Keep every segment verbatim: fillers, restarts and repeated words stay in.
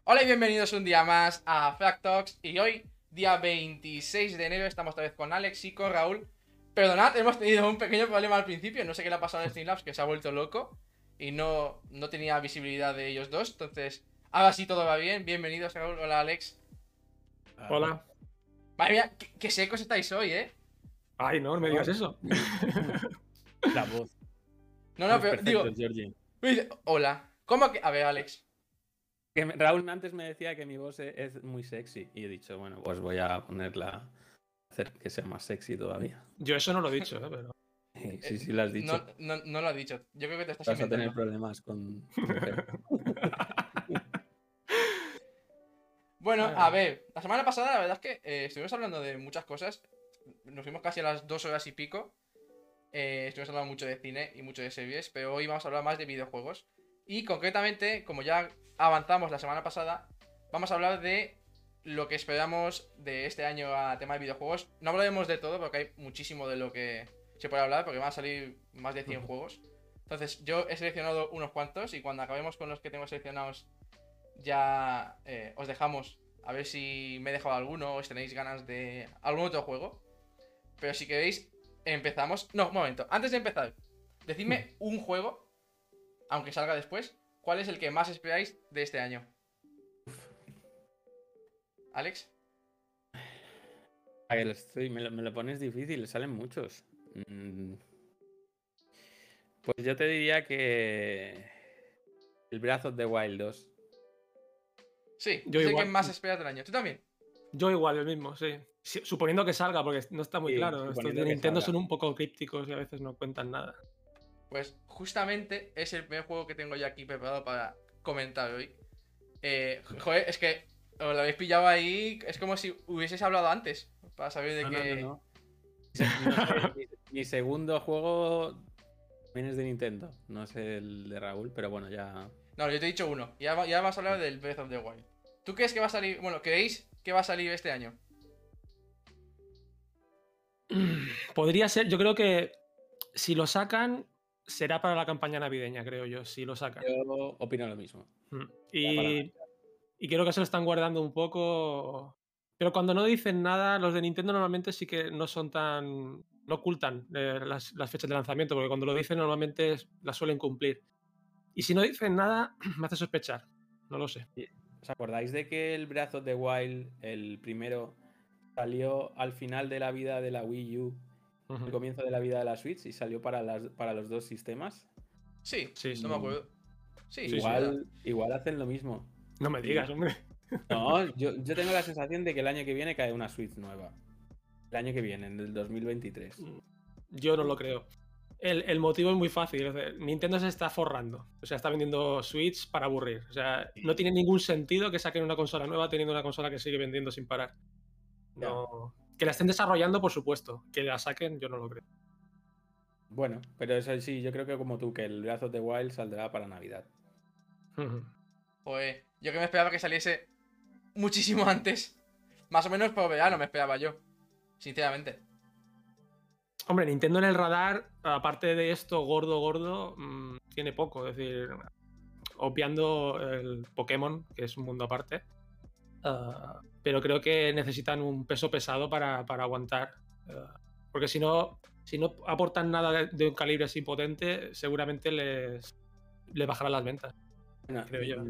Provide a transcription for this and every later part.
Hola y bienvenidos un día más a Frag Talks. Y hoy, día veintiséis de enero, estamos otra vez con Alex y con Raúl. Perdonad, hemos tenido un pequeño problema al principio. No sé qué le ha pasado a Streamlabs, que se ha vuelto loco y no, no tenía visibilidad de ellos dos. Entonces, ahora sí todo va bien. Bienvenidos, Raúl. Hola, Alex. Hola. Madre mía, qué, qué secos estáis hoy, ¿eh? Ay, no, no me digas eso. La voz. No, no, Es pero perfecto, digo... Georgie. Hola. ¿Cómo que...? A ver, Alex. Que me- Raúl antes me decía que mi voz e- es muy sexy. Y he dicho, bueno, pues voy a ponerla, hacer que sea más sexy todavía. Yo eso no lo he dicho, ¿eh? Pero... Sí, sí, sí lo has dicho. No, no, no lo ha dicho. Yo creo que te estás Vas a tener inventando. problemas con tu mujer. Bueno, Ay. a ver, la semana pasada la verdad es que eh, estuvimos hablando de muchas cosas. Nos fuimos casi a las dos horas y pico. Eh, estuvimos hablando mucho de cine y mucho de series, pero hoy vamos a hablar más de videojuegos. Y concretamente, como ya avanzamos la semana pasada, vamos a hablar de lo que esperamos de este año a tema de videojuegos. No hablaremos de todo porque hay muchísimo de lo que se puede hablar, porque van a salir más de cien juegos. Entonces yo he seleccionado unos cuantos y cuando acabemos con los que tengo seleccionados ya eh, os dejamos a ver si me he dejado alguno o si tenéis ganas de algún otro juego. Pero si queréis, empezamos. No, un momento. Antes de empezar, decidme un juego, aunque salga después, ¿cuál es el que más esperáis de este año? ¿Alex? A ver, estoy, me, lo, me lo pones difícil, salen muchos. Mm. Pues yo te diría que el Breath of the Wild dos. Sí, Yo es el igual. que más esperas del año. ¿Tú también? Yo igual, el mismo, sí. Sí, suponiendo que salga, porque no está muy Sí, claro. Estos suponiendo de que Nintendo salga. son un poco crípticos y a veces no cuentan nada. Pues justamente es el primer juego que tengo ya aquí preparado para comentar hoy. Eh, joder, es que os lo habéis pillado ahí. Es como si hubieseis hablado antes. Para saber de No, qué. no, no, no. Se- no sé, mi, mi segundo juego también es de Nintendo. No sé el de Raúl, pero bueno, ya. No, yo te he dicho uno. Ya, va- ya vas a hablar del Breath of the Wild. ¿Tú crees que va a salir? Bueno, ¿creéis que va a salir este año? Podría ser, yo creo que si lo sacan, será para la campaña navideña, creo yo, si lo sacan. Yo opino lo mismo. Mm. Ya para Y, y creo que se lo están guardando un poco. Pero cuando no dicen nada, los de Nintendo normalmente sí que no son tan. No ocultan eh, las, las fechas de lanzamiento, porque cuando lo dicen normalmente es- las suelen cumplir. Y si no dicen nada, me hace sospechar. No lo sé. ¿Os acordáis de que el Breath of the Wild, el primero, salió al final de la vida de la Wii U, Ujú. al comienzo de la vida de la Switch y salió para, las, para los dos sistemas? Sí, Sí, sí. no me acuerdo. Sí, sí, igual, igual hacen lo mismo. No me digas, hombre. No, yo, yo tengo la sensación de que el año que viene cae una Switch nueva. El año que viene, en el dos mil veintitrés. Yo no lo creo. El, el motivo es muy fácil. O sea, Nintendo se está forrando. O sea, está vendiendo Switch para aburrir. O sea, no tiene ningún sentido que saquen una consola nueva teniendo una consola que sigue vendiendo sin parar. No. Que la estén desarrollando, por supuesto. Que la saquen, yo no lo creo. Bueno, pero eso sí, yo creo que como tú, que el Breath of the Wild saldrá para Navidad. Ujú. Pues yo que me esperaba que saliese muchísimo antes. Más o menos por verano me esperaba yo. Sinceramente. Hombre, Nintendo en el radar, aparte de esto gordo, gordo, mmm, tiene poco. Es decir, obviando el Pokémon, que es un mundo aparte. Uh, pero creo que necesitan un peso pesado para, para aguantar. Uh, porque si no, si no aportan nada de, de un calibre así potente, seguramente les, les bajarán las ventas. Bueno, creo yo.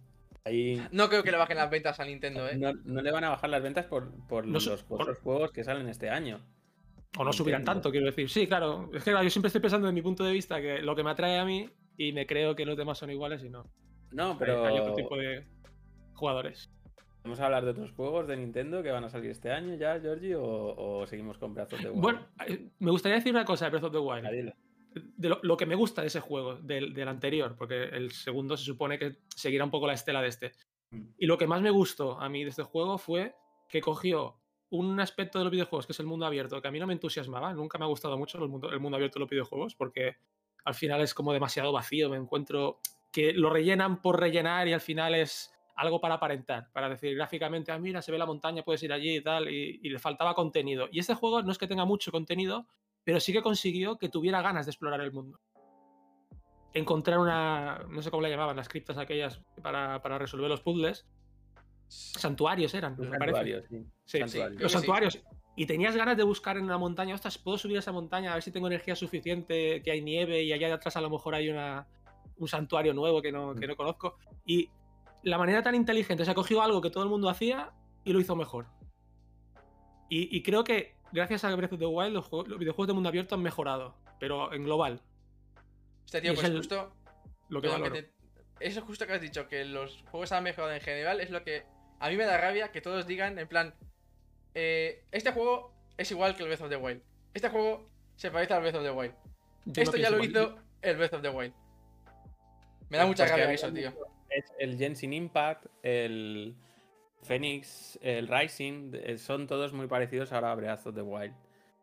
Ahí No creo que le bajen las ventas a Nintendo, ¿eh? no, no le van a bajar las ventas por, por No los su- otros juegos que salen este año. O no subirán Nintendo. tanto, quiero decir. Sí, claro. Es que claro, yo siempre estoy pensando desde mi punto de vista que lo que me atrae a mí y me creo que los demás son iguales y no. No, pero Hay, hay otro tipo de jugadores. ¿vamos a hablar de otros juegos de Nintendo que van a salir este año ya, Georgie? ¿O, o seguimos con Breath of the Wild? Bueno, eh, me gustaría decir una cosa de Breath of the Wild. Ah, dilo. De lo, lo que me gusta de ese juego, del, del anterior, porque el segundo se supone que seguirá un poco la estela de este. Y lo que más me gustó a mí de este juego fue que cogió un aspecto de los videojuegos, que es el mundo abierto, que a mí no me entusiasmaba, nunca me ha gustado mucho el mundo, el mundo abierto de los videojuegos, porque al final es como demasiado vacío, me encuentro que lo rellenan por rellenar y al final es algo para aparentar, para decir gráficamente, ah, mira, se ve la montaña, puedes ir allí y tal, y, y le faltaba contenido. Y este juego no es que tenga mucho contenido, pero sí que consiguió que tuviera ganas de explorar el mundo. Encontrar una, no sé cómo le llamaban, las criptas aquellas para, para resolver los puzzles, Santuarios eran, Los me parece. santuarios, sí. Sí, Santuarios. creo los que sí. santuarios. Y tenías ganas de buscar en una montaña, ostras, puedo subir a esa montaña a ver si tengo energía suficiente, que hay nieve y allá atrás a lo mejor hay una, un santuario nuevo que no, que no conozco. Y la manera tan inteligente, se ha cogido algo que todo el mundo hacía y lo hizo mejor. Y, y creo que gracias a Breath of the Wild los, juegos, los videojuegos de mundo abierto han mejorado, pero en global. Este tío, Y es pues el- justo. Lo que perdón, que valoro. te- Eso justo que has dicho, que los juegos han mejorado en general, es lo que a mí me da rabia que todos digan, en plan, eh, este juego es igual que el Breath of the Wild. Este juego se parece al Breath of the Wild. Yo Esto no ya pienso lo igual. hizo el Breath of the Wild. Me da Pues mucha porque rabia ahora eso, tío. Es el Genshin Impact, el Phoenix, el Rising, eh, son todos muy parecidos ahora a Breath of the Wild.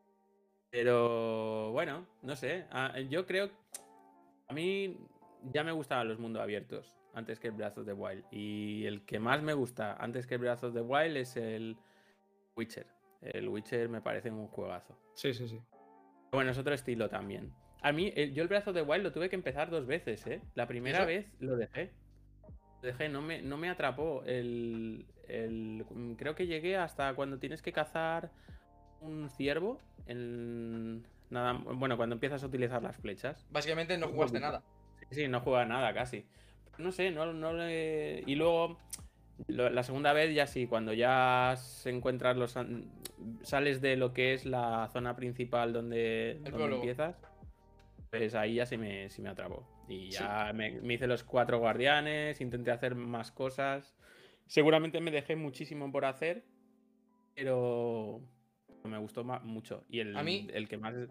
Pero bueno, no sé. ah, Yo creo. A mí ya me gustaban los mundos abiertos antes que el Breath of the Wild. Y el que más me gusta antes que el Breath of the Wild es el Witcher. El Witcher me parece un juegazo. Sí, sí, sí. Bueno, es otro estilo también. A mí, el- yo el Breath of the Wild lo tuve que empezar dos veces, ¿eh? La primera ¿Eso? vez lo dejé. Lo dejé, no me, no me atrapó. El, el- creo que llegué hasta cuando tienes que cazar un ciervo. En, nada, bueno, cuando empiezas a utilizar las flechas. Básicamente no jugaste nada. Sí, sí, no juega nada casi. No sé, no, no le... Y luego, lo- la segunda vez ya sí, cuando ya se encuentras los... an- Sales de lo que es la zona principal donde, donde prólogo. empiezas, pues ahí ya sí me, sí me atrapó. Y ya me, me hice los cuatro guardianes, intenté hacer más cosas. Seguramente me dejé muchísimo por hacer, pero me gustó ma- mucho. Y el, A mí- el que más...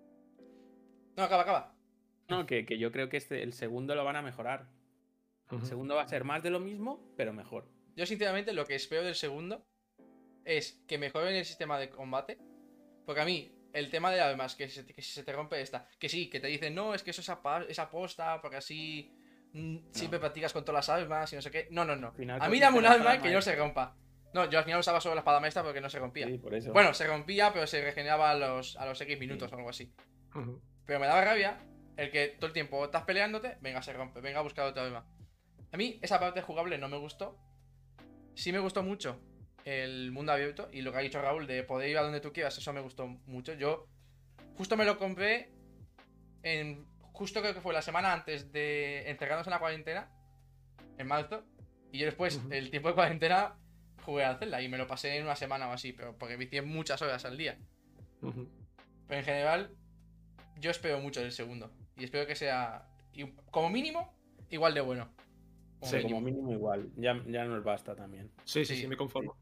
No, acaba, acaba. No, que, que yo creo que este, el segundo lo van a mejorar. El Ujú. segundo va a ser más de lo mismo, pero mejor. Yo sinceramente lo que espero del segundo es que mejoren el sistema de combate. Porque a mí, el tema de armas, que, se, que si se te rompe esta, que sí, que te dicen, no, es que eso es, apa- es aposta, porque así mm, siempre practicas con todas las armas y no sé qué. No, no, no. Al final A mí cogiste dame un la arma espada que no se rompa. No, yo al final usaba solo la espada maestra porque no se rompía. Sí, por eso. Bueno, se rompía, pero se regeneraba a los, a los X minutos Sí. o algo así. Ujú. Pero me daba rabia el que todo el tiempo estás peleándote, venga, se rompe, venga a buscar otra arma. A mí esa parte jugable no me gustó. Sí me gustó mucho el mundo abierto y lo que ha dicho Raúl de poder ir a donde tú quieras, eso me gustó mucho. Yo justo me lo compré en... Justo creo que fue la semana antes de encerrarnos en la cuarentena, en marzo. Y yo después, Ujú. el tiempo de cuarentena, jugué al Zelda y me lo pasé en una semana o así, pero porque vicié muchas horas al día. Ujú. Pero en general, yo espero mucho del segundo. Y espero que sea, y- como mínimo, igual de bueno. Como Sí, mínimo. como mínimo igual. Ya, ya nos basta también. Sí, sí, Sí. sí, me conformo.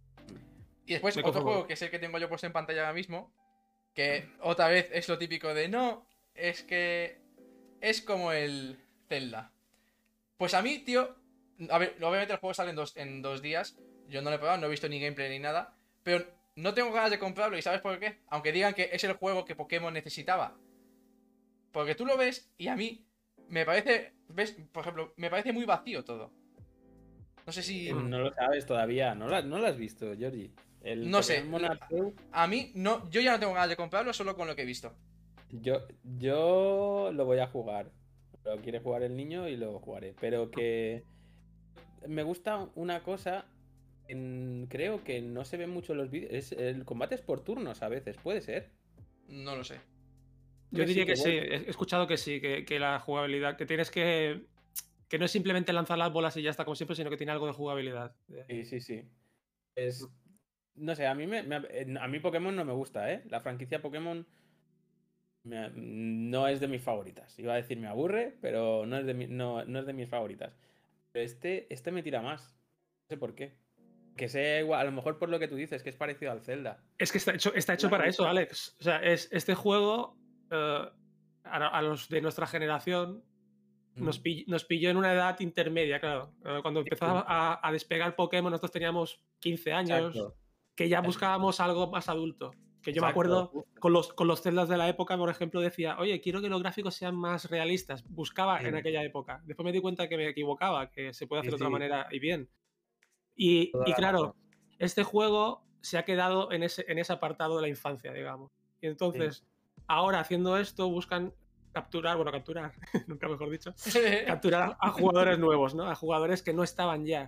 Y después, Me otro conformo. juego que es el que tengo yo puesto en pantalla ahora mismo, que otra vez es lo típico de no, es que es como el Zelda. Pues a mí, tío, a ver, obviamente el juego sale en dos, en dos días. Yo no lo he probado, no he visto ni gameplay ni nada. Pero no tengo ganas de comprarlo, ¿y sabes por qué? Aunque digan que es el juego que Pokémon necesitaba. Porque tú lo ves y a mí me parece, ves, por ejemplo, me parece muy vacío todo. No sé si... Eh, No lo sabes todavía. No lo, no lo has visto, Georgie. El No sé, Pokémon la- Arceus, A mí, no, yo ya no tengo ganas de comprarlo solo con lo que he visto. Yo, yo lo voy a jugar. Lo quiere jugar el niño y lo jugaré. Pero que me gusta una cosa. en- creo que no se ve mucho en los vídeos. Es, el combate es por turnos a veces, puede ser. No lo sé. Yo Que diría sí, que que sí, bueno. he escuchado que sí, que, que la jugabilidad, que tienes que. Que no es simplemente lanzar las bolas y ya está como siempre, sino que tiene algo de jugabilidad. Sí, sí, sí. Es. No sé, a mí, me, me- a mí Pokémon no me gusta, ¿eh? La franquicia Pokémon me- no es de mis favoritas. Iba a decir me aburre, pero no es de, mi- no, no es de mis favoritas. Pero este, este me tira más. No sé por qué. Que sea igual, a lo mejor por lo que tú dices, que es parecido al Zelda. Es que está hecho, está hecho Una para eso, cosa. Alex. O sea, es este juego, eh, a, a los de nuestra generación, nos, Mm. pill- nos pilló en una edad intermedia, claro. Eh, Cuando empezó sí. a, a despegar Pokémon, nosotros teníamos quince años, Exacto. que ya buscábamos algo más adulto. Que yo me Exacto, acuerdo justo. con los, con los Zeldas de la época, por ejemplo, decía, oye, quiero que los gráficos sean más realistas. Buscaba Sí. en aquella época. Después me di cuenta que me equivocaba, que se puede hacer Sí, de otra sí. manera y bien. Y, Toda y la claro, razón. este juego se ha quedado en ese, en ese apartado de la infancia, digamos. Y entonces, ahora haciendo esto, buscan capturar, bueno, capturar, nunca mejor dicho, capturar a jugadores nuevos, ¿no? A jugadores que no estaban ya.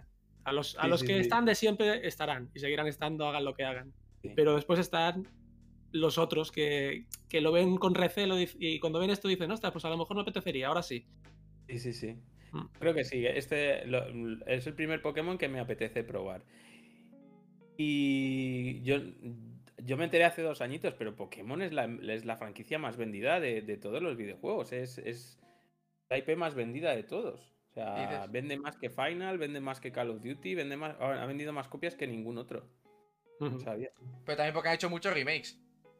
A los, a Sí, los sí, que sí. están de siempre estarán y seguirán estando, hagan lo que hagan. Sí. Pero después están los otros que, que lo ven con recelo y, y cuando ven esto dicen, ostras, pues a lo mejor me apetecería, ahora sí. Sí, sí, sí. Mm. Creo que sí. Este lo- es el primer Pokémon que me apetece probar. Y yo, yo me enteré hace dos añitos, pero Pokémon es la, es la franquicia más vendida de, de todos los videojuegos. Es, es la I P más vendida de todos. O sea, Dices. vende más que Final, vende más que Call of Duty, vende más, ha vendido más copias que ningún otro. No Ujú. sabía. Pero también porque han hecho muchos remakes.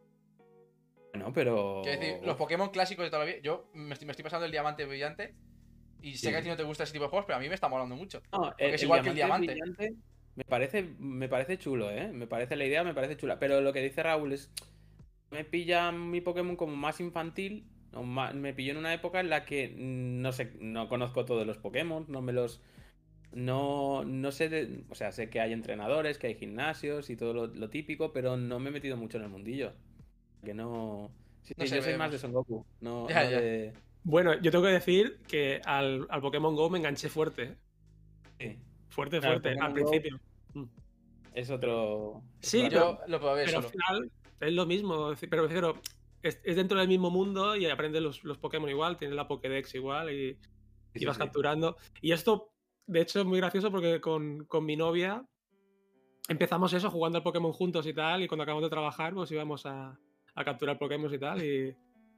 Bueno, pero. Quiero decir, los Pokémon clásicos de toda la vida. Yo me estoy, me estoy pasando el diamante brillante. Y sé Sí. que a ti no te gusta ese tipo de juegos, pero a mí me está molando mucho. No, Porque el, es el igual que el diamante diamante. brillante me parece, me parece chulo, ¿eh? Me parece la idea, me parece chula. Pero lo que dice Raúl es. Me pilla mi Pokémon como más infantil. o ma- Me pilló en una época en la que mm, no sé, no conozco todos los Pokémon, no me los. No, no sé de- o sea, sé que hay entrenadores, que hay gimnasios y todo lo, lo típico, pero no me he metido mucho en el mundillo. Que no. Sí, No sí, sé, yo soy más de veremos. Son Goku, no, Ya, no ya. de. Bueno, yo tengo que decir que al, al Pokémon Go me enganché fuerte. ¿eh? Sí. Fuerte, Claro, fuerte, al Pokémon Go principio. Mm. es otro. Es Sí, otra pero, Yo lo probé pero al solo. final es lo mismo. es decir, Pero prefiero, es, es dentro del mismo mundo y aprendes los, los Pokémon igual, tienes la Pokédex igual y, Sí, y sí, vas sí. capturando. Y esto, de hecho, es muy gracioso porque con, con mi novia empezamos eso jugando al Pokémon juntos y tal. Y cuando acabamos de trabajar, pues íbamos a, a capturar Pokémon y tal. Y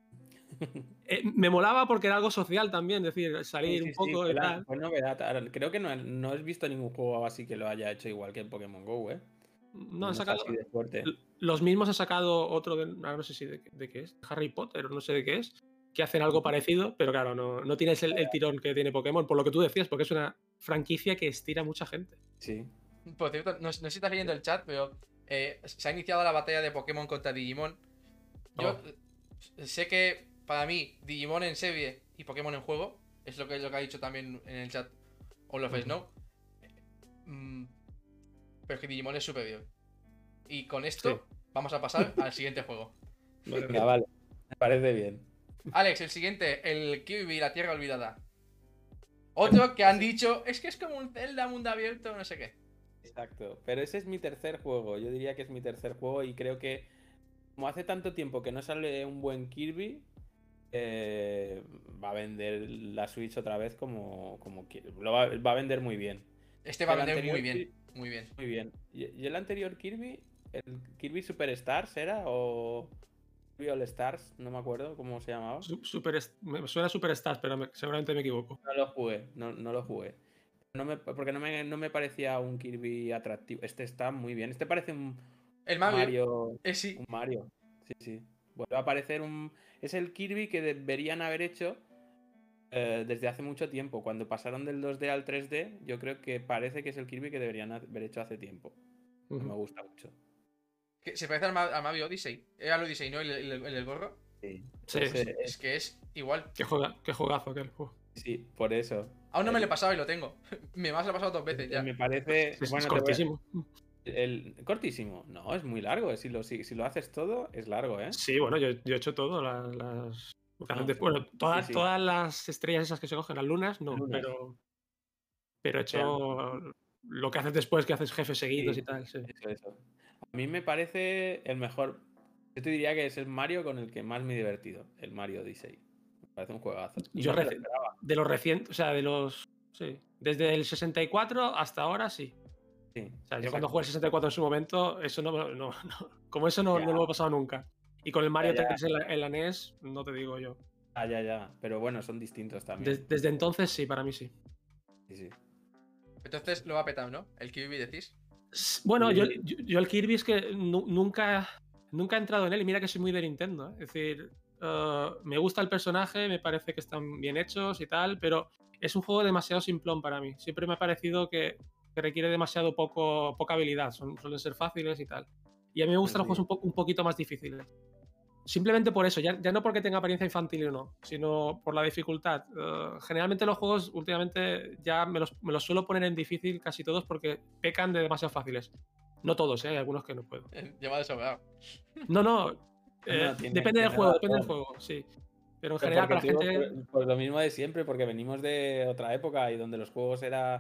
eh, me molaba porque era algo social también, es decir, Sí, salir un sí, sí, poco fue, y la- tal. fue novedad. Ahora, creo que no, no has visto ningún juego así que lo haya hecho igual que el Pokémon Go, ¿eh? No, han Menos sacado. así de fuerte. Los mismos han sacado otro, de, ahora no sé si de, de qué es, Harry Potter o no sé de qué es, que hacen algo parecido, pero claro, no, no tienes el, el tirón que tiene Pokémon, por lo que tú decías, porque es una franquicia que estira a mucha gente. Sí. Por cierto, no, no sé si estás leyendo el chat, pero eh, se ha iniciado la batalla de Pokémon contra Digimon. Yo Oh. eh, sé que para mí Digimon en serie y Pokémon en juego es lo que, lo que ha dicho también en el chat All of Ujú. Snow. Mm, pero es que Digimon es superior. Y con esto vamos a pasar al siguiente juego. Vale, Venga, vale. vale. Me parece bien. Alex, el siguiente, el Kirby, la Tierra Olvidada. Otro que han dicho, es que es como un Zelda mundo abierto, no sé qué. Exacto. Pero ese es mi tercer juego. Yo diría que es mi tercer juego y creo que como hace tanto tiempo que no sale un buen Kirby, eh, va a vender la Switch otra vez como, como qui- lo va, va a vender muy bien. Este va a El vender muy anterior bien, Kir- muy bien. Muy bien. ¿Y, y el anterior Kirby? ¿El Kirby Superstars era? ¿O Kirby All Stars? No me acuerdo cómo se llamaba. Su- Super, me suena Superstars, pero me- seguramente me equivoco. No lo jugué, no, no lo jugué. No me, porque no me, no me parecía un Kirby atractivo. Este está muy bien. Este parece un El Mario, Mario. eh, sí. Un Mario. Sí, sí. Vuelve a aparecer un. Es el Kirby que deberían haber hecho eh, desde hace mucho tiempo. Cuando pasaron del dos D al tres D, yo creo que parece que es el Kirby que deberían haber hecho hace tiempo. No me Ujú. gusta mucho. Que se parece al, Ma- al Mario Odyssey. Era el Odyssey, ¿no? El, el, el, el gorro. Sí. Sí, Ese- sí. Es que es igual. Qué, juega, qué juegazo aquel. Uf. sí, por eso. Aún no me El- lo he pasado y lo tengo. Me más lo he pasado dos veces ya. Me parece. Es, es bueno, te voy a- cortísimo. el, cortísimo. No, es muy largo. Si lo, si, si lo haces todo, es largo, ¿eh? Sí, bueno, yo, yo he hecho todo. la- Las, lo que hacen No, después. Bueno, todas, sí, sí. todas las estrellas esas que se cogen, las lunas, no, Lunas. pero. Pero he hecho Realmente. lo que haces después, que haces jefes seguidos Sí, y tal, sí. eso, eso. A mí me parece el mejor. Yo te diría que es el Mario con el que más me he divertido. El Mario Odyssey. Me parece un juegazo. Y Yo no me lo reci- esperaba. de los recientes, o sea, de los. Sí. Desde el sesenta y cuatro hasta ahora, sí. Sí, O sea, yo exacto. cuando jugué el sesenta y cuatro en su momento, eso no, no, no- como eso no, Ya. no lo he pasado nunca. Y con el Mario Ya, ya. tres D en la, en la N E S, no te digo yo. Ah, ya, ya. Pero bueno, son distintos también. Des- desde entonces, sí, para mí sí. Sí, sí. Entonces lo va a petar, ¿no? El Kirby decís. S- Bueno, yo, Sí. yo, yo el Kirby es que nu- nunca, nunca he entrado en él y mira que soy muy de Nintendo. ¿eh? Es decir, eh, me gusta el personaje, me parece que están bien hechos y tal, pero es un juego demasiado simplón para mí. Siempre me ha parecido que, que requiere demasiado poco, poca habilidad, son, suelen ser fáciles y tal. Y a mí me gustan los Sí. juegos un, po- un poquito más difíciles. Simplemente por eso, ya, ya no porque tenga apariencia infantil o no, sino por la dificultad. Eh, generalmente los juegos últimamente ya me los, me los suelo poner en difícil casi todos porque pecan de demasiado fáciles. No todos, ¿eh? Hay algunos que no puedo. Lleva de sobrado. No, no. eh, no, tiene- depende del tiene juego, depende del razón. juego, sí. Pero en Pero general, para la porque tú, gente. por, por lo mismo de siempre, porque venimos de otra época y donde los juegos era,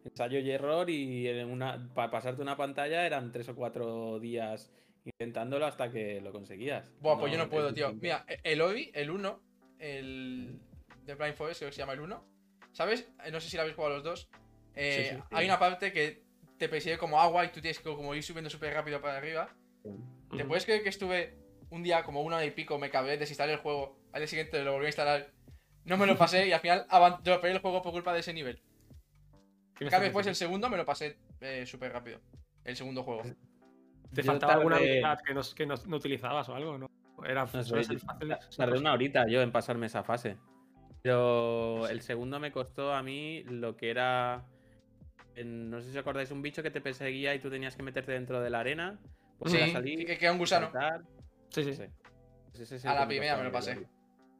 ensayo y error y en una, para pasarte una pantalla eran tres o cuatro días intentándolo hasta que lo conseguías. Buah, pues yo No, no es puedo, tío. distinto. Mira, el Odi, el uno, el de Blind Forest, creo que se llama el uno. ¿Sabes? Eh, No sé si lo habéis jugado los dos. Eh, Sí, sí. Hay Sí. una parte que te persigue como agua y tú tienes que como ir subiendo súper rápido para arriba. ¿Te Ujú. puedes creer que estuve un día, como una hora y pico, me cabré, desinstalé el juego, al día siguiente lo volví a instalar, no me lo pasé y al final aban- dropeé el juego por culpa de ese nivel? ¿Qué En me estás cambio, después el diciendo? segundo me lo pasé eh, súper rápido. El segundo juego. ¿Te Yo faltaba alguna tardé, habilidad que no, que no, no utilizabas o algo? ¿No? Era, no suele sé, ser yo fácil ta- esa tardé cosa. una horita yo en pasarme esa fase. Pero Sí. el segundo me costó a mí lo que era, en- no sé si os acordáis, un bicho que te perseguía y tú tenías que meterte dentro de la arena, volver a Sí, salir que queda un y gusano. saltar. Sí, sí. Ese, ese es A el que la me primera costó a me mí lo el pasé. Ori.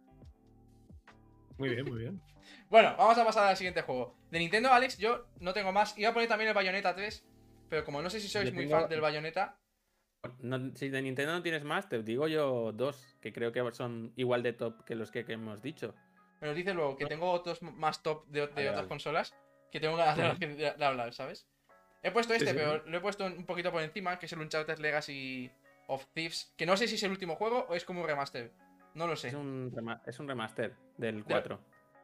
Muy bien, muy bien. Bueno, vamos a pasar al siguiente juego. De Nintendo, Alex, yo no tengo más. Iba a poner también el Bayonetta tres, pero como no sé si sois Yo muy fan tengo, del Bayonetta, no- si de Nintendo no tienes más, te digo yo dos, que creo que son igual de top que los que, que hemos dicho. me lo dice luego que tengo otros más top de, de Vale, otras vale. consolas que tengo ganas de, Ujú. de- de hablar, ¿sabes? He puesto Sí, este, sí. pero lo he puesto un poquito por encima, que es el Uncharted Legacy of Thieves, que no sé si es el último juego o es como un remaster. No lo Es sé. un, rema- es un remaster del De- cuatro.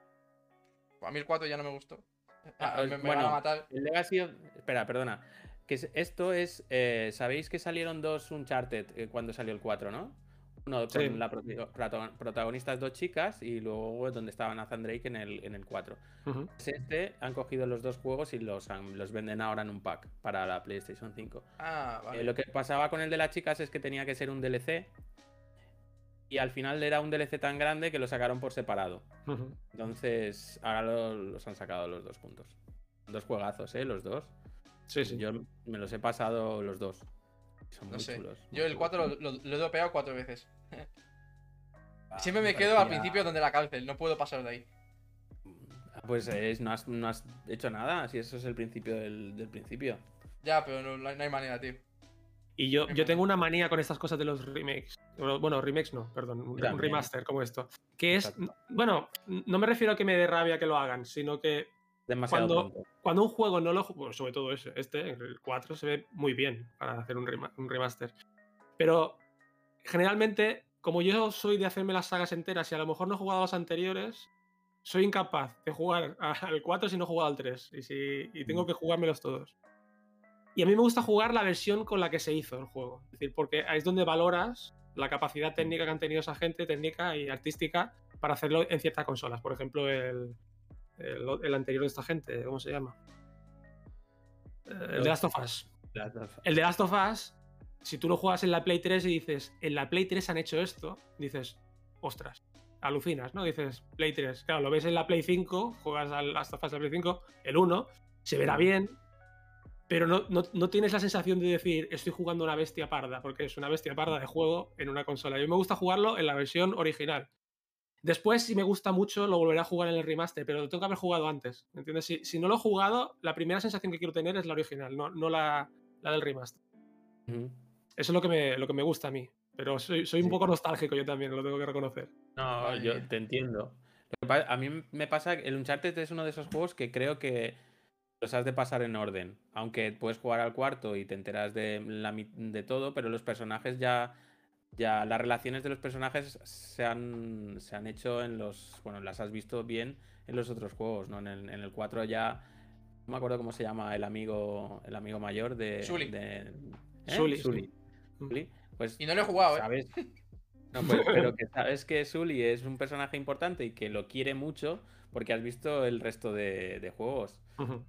A mí el cuatro ya no me gustó. Ah, Ah, os- me, me van a Bueno, matar. el Legacy of- Espera, perdona. Que es- esto es... eh, ¿sabéis que salieron dos Uncharted eh, cuando salió el cuatro, no? Uno con Sí. la proti- prato- protagonistas dos chicas y luego donde estaba Nathan Drake en el, en el cuatro. Ujú. Pues este han cogido los dos juegos y los, han- los venden ahora en un pack para la PlayStation cinco. Ah, Eh, vale. lo que pasaba con el de las chicas es que tenía que ser un D L C y al final era un D L C tan grande que lo sacaron por separado. Ujú. Entonces, ahora lo- los han sacado los dos juntos. Dos juegazos, ¿eh? Los dos. Sí, sí. Yo me los he pasado los dos. Son No muy sé. chulos. muy Yo el chulos. cuatro lo, lo- lo he dropeado cuatro veces. Ah, Siempre me quedo al parecía- principio donde la cárcel, no puedo pasar de ahí. Ah, Pues es, no, has, no has hecho nada, si eso es el principio del, del principio. Ya, pero no, no hay no hay manera, tío. Y yo, yo tengo una manía con estas cosas de los remakes. Bueno, bueno, remakes no, perdón. Un, un También. remaster como esto. Que es. Exacto. Bueno, no me refiero a que me dé rabia que lo hagan, sino que Demasiado cuando, pronto. cuando un juego no lo. Bueno, sobre todo ese, este, el cuatro, se ve muy bien para hacer un, rema- un remaster. Pero generalmente, como yo soy de hacerme las sagas enteras y a lo mejor no he jugado a los anteriores, soy incapaz de jugar a- al cuatro si no he jugado al tres. Y, si, y tengo que jugármelos todos. Y a mí me gusta jugar la versión con la que se hizo el juego. Es decir, porque ahí es donde valoras la capacidad técnica que han tenido esa gente, técnica y artística, para hacerlo en ciertas consolas. Por ejemplo, el, el, el anterior de esta gente, ¿cómo se llama? Eh, El de Last of Us. Las dos. El de Last of Us, si tú lo juegas en la Play tres y dices, en la Play tres han hecho esto, dices, ostras, alucinas, ¿no? Dices, Play tres. Claro, lo ves en la Play cinco, juegas al Last of Us en la Play cinco, el uno, se verá bien, pero no, no, no tienes la sensación de decir, estoy jugando una bestia parda, porque es una bestia parda de juego en una consola. A mí me gusta jugarlo en la versión original. Después, si me gusta mucho, lo volveré a jugar en el remaster, pero lo tengo que haber jugado antes. ¿Entiendes? Si, si no lo he jugado, la primera sensación que quiero tener es la original, no, no la, la del remaster. Ujú. Eso es lo que me, lo que me gusta a mí. Pero soy, soy un Sí. poco nostálgico yo también, lo tengo que reconocer. No, Madre yo mía. te entiendo. Lo que pa- A mí me pasa que el Uncharted es uno de esos juegos que creo que los has de pasar en orden. Aunque puedes jugar al cuarto y te enteras de, la, mi- de todo, pero los personajes ya, ya. Las relaciones de los personajes se han, se han hecho en los. Bueno, las has visto bien en los otros juegos, ¿no? En el, en el cuatro ya. No me acuerdo cómo se llama el amigo, el amigo mayor de. Sully. de- ¿eh? Sully, sí. Sully. Sully. Pues, Y no lo he jugado, ¿eh? ¿sabes? No, pues, pero que sabes que Sully es un personaje importante y que lo quiere mucho porque has visto el resto de, de juegos. Ujú.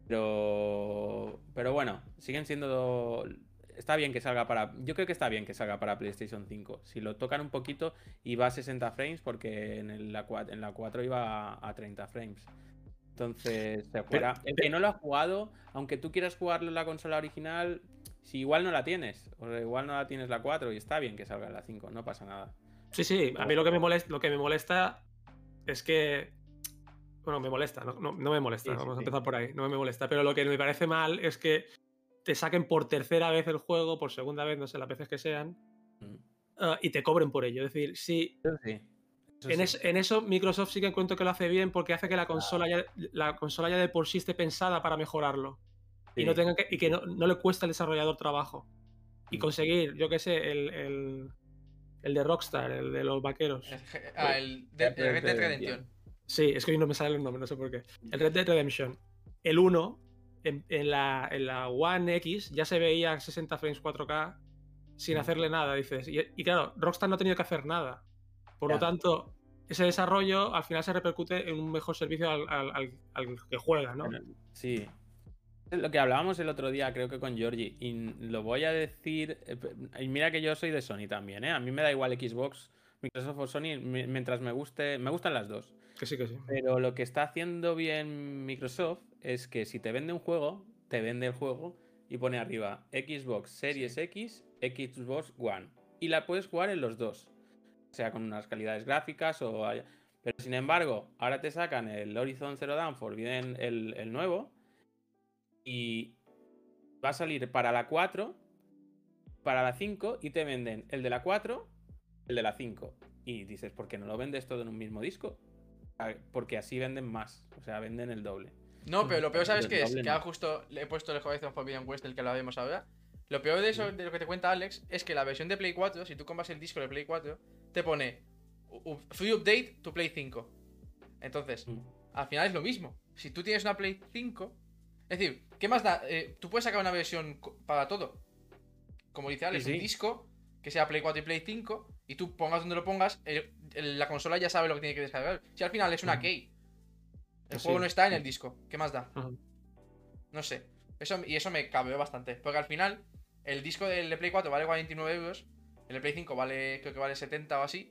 Pero, pero bueno, siguen siendo. Está bien que salga para. Yo creo que está bien que salga para PlayStation cinco. Si lo tocan un poquito y va a sesenta frames, porque en, el- la, cua- en la cuatro iba a, a treinta frames. Entonces, se jugará. Pero- El que no lo ha jugado, aunque tú quieras jugarlo en la consola original, si igual no la tienes, o igual no la tienes la cuatro, y está bien que salga en la cinco, no pasa nada. Sí, sí, a mí lo que me molesta, lo que me molesta es que. Bueno, me molesta, no, no, no me molesta, Sí, sí, vamos a sí. empezar por ahí, no me molesta, pero lo que me parece mal es que te saquen por tercera vez el juego, por segunda vez, no sé, las veces que sean, Mm. ah, y te cobren por ello. Es decir, si, Eso sí. Eso Eso En, sí. es- en eso Microsoft sí que encuentro que lo hace bien porque hace que la consola ya, la consola ya de por sí esté pensada para mejorarlo. Y, no Sí. tenga que, y que no, no le cuesta al desarrollador trabajo. Y Mm. conseguir, yo qué sé, el, el, el de Rockstar, el de los vaqueros. El G- ah, el, de- Red el Red Dead Dead Redemption. Sí, es que hoy no me sale el nombre, no sé por qué. El Red Dead Redemption. El uno, en, en la, en la One X, ya se veía a sesenta frames cuatro K sin Mm. hacerle nada, dices. Y, y claro, Rockstar no ha tenido que hacer nada. Por lo Ya. tanto, ese desarrollo al final se repercute en un mejor servicio al, al- al- al que juega, ¿no? Bueno, sí. Es lo que hablábamos el otro día, creo que con Georgie, y lo voy a decir, eh, pe- y mira que yo soy de Sony también, ¿eh? A mí me da igual Xbox, Microsoft o Sony, mi- mientras me guste, me gustan las dos. Que sí, que sí. Pero lo que está haciendo bien Microsoft es que si te vende un juego, te vende el juego y pone arriba Xbox Series Sí. X, Xbox One. Y la puedes jugar en los dos. O sea, con unas calidades gráficas o... haya- Pero sin embargo, ahora te sacan el Horizon Zero Dawn Forbidden, el, el nuevo, y va a salir para la cuatro, para la cinco, y te venden el de la cuatro, el de la cinco. Y dices, ¿por qué no lo vendes todo en un mismo disco? Ah, porque así venden más, o sea, venden el doble. No, pero lo peor, ¿sabes El qué es? doble Que no. ahora justo le he puesto el Horizon Forbidden West, el que hablábamos ahora. Lo peor de eso, Mm. de lo que te cuenta Alex, es que la versión de Play cuatro, si tú compras el disco de Play cuatro, te pone u- u- Free Update to Play cinco. Entonces, Mm. al final es lo mismo. Si tú tienes una Play cinco, es decir, ¿qué más da? Eh, tú puedes sacar una versión co- para todo. Como dice Alex, Sí, sí. un disco que sea Play cuatro y Play cinco, y tú pongas donde lo pongas, el- el- la consola ya sabe lo que tiene que descargar. Si al final es una Ujú. key, el Sí. juego no está en el disco, ¿qué más da? Ujú. No sé. Eso, y eso me cabreó bastante. Porque al final, el disco del de Play cuatro vale cuarenta y nueve euros. El de Play cinco vale, creo que vale setenta o así.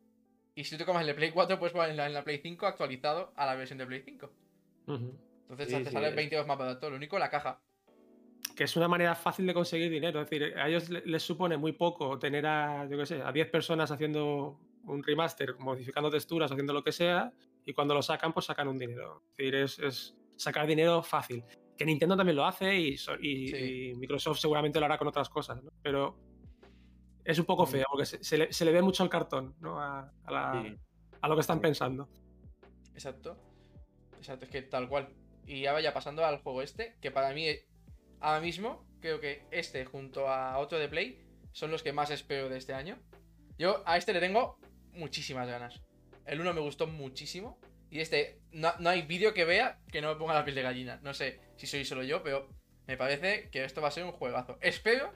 Y si tú te comes el de Play cuatro, pues vale en la, en la Play cinco actualizado a la versión de Play cinco. Ujú. Entonces Sí, te sí, sale es- veinte euros más barato. Lo único, la caja. Que es una manera fácil de conseguir dinero. Es decir, a ellos le- les supone muy poco tener a, yo qué sé, a diez personas haciendo un remaster, modificando texturas, haciendo lo que sea, y cuando lo sacan, pues sacan un dinero. Es decir, es, es sacar dinero fácil. Que Nintendo también lo hace y, so- y- Sí. y Microsoft seguramente lo hará con otras cosas, ¿no? Pero es un poco Ujú. feo, porque se, se le, se le ve mucho al cartón, ¿no? A, a la- Sí. a lo que están Sí. pensando. Exacto. Exacto, es que tal cual. Y ahora ya pasando al juego este, que para mí, ahora mismo, creo que este junto a otro de Play son los que más espero de este año. Yo a este le tengo muchísimas ganas. El uno me gustó muchísimo. Y este, no, no hay vídeo que vea que no me ponga la piel de gallina. No sé si soy solo yo, pero me parece que esto va a ser un juegazo. Espero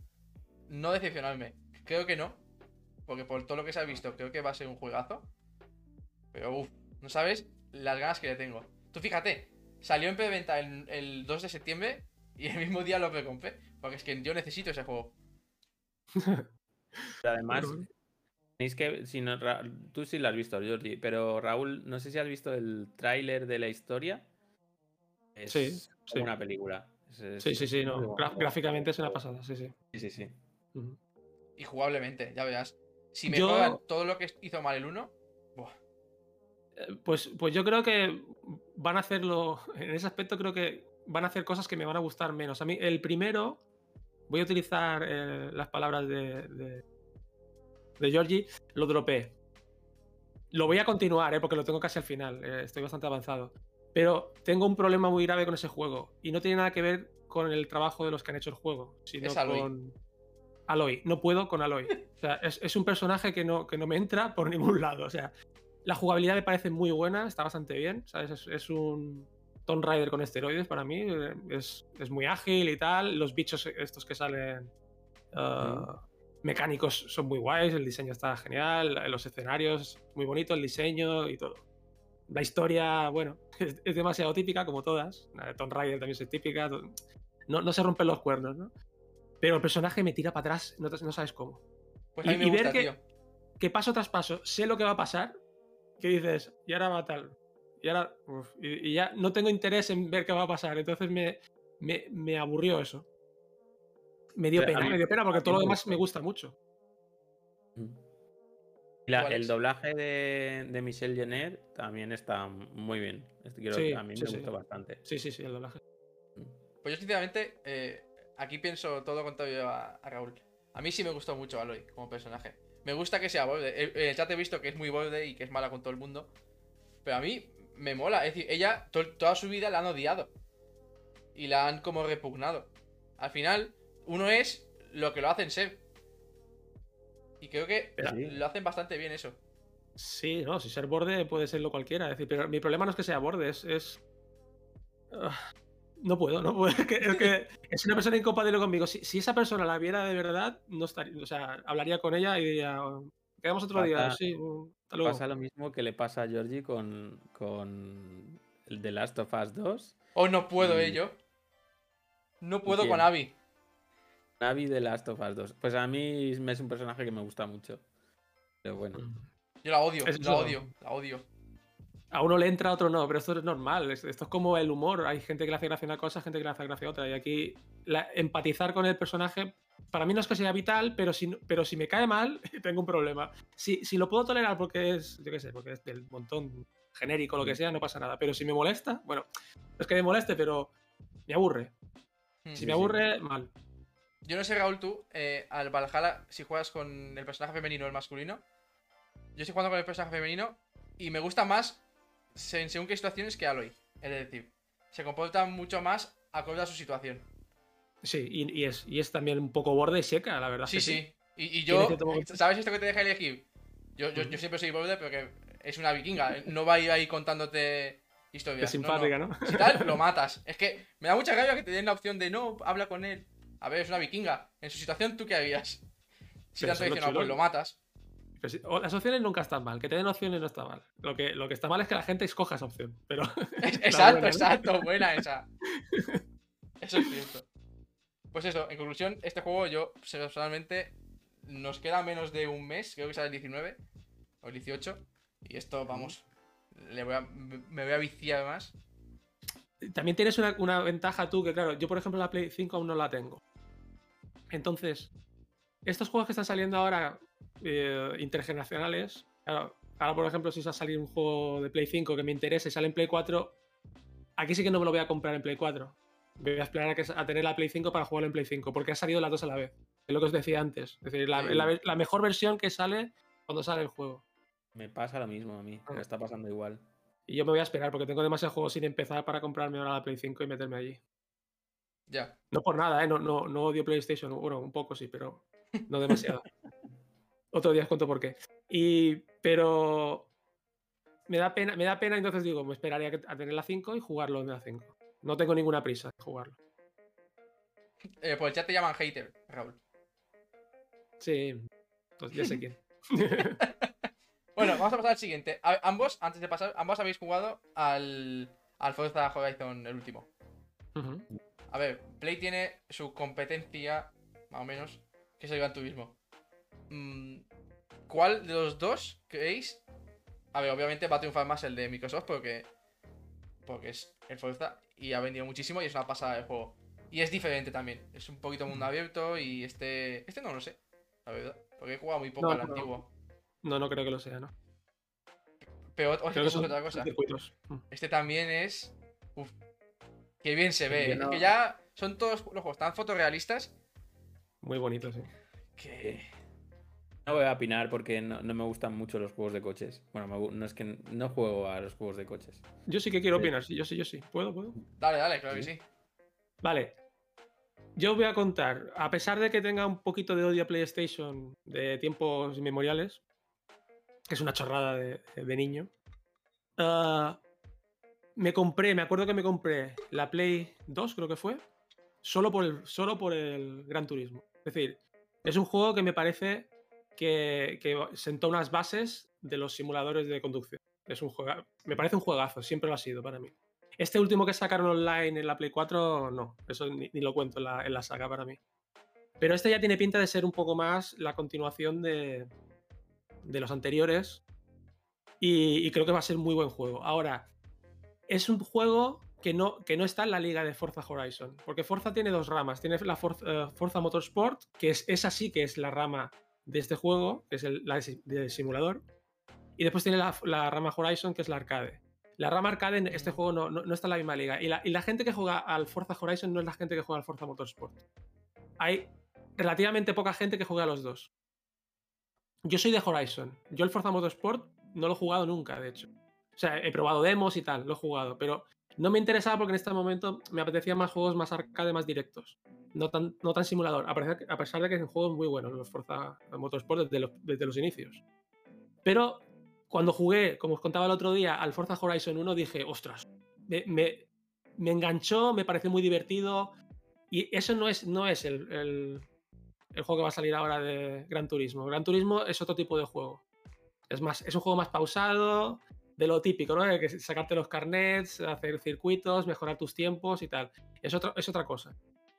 no decepcionarme. Creo que no. Porque por todo lo que se ha visto, creo que va a ser un juegazo. Pero uff, no sabes las ganas que le tengo. Tú fíjate, salió en preventa el, el dos de septiembre y el mismo día lo precompré. Porque es que yo necesito ese juego. Pero además, Bueno, tenéis que. Si no, Ra- tú sí lo has visto, Jordi, pero Raúl, no sé si has visto el tráiler de la historia. Es sí, como sí. una película. Es, es- Sí, sí, sí, es muy no. buen Gra- juego. gráficamente es una pasada, sí, sí. Sí, sí, sí. Ujú. Y jugablemente, ya verás. Si Yo- mejoran todo lo que hizo mal el uno, buah. Eh, Pues, pues yo creo que van a hacerlo, en ese aspecto creo que van a hacer cosas que me van a gustar menos. A mí, el primero, voy a utilizar eh, las palabras de, de, de Georgie, lo dropé. Lo voy a continuar, eh, porque lo tengo casi al final, eh, estoy bastante avanzado. Pero tengo un problema muy grave con ese juego. Y no tiene nada que ver con el trabajo de los que han hecho el juego, sino Es Aloy. con Aloy. No puedo con Aloy. O sea, es, es un personaje que no, que no me entra por ningún lado. O sea, la jugabilidad me parece muy buena, está bastante bien, ¿sabes? Es, es un Tomb Raider con esteroides para mí, eh, es, es muy ágil y tal, los bichos estos que salen uh, mecánicos son muy guays, el diseño está genial, los escenarios muy bonito, el diseño y todo. La historia, bueno, es, es demasiado típica, como todas, la de Tomb Raider también es típica, no, no se rompen los cuernos, ¿no? Pero el personaje me tira para atrás, no, no sabes cómo. Pues a mí Y, me y gusta, ver que, tío. que paso tras paso sé lo que va a pasar, que dices, y ahora va tal, y ahora, uf, y, y ya no tengo interés en ver qué va a pasar, entonces me, me, me aburrió eso. Me dio A pena, mí- me dio pena porque a mí todo lo me demás gustó. me gusta mucho. Y la- ¿Cuál el es? doblaje de, de Michelle Jenner también está muy bien. Este quiero- Sí, a mí sí, me sí. gustó bastante. Sí, sí, sí, el doblaje. Pues yo sinceramente, eh, aquí pienso todo lo contrario a, a Raúl. A mí sí me gustó mucho Aloy como personaje. Me gusta que sea borde. En el chat he visto que es muy borde y que es mala con todo el mundo. Pero a mí me mola. Es decir, ella to toda su vida la han odiado. Y la han como repugnado. Al final, uno es lo que lo hacen ser. Y creo que Pero, Sí. lo hacen bastante bien eso. sí, no, si ser borde puede serlo cualquiera. Es decir, pero mi problema no es que sea borde, es. es... Ah, no puedo, no puedo. Es que, es que es una persona incompatible conmigo. Si, si esa persona la viera de verdad, no estaría. O sea, hablaría con ella y diría. Quedamos otro día. Pasa, Sí, mm, hasta luego. pasa lo mismo que le pasa a Georgie con, con el The Last of Us dos. Oh, no puedo, Y- eh, yo. No ¿Con puedo con quién? Abby. Navi de Last of Us dos. Pues a mí es un personaje que me gusta mucho. Pero bueno. Mm. Yo la odio, Es la eso. odio, la odio. A uno le entra, a otro no, pero esto es normal. es- Esto es como el humor. Hay gente que le hace gracia una cosa, gente que le hace gracia otra. Y aquí la- empatizar con el personaje, para mí no es que sea vital, pero si, no- pero si me cae mal, tengo un problema. Si, si lo puedo tolerar porque es, yo qué sé, porque es del montón genérico, lo que sea, no pasa nada. Pero si me molesta, bueno, no es que me moleste, pero me aburre. Hmm. Si Sí, me sí. aburre, mal. Yo no sé, Raúl, tú, eh, al Valhalla, si juegas con el personaje femenino o el masculino. Yo estoy jugando con el personaje femenino y me gusta más en según qué situaciones que Aloy. Es decir, se comporta mucho más acorde a su situación. Sí, y, y es, y es también un poco borde y seca, la verdad. Sí, que sí. Y, y Tiene yo, cierto momento. ¿sabes esto que te deja elegir? Yo, yo, Ujú. yo siempre soy borde, pero que es una vikinga. No va a ir ahí contándote Que historias. es No, simpática, no. ¿no? Si tal, lo matas. Es que me da mucha rabia que te den la opción de no, habla con él. A ver, es una vikinga. En su situación, ¿tú qué harías? Si te Pero han eso es lo traicionado, chulo. pues lo matas. Pero sí, o- las opciones nunca están mal. Que te den opciones no está mal. Lo que, lo que está mal es que la gente escoja esa opción. Pero. Exacto, buena, ¿no? exacto. Buena esa. Eso es cierto. Pues eso, en conclusión, este juego yo personalmente nos queda menos de un mes, creo que sale el diecinueve o el dieciocho. Y esto, vamos, le voy a, me voy a viciar más. También tienes una, una ventaja tú, que claro, yo por ejemplo la Play cinco aún no la tengo. Entonces, estos juegos que están saliendo ahora eh, intergeneracionales, claro, ahora por ejemplo si va a salir un juego de Play cinco que me interese y sale en Play cuatro, aquí sí que no me lo voy a comprar en Play cuatro. Voy a esperar a, que, a tener la Play cinco para jugarlo en Play cinco, porque ha salido las dos a la vez. Es lo que os decía antes. Es decir, la, Sí. la- la mejor versión que sale cuando sale el juego. Me pasa lo mismo a mí. Me está pasando igual. Y yo me voy a esperar porque tengo demasiados juegos sin empezar para comprarme ahora la Play cinco y meterme allí. Ya. No por nada, ¿eh? No, no, no odio PlayStation. Bueno, un poco sí, pero no demasiado. Otro día os cuento por qué. Y, pero me da pena, me da pena, entonces digo, me esperaría a tener la cinco y jugarlo en la cinco. No tengo ninguna prisa en jugarlo. Eh, por el chat te llaman hater, Raúl. Sí, pues ya sé quién. Bueno, vamos a pasar al siguiente. A- ambos, antes de pasar, ambos habéis jugado al, al Forza Horizon, el último. Ujú. A ver, Play tiene su competencia, más o menos, que es el Gran Turismo. Mm, ¿Cuál de los dos creéis? A ver, obviamente va a triunfar más el de Microsoft porque, porque es el Forza y ha vendido muchísimo y es una pasada de juego. Y es diferente también, es un poquito mundo abierto y este... Este no lo sé, la verdad, porque he jugado muy poco No, al no. antiguo. No, no creo que lo sea, ¿no? Pero oye, Creo que eso es son otra cosa. circuitos. Mm. Este también es... Uf, qué bien se Sí, ve, yo ¿eh? no- Es que ya son todos los juegos tan fotorrealistas Muy bonito, sí. que... No voy a opinar porque no, no me gustan mucho los juegos de coches. Bueno, me gu- no es que no juego a los juegos de coches. Yo sí que quiero Sí. opinar, sí, yo sí, yo sí. ¿Puedo? ¿Puedo? Dale, dale, claro que Sí. sí. Vale. Yo voy a contar, a pesar de que tenga un poquito de odio a PlayStation de tiempos inmemoriales, que es una chorrada de, de niño, ah, me compré, me acuerdo que me compré la Play dos, creo que fue, solo por el, solo por el Gran Turismo. Es decir, es un juego que me parece que, que sentó unas bases de los simuladores de conducción. Es un juega- me parece un juegazo, siempre lo ha sido para mí. Este último que sacaron online en la Play cuatro, no, eso ni, ni lo cuento en la, en la saga para mí. Pero este ya tiene pinta de ser un poco más la continuación de, de los anteriores y, y creo que va a ser muy buen juego. Ahora, es un juego que no, que no está en la liga de Forza Horizon, porque Forza tiene dos ramas. Tiene la Forza, uh, Forza Motorsport, que es esa sí que es la rama de este juego, que es el, la de simulador, y después tiene la, la rama Horizon, que es la arcade. La rama arcade en este juego no, no, no está en la misma liga. Y la, y la gente que juega al Forza Horizon no es la gente que juega al Forza Motorsport. Hay relativamente poca gente que juega a los dos. yo soy de Horizon. Yo el Forza Motorsport no lo he jugado nunca, de hecho. O sea, he probado demos y tal, lo he jugado, pero no me interesaba porque en este momento me apetecían más juegos más arcade, más directos. No tan, no tan simulador, a pesar, a pesar de que son juegos muy buenos los Forza Motorsport desde los, desde los inicios. Pero cuando jugué, como os contaba el otro día, al Forza Horizon uno, dije, ostras, me, me, me enganchó, me pareció muy divertido. Y eso no es, no es el, el, el juego que va a salir ahora de Gran Turismo. Gran Turismo es otro tipo de juego. Es más, es un juego más pausado, de lo típico, ¿no? De que sacarte los carnets, hacer circuitos, mejorar tus tiempos y tal. Es, otro, es otra cosa.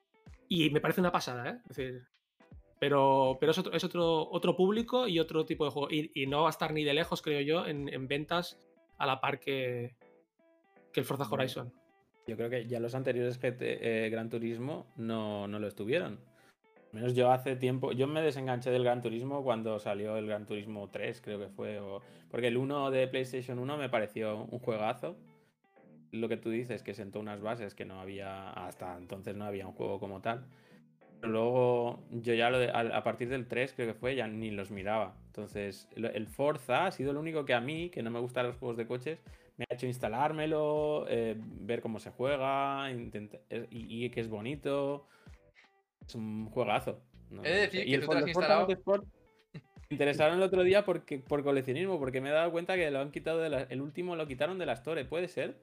Y me parece una pasada, ¿eh? Es decir, pero, pero es, otro, es otro, otro público y otro tipo de juego. Y, y no va a estar ni de lejos, creo yo, en, en ventas a la par que, que el Forza Horizon. Yo creo que ya los anteriores G T, eh, Gran Turismo no, no lo estuvieron. Al menos yo hace tiempo, yo me desenganché del Gran Turismo cuando salió el Gran Turismo tres, creo que fue, o, porque el uno de PlayStation uno me pareció un juegazo. Lo que tú dices, que sentó unas bases que no había, hasta entonces no había un juego como tal. Pero luego yo ya lo de, a, a partir del tres creo que fue, ya ni los miraba. Entonces el, el Forza ha sido el único que a mí, que no me gustan los juegos de coches, me ha hecho instalármelo, eh, ver cómo se juega, intenta, y, y que es bonito. Es un juegazo. No, He de decir no sé. que Y el, tú te lo has el Forza instalado. Motorsport me interesaron el otro día porque, por coleccionismo, porque me he dado cuenta que lo han quitado de la, el último lo quitaron de la Store, ¿puede ser?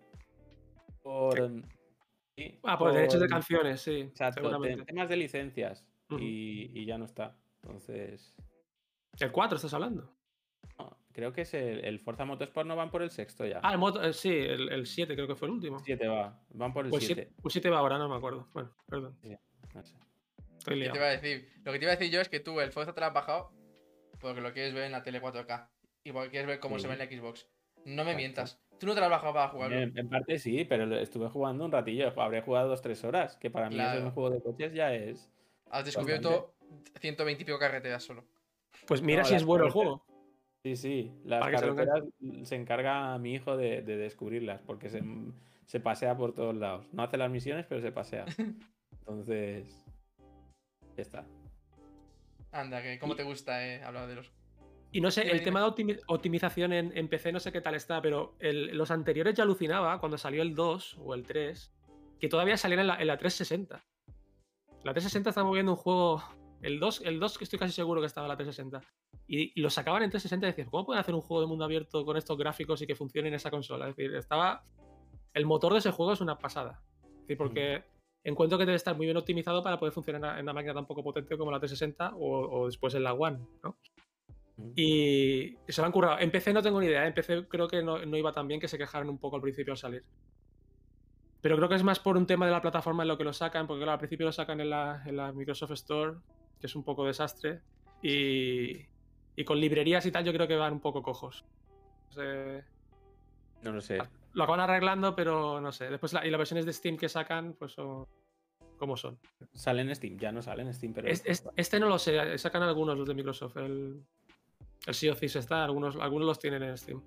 Por... Sí, Ah, por, por derechos de canciones, sí. Exacto, temas de licencias. Uh-huh. y, y ya no está. Entonces. ¿El cuatro estás hablando? No, creo que es el, el Forza Motorsport, no van por el sexto ya. Ah, el moto, sí, el, el siete creo que fue el último. El siete va, van por el pues siete. El siete va ahora, no me acuerdo. Bueno, perdón. Sí, no sé. Estoy liado. ¿Qué te iba a decir? Lo que te iba a decir yo es que tú el Forza te lo has bajado porque lo quieres ver en la tele cuatro K y porque quieres ver cómo sí. se ve en la Xbox. No me Exacto. mientas. Tú no te lo has bajado para jugarlo. En, en parte sí, pero estuve jugando un ratillo. Habré jugado dos tres horas, que para claro. mí es un juego de coches ya es. Has descubierto bastante. ciento veinte y pico carreteras solo. Pues mira no, si es bueno el juego. Sí, sí. Las carreteras se, se encarga mi hijo de, de descubrirlas, porque se, se pasea por todos lados. No hace las misiones, pero se pasea. Entonces, ya está. Anda, que cómo te gusta eh, hablar de los... Y no sé, el tema de optimi optimización en, en P C no sé qué tal está, pero el, los anteriores ya alucinaba cuando salió el dos o el tres, que todavía salían en la, en la trescientos sesenta. La trescientos sesenta está moviendo un juego... El dos, el dos que estoy casi seguro que estaba en la trescientos sesenta. Y, y lo sacaban en trescientos sesenta y decías, ¿cómo pueden hacer un juego de mundo abierto con estos gráficos y que funcione en esa consola? Es decir, estaba... El motor de ese juego es una pasada. Es decir, porque mm. encuentro que debe estar muy bien optimizado para poder funcionar en una máquina tan poco potente como la trescientos sesenta o, o después en la One, ¿no? Mm. Y se lo han currado. En P C no tengo ni idea. En P C creo que no, no iba tan bien, que se quejaron un poco al principio al salir. Pero creo que es más por un tema de la plataforma en lo que lo sacan, porque claro, al principio lo sacan en la, en la Microsoft Store, que es un poco desastre, y, y con librerías y tal yo creo que van un poco cojos. No, sé, no lo sé. Lo acaban arreglando, pero no sé. Después la, y las versiones de Steam que sacan, pues son como son. Salen en Steam, ya no salen en Steam, pero... Es, es, este no lo sé, sacan algunos los de Microsoft. El, el Sea of Thieves está, algunos, algunos los tienen en Steam.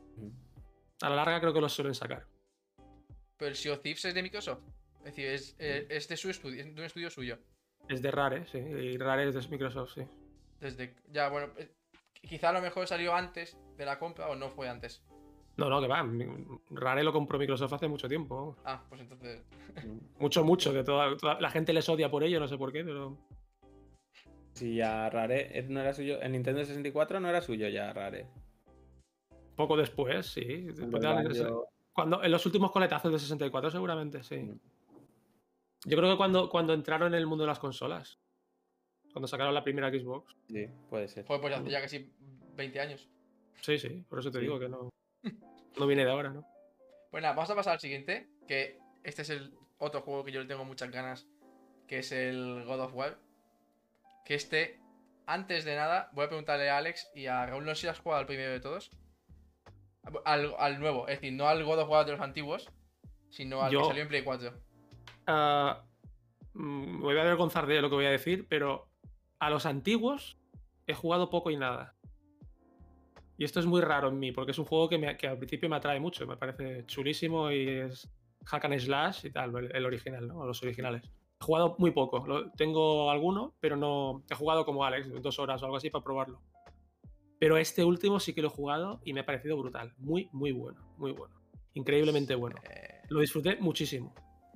A la larga creo que los suelen sacar. Pero el Sea of Thieves es de Microsoft. Es decir, es, es de su estudio, de un estudio suyo. Es de Rare, sí. Y Rare es de Microsoft, sí. Desde. Ya, bueno. Quizá a lo mejor salió antes de la compra o no fue antes. No, no, que va. Rare lo compró Microsoft hace mucho tiempo. Ah, pues entonces. mucho, mucho. Que toda, toda la gente les odia por ello, no sé por qué, pero. Sí, ya Rare no era suyo. En Nintendo sesenta y cuatro no era suyo ya Rare. Poco después, sí. Después de yo... Cuando, en los últimos coletazos de sesenta y cuatro seguramente, sí. Mm. Yo creo que cuando, cuando entraron en el mundo de las consolas. Cuando sacaron la primera Xbox. Sí, puede ser. Fue pues hace ya casi veinte años. Sí, sí, por eso te sí. digo que no, no viene de ahora, ¿no? Bueno, vamos a pasar al siguiente, que este es el otro juego que yo le tengo muchas ganas, que es el God of War. Que este, antes de nada, voy a preguntarle a Alex y a Raúl, no sé si has jugado al primero de todos. Al, al nuevo, es decir, no al God of War de los antiguos, sino al yo, que salió en Play cuatro. Uh, me voy a avergonzar de lo que voy a decir, pero a los antiguos he jugado poco y nada. Y esto es muy raro en mí, porque es un juego que, me, que al principio me atrae mucho, me parece chulísimo y es hack and slash y tal, el, el original, ¿no? O los originales. He jugado muy poco, lo, tengo alguno, pero no he jugado como Alex, dos horas o algo así para probarlo. Pero este último sí que lo he jugado y me ha parecido brutal. Muy, muy bueno, muy bueno. Increíblemente bueno. Eh, Lo disfruté muchísimo.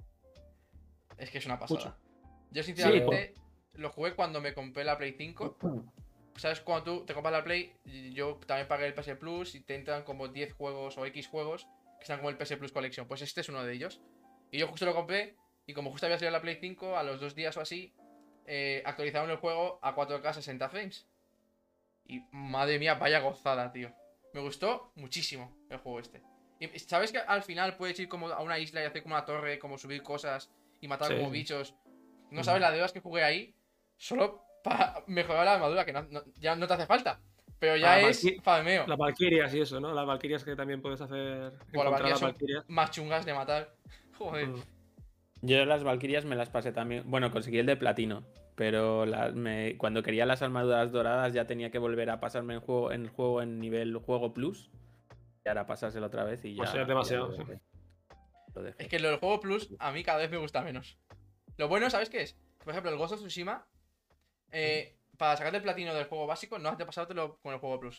Es que es una pasada. Mucho. Yo Sí, sinceramente lo jugué cuando me compré la Play cinco. ¿Sabes? Cuando tú te compras la Play, yo también pagué el P S Plus y te entran como diez juegos o X juegos que están como el P S Plus Collection. Pues este es uno de ellos. Y yo justo lo compré y como justo había salido la Play cinco, a los dos días o así, eh, actualizaron el juego a cuatro K sesenta frames. Y madre mía, vaya gozada, tío. Me gustó muchísimo el juego este. Y ¿sabes que al final puedes ir como a una isla y hacer como una torre, como subir cosas y matar Sí, como sí. bichos? No sabes la de horas que jugué ahí solo para mejorar la armadura, que no, no- ya no te hace falta. Pero ya Ah, es Valky- farmeo. Las Valkyrias y eso, ¿no? Las Valkyrias que también puedes hacer. Por las Encontrar Valkyrias las son Valkyrias. más chungas de matar. Joder. Mm. Yo las Valkyrias me las pasé también. Bueno, conseguí el de platino. Pero la- me- cuando quería las armaduras doradas ya tenía que volver a pasarme el juego en el juego en nivel juego plus. Y ahora pasárselo otra vez y ya, O sea, es ya demasiado. lo Sí. dejé. Lo dejé. Es que lo del juego Plus a mí cada vez me gusta menos. Lo bueno, ¿sabes qué es? Que, por ejemplo, el Ghost of Tsushima, eh, para sacarte el platino del juego básico, no has de pasártelo con el juego Plus.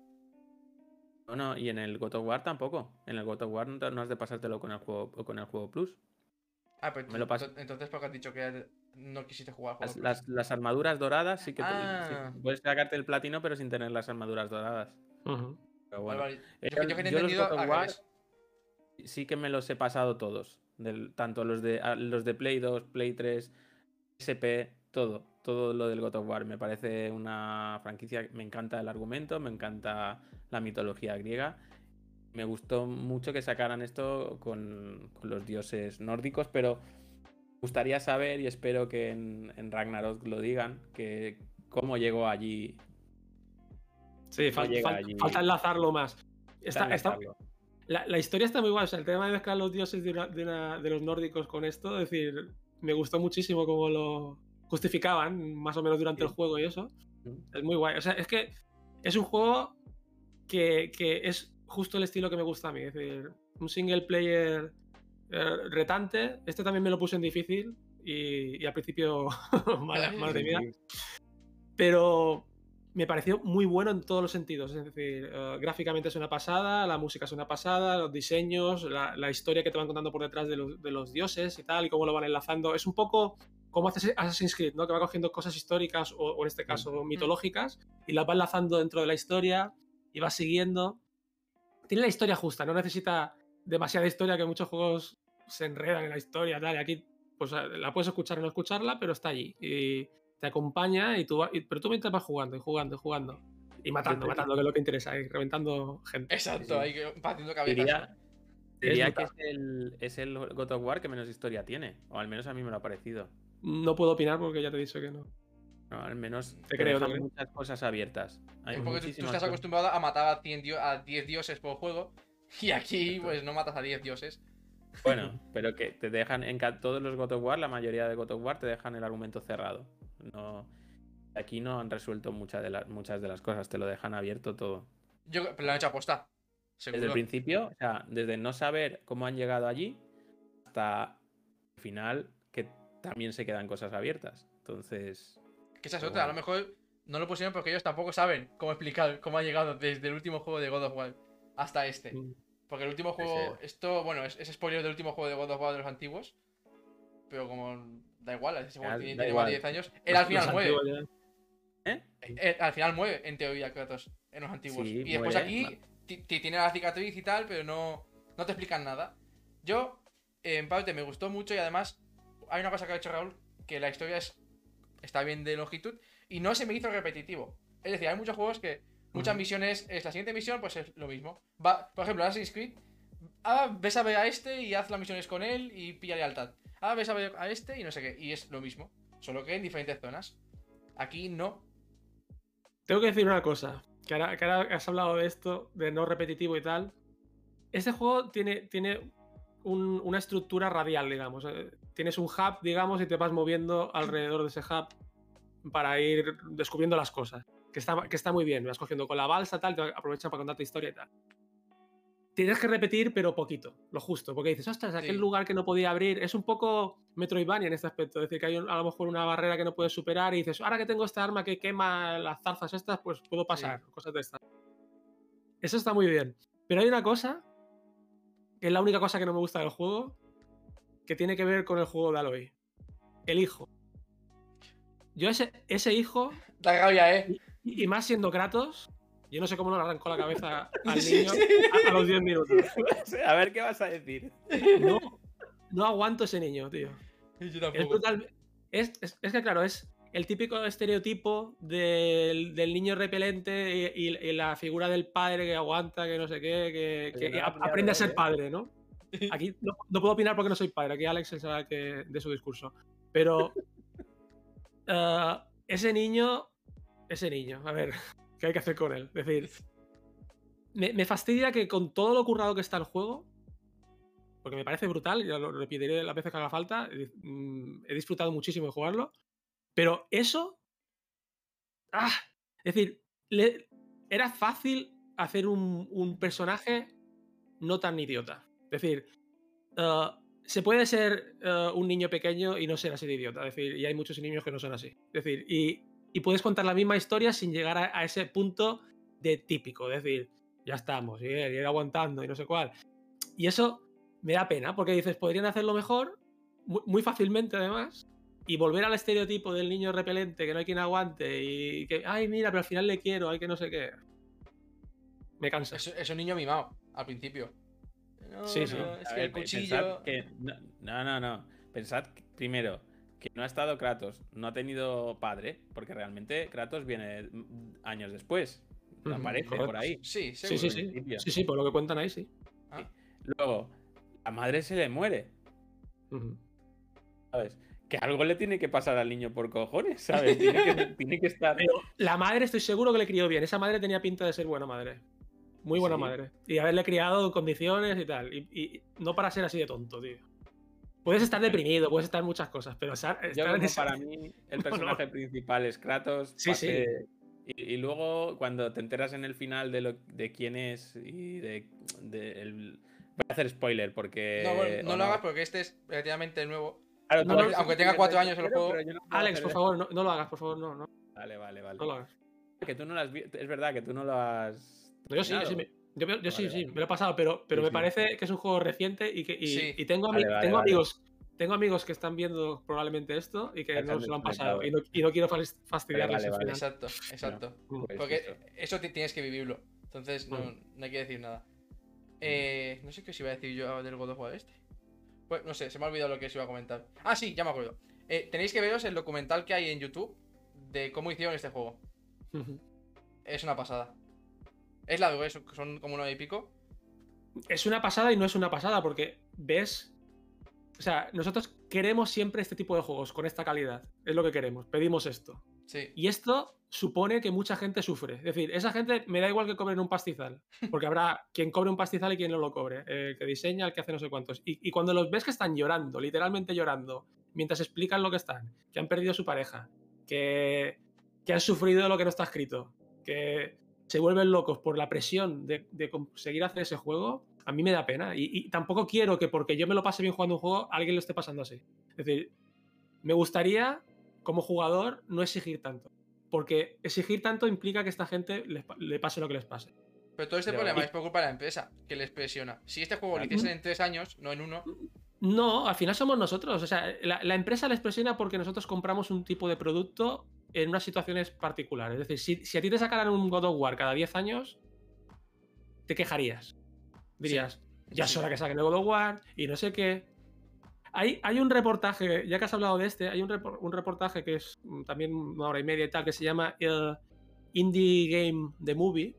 No, no, y en el God of War tampoco. En el God of War no te- no has de pasártelo con el juego, con el juego plus. Ah, pero Me lo paso. ento- entonces, ¿por qué has dicho que no quisiste jugar al juego Las, Plus? las- las armaduras doradas sí que pu- Ah. sí, puedes sacarte el platino, pero sin tener las armaduras doradas. Ujú. Pero Vale, bueno. vale. Eh, Yo, que- yo que te he yo los entendido God of al War revés. sí que me los he pasado todos. Del, tanto los de, a- los de Play dos, Play tres, S P, todo. Todo lo del God of War. Me parece una franquicia. Me encanta el argumento, me encanta la mitología griega. Me gustó mucho que sacaran esto con, con los dioses nórdicos, pero me gustaría saber, y espero que en, en Ragnarok lo digan, que cómo llegó allí. Sí, cómo fal- llega fal- allí. falta enlazarlo más. Está, Falta está- enlazarlo. la, la historia está muy guay. O sea, el tema de mezclar los dioses de, una- de, una- de los nórdicos con esto, es decir, me gustó muchísimo cómo lo justificaban, más o menos durante Sí. el juego y eso. Mm. Es muy guay. O sea, es que es un juego que, que es justo el estilo que me gusta a mí. Es decir, un single player eh, retante. Este también me lo puse en difícil y, y al principio, madre, madre mía. Pero me pareció muy bueno en todos los sentidos. Es decir, eh, gráficamente es una pasada, la música es una pasada, los diseños, la, la historia que te van contando por detrás de los, de los dioses y tal, y cómo lo van enlazando. Es un poco como hace Assassin's Creed, ¿no? Que va cogiendo cosas históricas o, o en este caso mitológicas y las va enlazando dentro de la historia y va siguiendo. Tiene la historia justa, no necesita demasiada historia, que muchos juegos se enredan en la historia, tal, y aquí pues la puedes escuchar o no escucharla, pero está allí y te acompaña, y tú, va- y- pero tú mientras vas jugando y jugando y jugando y matando, Yo te- matando, que es lo que interesa, y reventando gente. Exacto, Sí, sí. ahí que- haciendo cabezas. Diría, Es diría que brutal. es el, es el God of War que menos historia tiene, o al menos a mí me lo ha parecido. No puedo opinar porque ya te he dicho que no. No, al menos Te te creo, te dejan creo. muchas cosas abiertas. Hay Es porque tú, tú muchísimas estás cosas. acostumbrado a matar a, cien dio- a diez dioses por juego. Y aquí, pues no matas a diez dioses. Bueno, pero que te dejan en ca- todos los God of War, la mayoría de God of War te dejan el argumento cerrado. No, aquí no han resuelto muchas de, las muchas de las cosas, te lo dejan abierto todo. Yo, pero lo han hecho aposta. Desde el Seguro. principio, o sea, desde no saber cómo han llegado allí hasta el final, que también se quedan cosas abiertas. Entonces, Que esa es pero otra. A bueno. lo mejor no lo pusieron porque ellos tampoco saben cómo explicar cómo ha llegado desde el último juego de God of War hasta este. Mm. Porque el último Puede juego. ser. Esto, bueno, es, es spoiler del último juego de God of War de los antiguos. Pero como. Da igual, ese juego Da- tiene, da tiene más de igual. diez años. Él al Los- final los muere. antiguos ya. ¿Eh? Eh, al final muere, en teoría, Kratos, en los antiguos. Sí, y después muere. aquí ti- ti- tiene la cicatriz y tal, pero no, no te explican nada. Yo, eh, en parte, me gustó mucho y además hay una cosa que ha hecho Raúl, que la historia es, está bien de longitud y no se me hizo repetitivo. Es decir, hay muchos juegos que muchas Ujú. misiones, es la siguiente misión, pues es lo mismo. Va, por ejemplo, Assassin's Creed, ah, ves a ver a este y haz las misiones con él y pilla lealtad. Ah, ves a ver a este y no sé qué, y es lo mismo, solo que en diferentes zonas. Aquí no. Tengo que decir una cosa, que ahora, que ahora has hablado de esto, de no repetitivo y tal. Este juego tiene, tiene un- una estructura radial, digamos. Eh, Tienes un hub, digamos, y te vas moviendo alrededor de ese hub para ir descubriendo las cosas. Que está, que está muy bien. Vas cogiendo con la balsa, tal, te aprovecha para contarte historia y tal. tienes que repetir, pero poquito, lo justo. Porque dices, ostras, aquel Sí. lugar que no podía abrir. Es un poco Metroidvania en este aspecto. Es decir, que hay un- a lo mejor una barrera que no puedes superar y dices, ahora que tengo esta arma que quema las zarzas estas, pues puedo pasar. Cosas de estas. Eso está muy bien. Pero hay una cosa, que es la única cosa que no me gusta del juego, que tiene que ver con el juego de Aloy. El hijo. Yo ese, ese hijo, Da rabia, ¿eh? y, y más siendo Kratos, yo no sé cómo no le arrancó la cabeza al Sí, niño sí. a, a los diez minutos. A ver qué vas a decir. No, no aguanto ese niño, tío. Yo Es tampoco. brutal. Es, es, es que, claro, es el típico estereotipo del, del niño repelente y, y- y la figura del padre que aguanta, que no sé qué, que, Oye, que no la a- ha pillado aprende a hoy, ser ¿eh? padre, ¿no? Aquí no, no puedo opinar porque no soy padre. Aquí Alex es el que de su discurso. Pero eh, ese niño, ese niño, a ver, ¿qué hay que hacer con él? Es decir, me, me fastidia que con todo lo currado que está el juego, porque me parece brutal, ya lo repetiré las veces que haga falta, eh, mm, he disfrutado muchísimo de jugarlo, pero eso, ¡ah! Es decir, le- era fácil hacer un, un personaje no tan idiota. Es decir, eh, se puede ser eh, un niño pequeño y no ser así de idiota. Es decir, y hay muchos niños que no son así. Es decir, y, y puedes contar la misma historia sin llegar a, a ese punto de típico. Es decir, ya estamos, y ir, ir aguantando y no sé cuál. Y eso me da pena, porque dices, podrían hacerlo mejor, muy, muy fácilmente además, y volver al estereotipo del niño repelente que no hay quien aguante y que, ay, mira, pero al final le quiero, hay que no sé qué. Me cansa. Es, es un niño mimado, al principio. No, Sí, sí. no, es A que ver, el pe- cuchillo. pensad que no, no, no, no. Pensad que- primero que no ha estado Kratos, no ha tenido padre, porque realmente Kratos viene mm, años después. Ujú, Aparece correcto. por ahí. Sí, Sí, seguro. sí, al sí. principio. Sí, sí, por lo que cuentan ahí, sí. Ah, Luego, la madre se le muere, Ujú. ¿sabes? Que algo le tiene que pasar al niño por cojones, ¿sabes? Tiene que, tiene que estar. Pero la madre estoy seguro que le crió bien. Esa madre tenía pinta de ser buena madre. Muy buena ¿Sí? madre. Y haberle criado en condiciones y tal. Y, y no para ser así de tonto, tío. Puedes estar deprimido, puedes estar en muchas cosas, pero estar, Yo estar en como ese... para mí el No, personaje no. principal es Kratos. Sí, sí. pasé- Y, y luego cuando te enteras en el final de lo de quién es y de, de el- voy a hacer spoiler porque no, bueno, no o lo hagas porque este es relativamente nuevo. Claro, No, tú no, haces aunque spoiler tenga cuatro del años el tercero, juego. pero yo no puedo Alex, hacer- por favor, no, no lo hagas, por favor, no, no, Vale, vale, vale. no lo hagas. Que tú no lo has vi- Es verdad que tú no lo has. No, yo sí, yo sí, terminado. me, yo, yo sí, Vale, sí, vale. me lo he pasado, pero, pero Sí, me sí. parece que es un juego reciente y que y, Sí. y tengo, ami- Vale, vale, tengo vale. amigos tengo amigos que están viendo probablemente esto y que Ya se no han se lo han desconectado. pasado y no, y no quiero fas- fastidiarles Vale, el vale, final. Exacto, exacto. Mm. Pues Porque eso. eso ti- tienes que vivirlo. Entonces no, Mm. no hay que decir nada. Eh, no sé qué os iba a decir yo del God of War este. Pues no sé, se me ha olvidado lo que os iba a comentar. Ah, sí, ya me acuerdo. Eh, tenéis que veros el documental que hay en YouTube de cómo hicieron este juego. Ujú. Es una pasada. Es largo, es- son como uno y pico. Es una pasada y no es una pasada porque ves... O sea, nosotros queremos siempre este tipo de juegos con esta calidad. Es lo que queremos, pedimos esto. Sí. Y esto supone que mucha gente sufre. Es decir, esa gente me da igual que cobren un pastizal, porque habrá quien cobre un pastizal y quien no lo cobre, el que diseña, el que hace no sé cuántos. Y, y cuando los ves que están llorando, literalmente llorando, mientras explican lo que están, que han perdido a su pareja, que, que han sufrido lo que no está escrito, que se vuelven locos por la presión de, de conseguir hacer ese juego, a mí me da pena. Y, y tampoco quiero que porque yo me lo pase bien jugando un juego, alguien lo esté pasando así. Es decir, me gustaría, como jugador, no exigir tanto. Porque exigir tanto implica que a esta gente les, le pase lo que les pase. Pero todo este Pero- problema y- es por culpa de la empresa, que les presiona. Si este juego lo Claro. hiciesen en tres años, no en uno. No, al final somos nosotros. O sea, la, la empresa les presiona porque nosotros compramos un tipo de producto en unas situaciones particulares. Es decir, si, si a ti te sacaran un God of War cada diez años, te quejarías. Dirías, ya es sí. hora que saquen el God of War y no sé qué. Hay, hay un reportaje, ya que has hablado de este, hay un, repor- un reportaje que es mm, también una hora y media y tal, que se llama eh, Indie Game The Movie,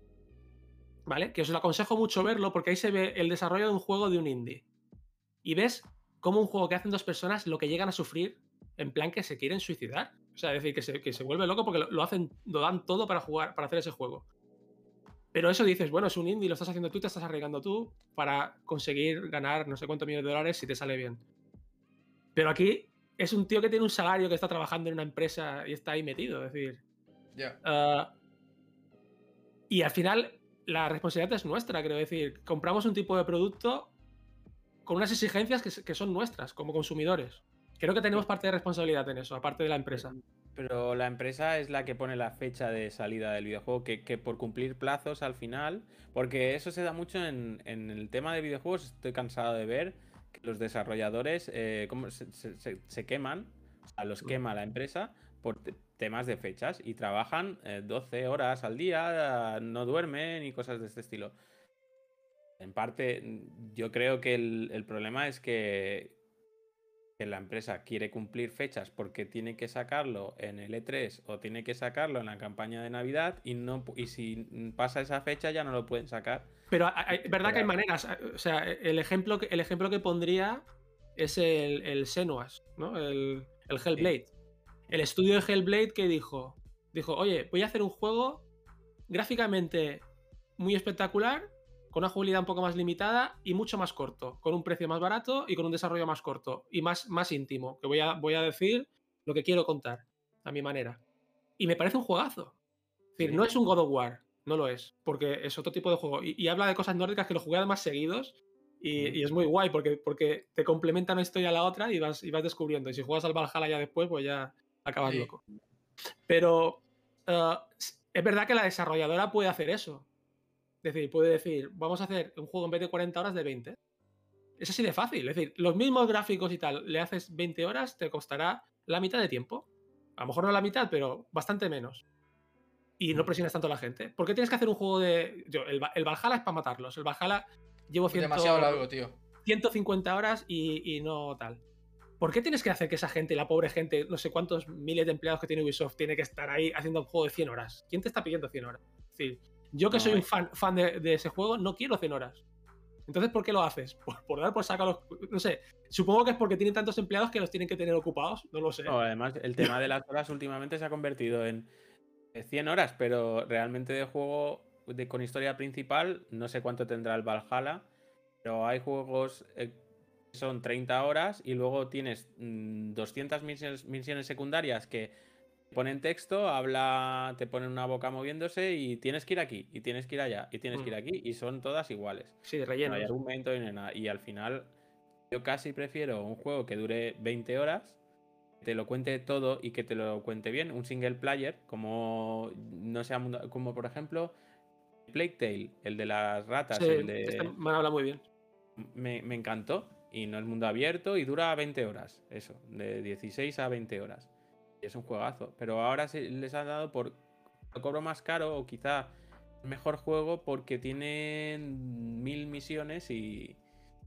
¿vale? Que os lo aconsejo mucho verlo porque ahí se ve el desarrollo de un juego de un indie. Y ves cómo un juego que hacen dos personas lo que llegan a sufrir en plan que se quieren suicidar. O sea, es decir, que se, que se vuelve loco porque lo, lo hacen, lo dan todo para jugar, para hacer ese juego. Pero eso dices, bueno, es un indie, lo estás haciendo tú, te estás arriesgando tú para conseguir ganar no sé cuántos millones de dólares si te sale bien. Pero aquí es un tío que tiene un salario, que está trabajando en una empresa y está ahí metido. Es decir, Ya. uh, y al final la responsabilidad es nuestra, quiero decir. Compramos un tipo de producto con unas exigencias que, que son nuestras como consumidores. Creo que tenemos parte de responsabilidad en eso, aparte de la empresa. Pero la empresa es la que pone la fecha de salida del videojuego, que, que por cumplir plazos al final, porque eso se da mucho en, en el tema de videojuegos, estoy cansado de ver que los desarrolladores eh, como se, se, se queman, o sea, los quema la empresa por temas de fechas y trabajan eh, doce horas al día, no duermen y cosas de este estilo. En parte, yo creo que el, el problema es que que la empresa quiere cumplir fechas porque tiene que sacarlo en el E tres o tiene que sacarlo en la campaña de Navidad y no y si pasa esa fecha ya no lo pueden sacar. Pero es verdad que hay maneras. O sea, el ejemplo que, el ejemplo que pondría es el, el Senuas, ¿no? El, el Hellblade. Sí. El estudio de Hellblade que dijo, dijo, oye, voy a hacer un juego gráficamente muy espectacular, con una jugabilidad un poco más limitada y mucho más corto, con un precio más barato y con un desarrollo más corto y más, más íntimo, que voy a, voy a decir lo que quiero contar, a mi manera. Y me parece un juegazo. Es decir, ¿sí? No es un God of War, no lo es, porque es otro tipo de juego. Y, y habla de cosas nórdicas que lo jugué además seguidos y, mm. y es muy guay porque, porque te complementa una historia a la otra y vas, y vas descubriendo. Y si juegas al Valhalla ya después, pues ya acabas sí. loco. Pero uh, es verdad que la desarrolladora puede hacer eso. Es decir, puede decir, vamos a hacer un juego en vez de cuarenta horas de veinte. Es así de fácil. Es decir, los mismos gráficos y tal, le haces veinte horas, te costará la mitad de tiempo. A lo mejor no la mitad, pero bastante menos. Y no presionas tanto a la gente. ¿Por qué tienes que hacer un juego de...? Yo, el, el Valhalla es para matarlos. El Valhalla llevo cien... demasiado largo, tío. ciento cincuenta horas y, y no tal. ¿Por qué tienes que hacer que esa gente, la pobre gente, no sé cuántos miles de empleados que tiene Ubisoft, tiene que estar ahí haciendo un juego de cien horas? ¿Quién te está pidiendo cien horas? Es decir, yo que no, soy un fan, fan de, de ese juego, no quiero cien horas. Entonces, ¿por qué lo haces? Por, por dar por sacar los... No sé, supongo que es porque tienen tantos empleados que los tienen que tener ocupados, no lo sé. No, además, el tema de las horas últimamente se ha convertido en cien horas, pero realmente de juego de, con historia principal, no sé cuánto tendrá el Valhalla, pero hay juegos eh, que son treinta horas y luego tienes mmm, doscientas misiones, misiones secundarias que ponen texto, habla, te ponen una boca moviéndose y tienes que ir aquí, y tienes que ir allá, y tienes mm. que ir aquí, y son todas iguales. Sí, de relleno. No hay argumento ni nada. Y al final, yo casi prefiero un juego que dure veinte horas, que te lo cuente todo y que te lo cuente bien. Un single player, como no sea como por ejemplo Plague Tale, el de las ratas. Sí, el de... este me habla muy bien. Me, me encantó. Y no es mundo abierto y dura veinte horas. Eso, de dieciséis a veinte horas. Es un juegazo, pero ahora se les han dado por lo cobro más caro o quizá mejor juego porque tienen mil misiones y,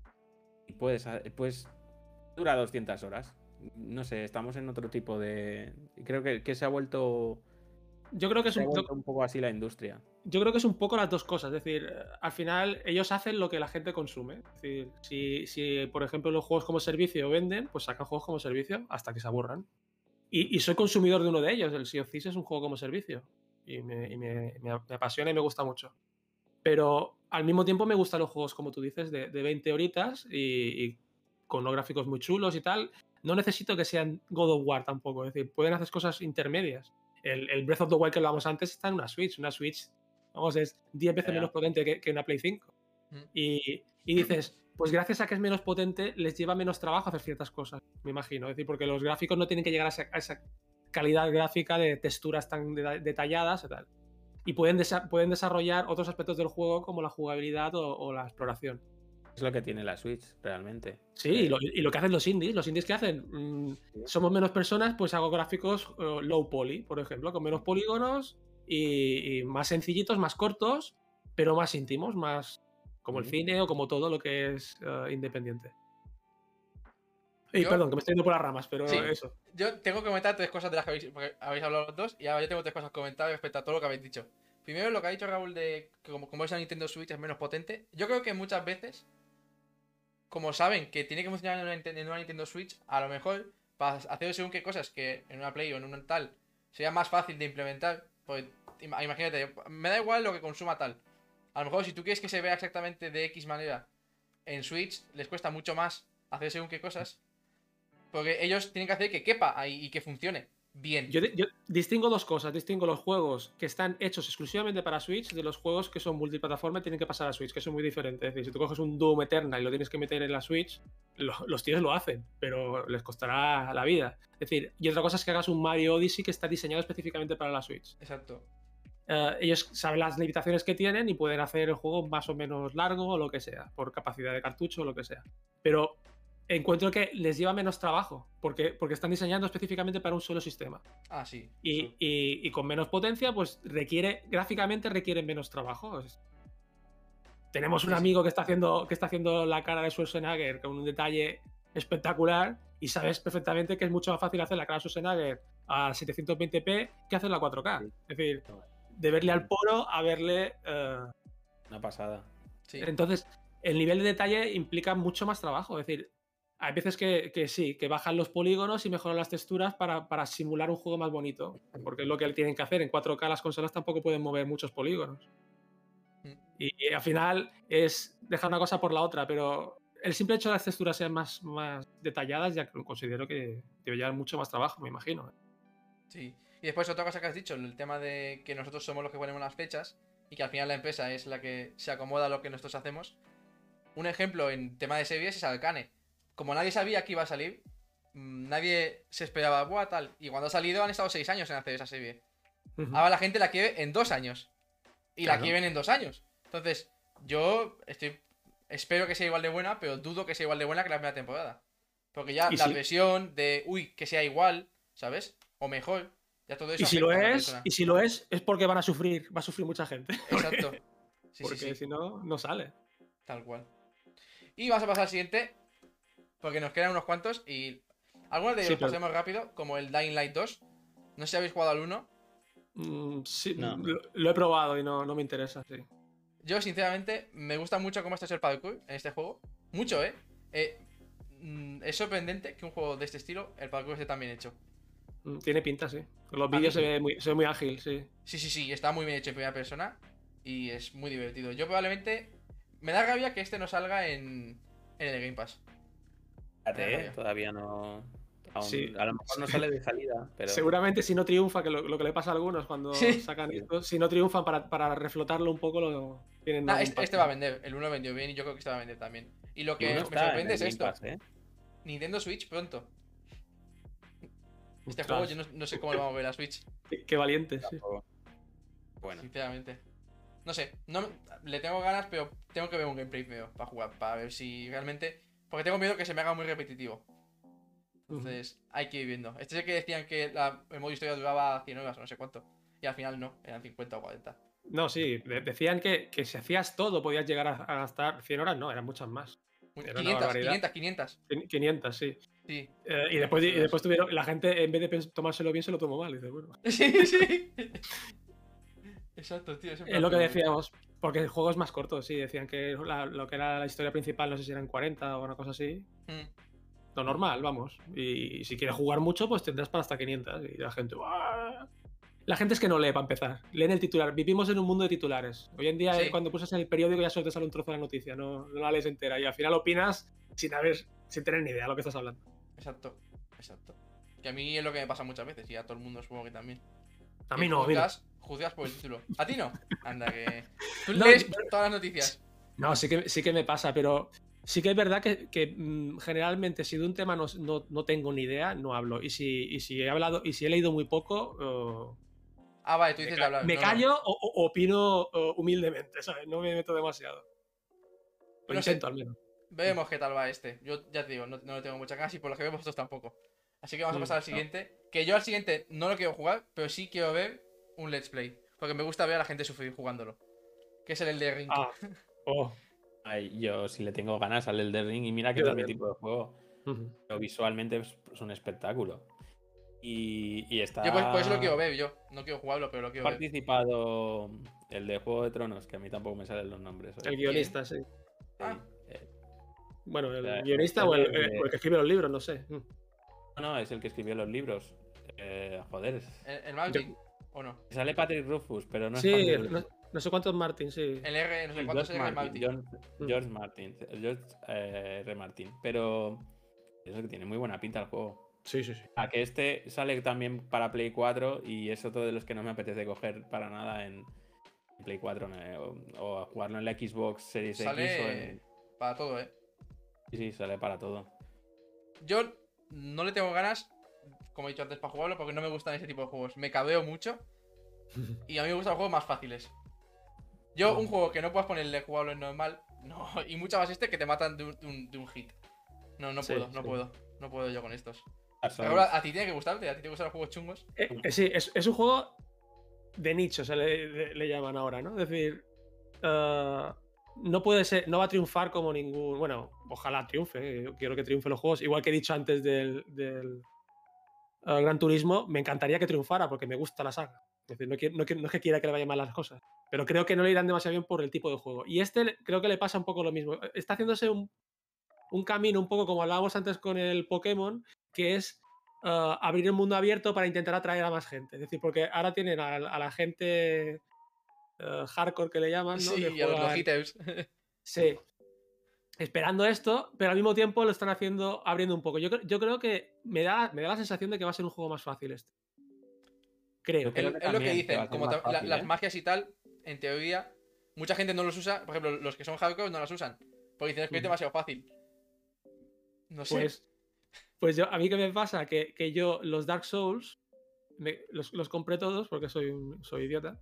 y puedes, pues dura doscientas horas. No sé, estamos en otro tipo de... Creo que, que se ha vuelto... Yo creo que es un, un poco así la industria. Yo creo que es un poco las dos cosas. Es decir, al final ellos hacen lo que la gente consume. Es decir, si, si por ejemplo los juegos como servicio venden, pues sacan juegos como servicio hasta que se aburran. Y, y soy consumidor de uno de ellos. El Sea of Thieves es un juego como servicio. Y, me, y me, me, me apasiona y me gusta mucho. Pero al mismo tiempo me gustan los juegos, como tú dices, de, de veinte horitas y, y con unos gráficos muy chulos y tal. No necesito que sean God of War tampoco. Es decir, pueden hacer cosas intermedias. El, el Breath of the Wild que hablábamos antes está en una Switch. Una Switch, vamos, es diez veces yeah. menos potente que, que una Play cinco. Mm. Y, y dices... Pues gracias a que es menos potente, les lleva menos trabajo hacer ciertas cosas, me imagino. Es decir, porque los gráficos no tienen que llegar a esa, a esa calidad gráfica de texturas tan de, detalladas y tal. Y pueden, desa pueden desarrollar otros aspectos del juego como la jugabilidad o, o la exploración. Es lo que tiene la Switch, realmente. Sí, eh. y, lo, y lo que hacen los indies. Los indies que hacen, mmm, sí. somos menos personas, pues hago gráficos uh, low poly, por ejemplo, con menos polígonos y, y más sencillitos, más cortos, pero más íntimos, más... como el cine o como todo lo que es uh, independiente. Y yo, perdón, que me estoy yendo por las ramas, pero sí, eso. Yo tengo que comentar tres cosas de las que habéis, porque habéis hablado los dos, y ahora yo tengo tres cosas que comentar respecto a todo lo que habéis dicho. Primero, lo que ha dicho Raúl de que como, como es la Nintendo Switch es menos potente. Yo creo que muchas veces, como saben que tiene que funcionar en una, en una Nintendo Switch, a lo mejor para hacer según qué cosas que en una Play o en un tal sería más fácil de implementar. Pues imagínate, me da igual lo que consuma tal. A lo mejor si tú quieres que se vea exactamente de X manera en Switch, les cuesta mucho más hacer según qué cosas. Porque ellos tienen que hacer que quepa ahí y que funcione bien. Yo, yo distingo dos cosas. Distingo los juegos que están hechos exclusivamente para Switch de los juegos que son multiplataforma y tienen que pasar a Switch, que son muy diferentes. Es decir, si tú coges un Doom Eternal y lo tienes que meter en la Switch, lo, los tíos lo hacen, pero les costará la vida. Es decir, y otra cosa es que hagas un Mario Odyssey que está diseñado específicamente para la Switch. Exacto. Uh, ellos saben las limitaciones que tienen y pueden hacer el juego más o menos largo o lo que sea, por capacidad de cartucho o lo que sea. Pero encuentro que les lleva menos trabajo, porque, porque están diseñando específicamente para un solo sistema. Ah, sí. Y, sí. y, y con menos potencia, pues requiere, gráficamente requiere menos trabajo. Es, tenemos un Sí, sí. amigo que está, haciendo, que está haciendo la cara de Schwarzenegger con un detalle espectacular y sabes perfectamente que es mucho más fácil hacer la cara de Schwarzenegger a setecientos veinte p que hacerla a cuatro K. Sí. Es decir, de verle al poro a verle... Uh... Una pasada. Sí. Entonces, el nivel de detalle implica mucho más trabajo. Es decir, hay veces que, que sí, que bajan los polígonos y mejoran las texturas para, para simular un juego más bonito. Porque es lo que tienen que hacer. En cuatro K las consolas tampoco pueden mover muchos polígonos. Mm. Y, y al final es dejar una cosa por la otra, pero el simple hecho de que las texturas sean más, más detalladas ya considero que debe llevar mucho más trabajo, me imagino. Sí. Y después otra cosa que has dicho, el tema de que nosotros somos los que ponemos las fechas y que al final la empresa es la que se acomoda a lo que nosotros hacemos. Un ejemplo en tema de series es Arcane. Como nadie sabía que iba a salir, nadie se esperaba, buah, tal. Y cuando ha salido han estado seis años en hacer esa serie. Uh-huh. Ahora la gente la quiere en dos años. Y claro. La quieren en dos años. Entonces, yo estoy espero que sea igual de buena, pero dudo que sea igual de buena que la primera temporada. Porque ya la sí? presión de, uy, que sea igual, ¿sabes? O mejor. Ya todo eso y si lo es, y si lo es, es porque van a sufrir, va a sufrir mucha gente. Exacto. Sí, porque sí, sí. si no, no sale. Tal cual. Y vamos a pasar al siguiente, porque nos quedan unos cuantos y algunos de ellos sí, los pero... pasemos rápido, como el Dying Light dos. No sé si habéis jugado al uno. Mm, sí, no. lo, lo he probado y no, no me interesa, sí. Yo, sinceramente, me gusta mucho cómo está hecho el parkour en este juego. Mucho, ¿eh? eh es sorprendente que un juego de este estilo, el parkour esté tan bien hecho. Tiene pinta, sí. Los vídeos se ve, muy, se ve muy ágil, sí. Sí, sí, sí. Está muy bien hecho en primera persona y es muy divertido. Yo probablemente... Me da rabia que este no salga en, en el Game Pass. Fíjate, todavía no... Aún, sí. A lo mejor no sale de salida, pero... Seguramente si no triunfa, que lo, lo que le pasa a algunos cuando sí. sacan esto, si no triunfan para, para reflotarlo un poco, lo tienen... Nah, este, este va a vender. El uno vendió bien y yo creo que este va a vender también. Y lo que me sorprende es esto. Pass, ¿eh? Nintendo Switch pronto. Este Ostras. juego yo no, no sé cómo lo vamos a ver a Switch. Qué, qué valiente, sí. Bueno. Sinceramente. No sé, no, le tengo ganas, pero tengo que ver un gameplay primero para jugar, para ver si realmente... Porque tengo miedo que se me haga muy repetitivo. Entonces, uh-huh. hay que ir viendo. Este es el que decían que la, el modo historia duraba cien horas o no sé cuánto. Y al final no, eran cincuenta o cuarenta. No, sí, decían que, que si hacías todo podías llegar a, a gastar cien horas, no, eran muchas más. Era quinientas, quinientas, quinientas. quinientas, sí. Sí. Eh, y, después, y después tuvieron, la gente en vez de tomárselo bien se lo tomó mal. Y dice, bueno. Sí, sí. Exacto, tío. Es lo que decíamos, porque el juego es más corto, sí. Decían que la, lo que era la historia principal, no sé si eran cuarenta o una cosa así. Mm. Lo normal, vamos. Y, y si quieres jugar mucho, pues tendrás para hasta quinientas. Y la gente... ¡Uah! La gente es que no lee, para empezar. Leen el titular. Vivimos en un mundo de titulares. Hoy en día, sí. cuando pusas en el periódico, ya solo te sale un trozo de la noticia. No, no la lees entera. Y al final opinas sin, haber, sin tener ni idea de lo que estás hablando. Exacto, exacto. Que a mí es lo que me pasa muchas veces. Y a todo el mundo supongo que también. A mí no, juzgas, juzgas por el título. ¿A ti no? Anda, que... Tú no, lees todas las noticias. No, sí que, sí que me pasa, pero... Sí que es verdad que, que mmm, generalmente si de un tema no, no, no tengo ni idea, no hablo. Y si, y si he hablado y si he leído muy poco... Uh, ah, vale, tú dices me, de hablar. Me no, callo no. O, o opino uh, humildemente, ¿sabes? No me meto demasiado. Lo no intento sé, al menos. Veremos qué tal va este. Yo ya te digo, no, no le tengo mucha ganas y por lo que veo vosotros tampoco. Así que vamos a pasar al siguiente. No. Que yo al siguiente no lo quiero jugar, pero sí quiero ver un let's play. Porque me gusta ver a la gente sufrir jugándolo. Que es el Elden Ring. Ah, oh. Ay, yo sí le tengo ganas al Elden Ring y mira que no es mi tipo de juego. Uh-huh. Pero visualmente es, es un espectáculo. Y, y está... Yo pues, por eso lo quiero ver, yo. No quiero jugarlo, pero lo quiero ver. Ha participado el de Juego de Tronos, que a mí tampoco me salen los nombres. El guionista, sí. sí. Ah. Eh, bueno, el eh, guionista o el, de... o el que escribe los libros, no sé. No, no, es el que escribió los libros. Eh, joder. ¿El, el Martin? Yo... ¿O no? Sale Patrick Rufus, pero no sí, es Patrick no, no sé cuántos Martin, sí. El R, no sé cuántos es el Martin. George, George Martin. George eh, R. Martin. Pero eso que tiene muy buena pinta el juego. Sí, sí, sí. A que este sale también para Play cuatro y es otro de los que no me apetece coger para nada en Play cuatro me- o, o a jugarlo en la Xbox Series X o Sale en... para todo, ¿eh? Sí, sí, sale para todo. Yo no le tengo ganas, como he dicho antes, para jugarlo porque no me gustan ese tipo de juegos. Me cabeo mucho y a mí me gustan los juegos más fáciles. Yo, un juego que no puedas ponerle jugarlo en normal, no, y mucho más este que te matan de un, de un, de un hit. No, no Sí, puedo, no sí. puedo. No puedo yo con estos. Dark Pero Souls. ahora a ti tiene que gustarte, a ti te gustan los juegos chungos. Eh, eh, sí, es, es un juego de nicho, se le, le- le llaman ahora, ¿no? Es decir, eh, no puede ser, no va a triunfar como ningún. Bueno, ojalá triunfe. Yo quiero que triunfen los juegos. Igual que he dicho antes del, del eh, Gran Turismo, me encantaría que triunfara porque me gusta la saga. Es decir, no, quiero- no quiero- no es que quiera que le vayan mal las cosas, pero creo que no le irán demasiado bien por el tipo de juego. Y este le- creo que le pasa un poco lo mismo. Está haciéndose un, un camino un poco como hablábamos antes con el Pokémon, que es uh, abrir el mundo abierto para intentar atraer a más gente. Es decir, porque ahora tienen a, a la gente uh, hardcore que le llaman, ¿no? Que Sí, a los juegan. lojitos. Sí. Esperando esto, pero al mismo tiempo lo están haciendo, abriendo un poco. Yo, cre- yo creo que me da, me da la sensación de que va a ser un juego más fácil este. Creo. Yo creo Es, que es lo que también, que va dicen, a ser como más ta- la- fácil, las ¿eh? magias y tal, en teoría, mucha gente no los usa. Por ejemplo, los que son hardcore no las usan. Porque dicen es que es Ujú. demasiado fácil. No sé. Pues, pues yo, a mí que me pasa que, que yo los Dark Souls me- los, los compré todos porque soy, un- soy idiota.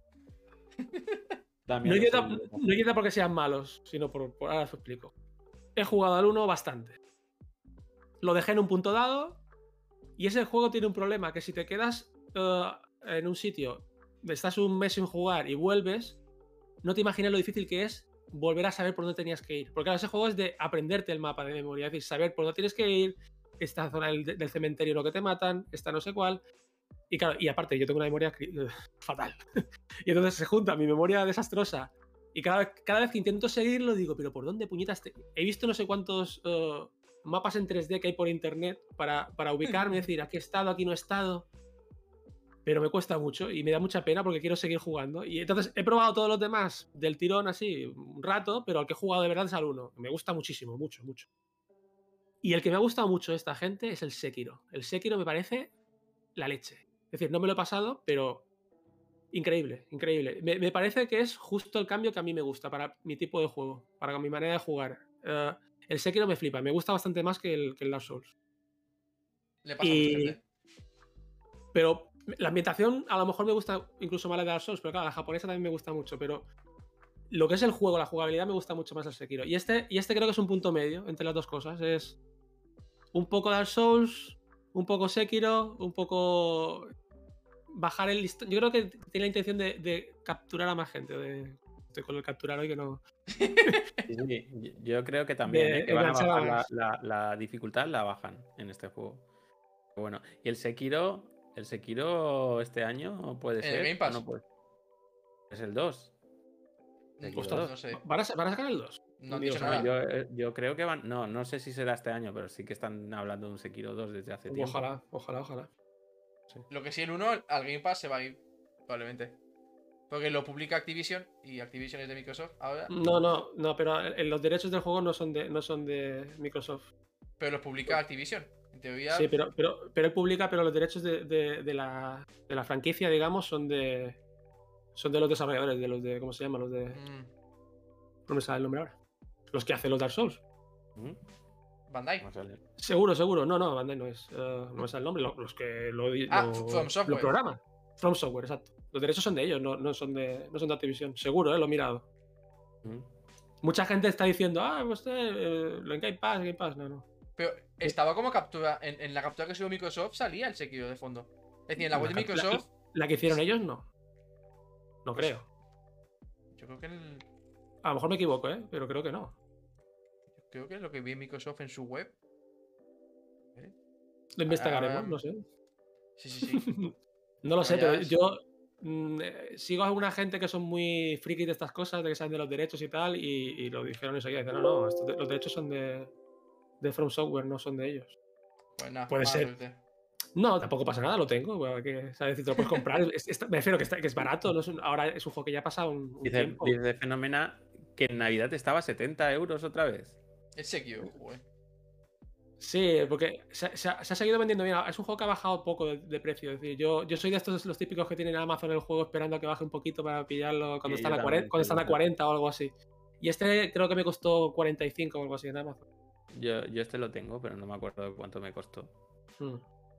También No lo idiota, soy. no idiota porque sean malos, sino por, por- ahora os explico. He jugado al uno bastante. Lo dejé en un punto dado y ese juego tiene un problema, que si te quedas eh, en un sitio, estás un mes sin jugar y vuelves, no te imaginas lo difícil que es volver a saber por dónde tenías que ir. Porque claro, ese juego es de aprenderte el mapa de memoria, es decir, saber por dónde tienes que ir, esta zona del, del cementerio lo que te matan, esta no sé cuál. Y claro, y aparte, yo tengo una memoria cri- fatal. Y entonces se junta mi memoria desastrosa. Y cada vez, cada vez que intento seguirlo, digo, pero ¿por dónde puñetas? Te... He visto no sé cuántos uh, mapas en tres D que hay por internet para, para ubicarme, decir, aquí he estado, aquí no he estado. Pero me cuesta mucho y me da mucha pena porque quiero seguir jugando. Y entonces he probado todos los demás del tirón así, un rato, pero al que he jugado de verdad es al uno. Me gusta muchísimo, mucho, mucho. Y el que me ha gustado mucho de esta gente es el Sekiro. El Sekiro me parece la leche. Es decir, no me lo he pasado, pero increíble, increíble. Me, me parece que es justo el cambio que a mí me gusta para mi tipo de juego, para mi manera de jugar. Uh, el Sekiro me flipa, me gusta bastante más que el, que el Dark Souls. Le pasa a mucha Y... gente. Pero la ambientación a lo mejor me gusta incluso más la de Dark Souls, pero claro, la japonesa también me gusta mucho, pero lo que es el juego, la jugabilidad me gusta mucho más el Sekiro. Y este, y este creo que es un punto medio entre las dos cosas. Es un poco Dark Souls, un poco Sekiro, un poco bajar el listón. Yo creo que tiene la intención de, de capturar a más gente. De... Estoy con el capturar hoy que no... Sí, sí, yo creo que también, de ¿eh? Que van a enganchar a bajar la, más. la- la dificultad, la bajan en este juego. Bueno, y el Sekiro, el Sekiro este año puede En el ser Game o Pass. no puede. Es el dos. Sekiro Ostras, dos. No sé. ¿van a, van a sacar el dos? No han Dios, dicho a mí. nada. Yo, eh, yo creo que van. No, no sé si será este año, pero sí que están hablando de un Sekiro dos desde hace tiempo. Ojalá, ojalá, ojalá. Sí. Lo que sí, el uno al Game Pass se va a ir, probablemente. Porque lo publica Activision y Activision es de Microsoft ahora. No, no, no, pero en los derechos del juego no son de, no son de Microsoft. Pero los publica Activision. En teoría. Sí, pero, pero, pero él publica, pero los derechos de, de, de, la, de la franquicia, digamos, son de. Son de los desarrolladores, de los de. ¿Cómo se llama? Los de. mm, No me sale el nombre ahora. Los que hacen los Dark Souls. ¿Mm? Bandai. Vamos a leer. Seguro, seguro. No, no, Bandai no es. uh, no me sale el nombre. Los, los que lo, Ah, lo, From Software. lo programan. From Software, exacto. Los derechos son de ellos, no, no, son, de, no son de Activision. Seguro, ¿eh? Lo he mirado. ¿Mm? Mucha gente está diciendo, ah, usted, eh, lo en Game Pass, Game Pass. No, no. Pero estaba como captura. En, en la captura que subió Microsoft salía el Sekiro de fondo. Es decir, en la web de La- Microsoft. La, la que hicieron ellos, no. No creo. Yo creo que el, A lo mejor me equivoco, ¿eh? Pero creo que no. creo que lo que vi en Microsoft en su web. ¿Eh? Lo investigaremos, Ahora- no sé. Sí, sí, sí. No lo sé, Pero ya pero es- yo mm, eh, sigo a alguna gente que son muy frikis de estas cosas, de que saben de los derechos y tal, y, y lo dijeron enseguida. Dicen, no, no, estos de- los derechos son de, de From Software, no son de ellos. Pues nada, Puede mala ser. suerte. No, tampoco pasa nada, lo tengo. Bueno, que, ¿sabes? Si te lo puedes comprar, es- es- me refiero que, está- que es barato. No es un- ahora es un juego que ya ha pasado un, un Dice, tiempo. dice Fenómena que en Navidad estaba a setenta euros otra vez. El Sekiro, joder. Sí, porque se, se ha, se ha seguido vendiendo bien. Es un juego que ha bajado poco de, de precio. Es decir, yo, yo soy de estos los típicos que tienen Amazon el juego esperando a que baje un poquito para pillarlo cuando Sí, están yo a también cuarenta, cuando soy de están a esos. cuarenta o algo así. Y este creo que me costó cuarenta y cinco o algo así en Amazon. Yo, yo este lo tengo, pero no me acuerdo cuánto me costó. Hmm.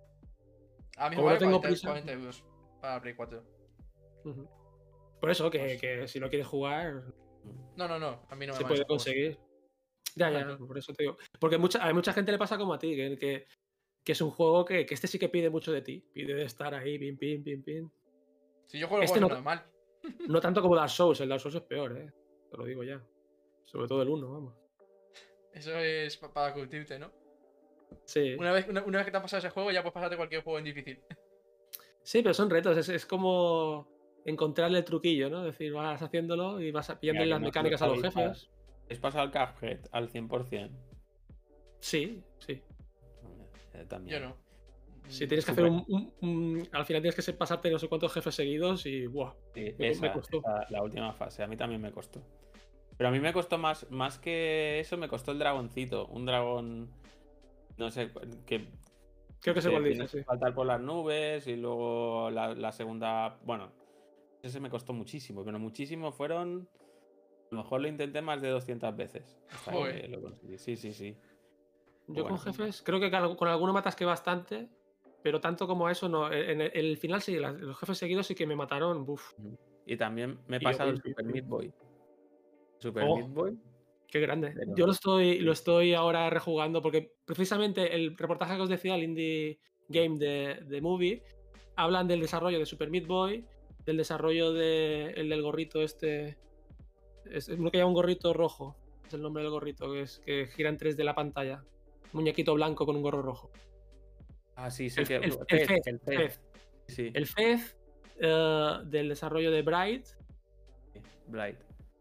A mí Como no vale tengo cuarenta, prisa. cuarenta euros para Play cuatro. Ujú. Por eso que, Pues- que si no quieres jugar, No, no, no. A mí no me se van puede esos juegos. conseguir. Ya, ya, por eso te digo. Porque mucha, a mucha gente le pasa como a ti, que, que, que es un juego que, que este sí que pide mucho de ti. Pide de estar ahí, pim, pim, pim, pim. Si yo juego el Este juego no, normal. no tanto como Dark Souls, el Dark Souls es peor, eh. Te lo digo ya. Sobre todo el uno, vamos. Eso es pa- para curtirte, ¿no? Sí. Una vez, una, una vez que te has pasado ese juego, ya puedes pasarte cualquier juego en difícil. Sí, pero son retos. Es, es como encontrarle el truquillo, ¿no? Es decir, vas haciéndolo y vas pillando Mira, las que no- mecánicas no a los sabéis jefes. ¿Has pasado el Cuphead al cien por cien? Sí, sí. Eh, también. Yo no. Sí, tienes que Súper. hacer un, un- un- Al final tienes que ser- pasarte no sé cuántos jefes seguidos y ¡buah! Sí, Me, esa, me costó. esa, la última fase. A mí también me costó. Pero a mí me costó más, más que eso, me costó el dragoncito. Un dragón, no sé, que Creo que sé te cuál tienes dices, que sí. saltar por las nubes y luego la, la segunda, bueno, ese me costó muchísimo, pero muchísimo fueron, a lo mejor lo intenté más de doscientas veces hasta Joder. que lo conseguí. Sí, sí, sí. Yo Bueno. con jefes, creo que con con alguno matas que bastante, pero tanto como eso no. En el, en el final sí, las- los jefes seguidos sí que me mataron. Uf. Ujú. Y también me he Y yo, pasado el pim, pim, Super pim. Meat Boy. Super Oh, Meat Boy. qué grande. Pero- Yo lo estoy, lo sí. estoy ahora rejugando porque precisamente el reportaje que os decía, el Indie Game de, de Movie, hablan del desarrollo de Super Meat Boy, del desarrollo de, el del gorrito este. Es uno que lleva un gorrito rojo. Es el nombre del gorrito, que es que gira en tres de la pantalla. Muñequito blanco con un gorro rojo. Ah, sí, sí El, que. el, el Fez, Fez, el Fez. Fez. Sí, El Fez eh, del desarrollo de Bright Blight.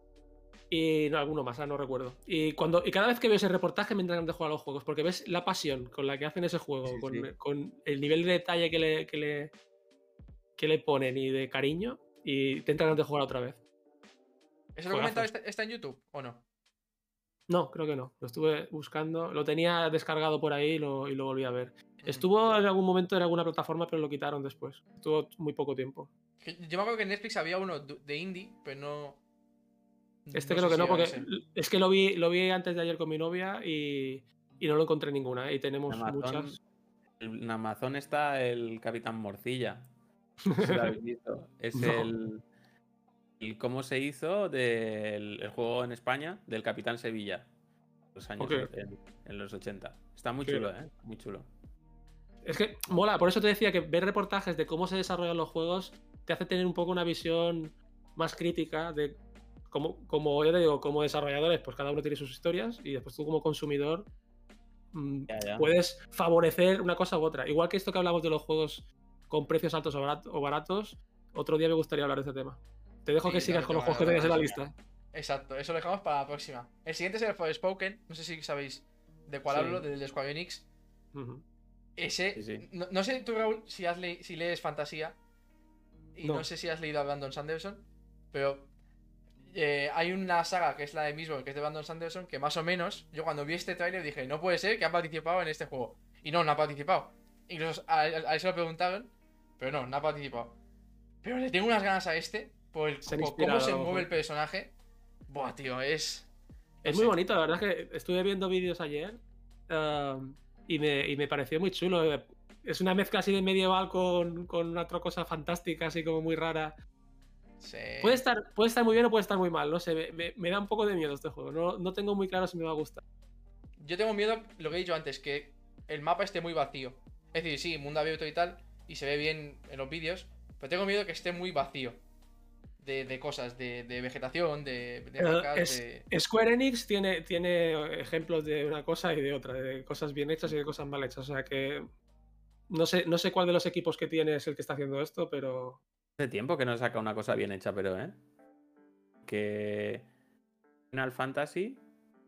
y no, alguno más, ah, no recuerdo. Y, cuando, y cada vez que veo ese reportaje me entran ganas de jugar a los juegos, porque ves la pasión con la que hacen ese juego, Sí, con, sí. con el nivel de detalle que le, que, le, que le ponen y de cariño, y te entran ganas de jugar otra vez. ¿Eso lo he Juegazos. comentado está, está en YouTube o no? No, creo que no. Lo estuve buscando. Lo tenía descargado por ahí y lo, y lo volví a ver. Mm. Estuvo en algún momento en alguna plataforma, pero lo quitaron después. Estuvo muy poco tiempo. Que Yo me acuerdo que en Netflix había uno du- de indie, pero no. Este no creo sé que si no, era porque ese. es que lo vi, lo vi antes de ayer con mi novia y, y no lo encontré ninguna. ¿eh? Y tenemos En Amazon, muchas. en Amazon está el Capitán Morcilla. No sé si lo habéis visto. Es No. el, el cómo se hizo del el juego en España del Capitán Sevilla. Los años Ok. en, en los ochenta. Está muy Qué- chulo, ¿eh? Muy chulo. Es que mola, por eso te decía que ver reportajes de cómo se desarrollan los juegos te hace tener un poco una visión más crítica de cómo, como ya te digo, como desarrolladores, pues cada uno tiene sus historias y después tú como consumidor mm, Ya, ya. puedes favorecer una cosa u otra. Igual que esto que hablamos de los juegos con precios altos o, barat- o baratos, otro día me gustaría hablar de este tema. Te dejo Sí, que sigas también con los tengo juegos que ganas tenías de en la hablar de lista. Exacto, eso lo dejamos para la próxima. El siguiente es el Forspoken. No sé si sabéis de cuál Sí. hablo, del de Square Enix. Ujú. Ese. Sí, sí. No, no sé tú, Raúl, si, has le- si lees fantasía. Y no. No. sé si has leído a Brandon Sanderson. Pero eh, hay una saga que es la de mismo, que es de Brandon Sanderson, que más o menos, yo cuando vi este tráiler dije, no puede ser que ha participado en este juego. Y no, no ha participado. Incluso a, a, a él se lo preguntaron, pero no, no ha participado. Pero le tengo unas ganas a este, por, el- Se han por cómo inspirado, se a lo mueve mejor. el personaje. Buah, tío, es... no Es muy sé. bonito, la verdad es que estuve viendo vídeos ayer um, y, me, y me pareció muy chulo. Es una mezcla así de medieval con, con otra cosa fantástica, así como muy rara. Sí. Puede estar, puede estar muy bien o puede estar muy mal, no sé, me, me- me da un poco de miedo este juego. No, no tengo muy claro si me va a gustar. Yo tengo miedo, lo que he dicho antes, que el mapa esté muy vacío. Es decir, sí, mundo abierto y tal, y se ve bien en los vídeos, pero tengo miedo que esté muy vacío de, de cosas, de, de vegetación, de, de Eh, vacas, es- de... Square Enix tiene, tiene ejemplos de una cosa y de otra, de cosas bien hechas y de cosas mal hechas. O sea que no sé, no sé cuál de los equipos que tiene es el que está haciendo esto, pero Hace tiempo que no saca una cosa bien hecha, pero, ¿eh? Que Final Fantasy.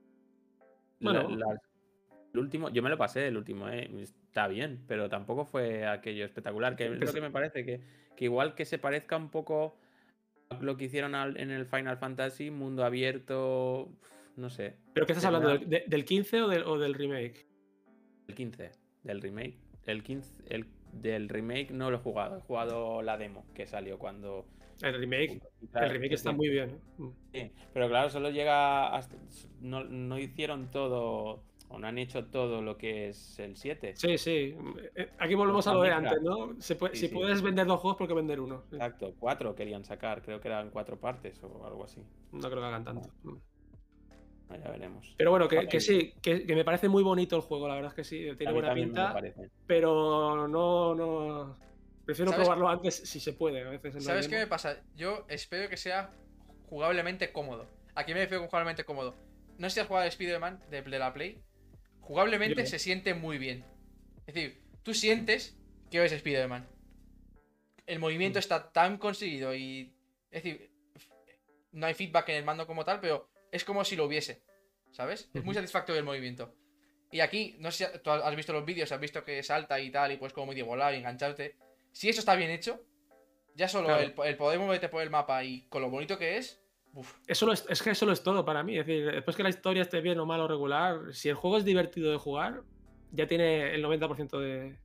la- bueno, la- el último, yo me lo pasé el último, ¿eh? Está bien, pero tampoco fue aquello espectacular. Que es lo que me parece, que, que igual que se parezca un poco a lo que hicieron al- en el Final Fantasy, mundo abierto, no sé. ¿pero qué estás Se me hablando? da- ¿Del, de- del quince o del, o del remake? El quince, del remake. El quince, el del remake no lo he jugado, he jugado la demo que salió cuando... El remake, Claro, el remake es está que- muy bien. ¿eh? Sí, pero claro, solo llega hasta... No, no hicieron todo, o no han hecho todo lo que es el siete. Sí, sí. Eh, Aquí volvemos a lo de antes, ¿no? Se puede- Sí, si sí. puedes vender dos juegos, ¿por qué vender uno? Sí. Exacto, cuatro querían sacar, creo que eran cuatro partes o algo así. No creo que hagan tanto. Ah, ya veremos. Pero bueno, que, Bueno, que y- sí, que, que me parece muy bonito el juego, la verdad es que sí, a tiene mí buena también me lo pinta, parece. pero no, no... Prefiero ¿Sabes? probarlo antes si se puede, a veces en la ¿Sabes qué demo. me pasa? Yo espero que sea jugablemente cómodo. Aquí me refiero con jugablemente cómodo. No sé si has jugado a Spider-Man de, de la Play. Jugablemente Yo- se siente muy bien. Es decir, tú sientes que eres Spider-Man. El movimiento Mm. está tan conseguido y... Es decir, no hay feedback en el mando como tal, pero es como si lo hubiese. ¿Sabes? Es muy Ujú. satisfactorio el movimiento. Y aquí, no sé si tú has visto los vídeos, has visto que salta y tal, y pues como medio volar y engancharte. Si eso está bien hecho, ya solo Claro. el, el poder moverte por el mapa y con lo bonito que es, uf, Eso lo es, es que eso lo es todo para mí. Es decir, después que la historia esté bien o mal o regular, si el juego es divertido de jugar, ya tiene el noventa por ciento de,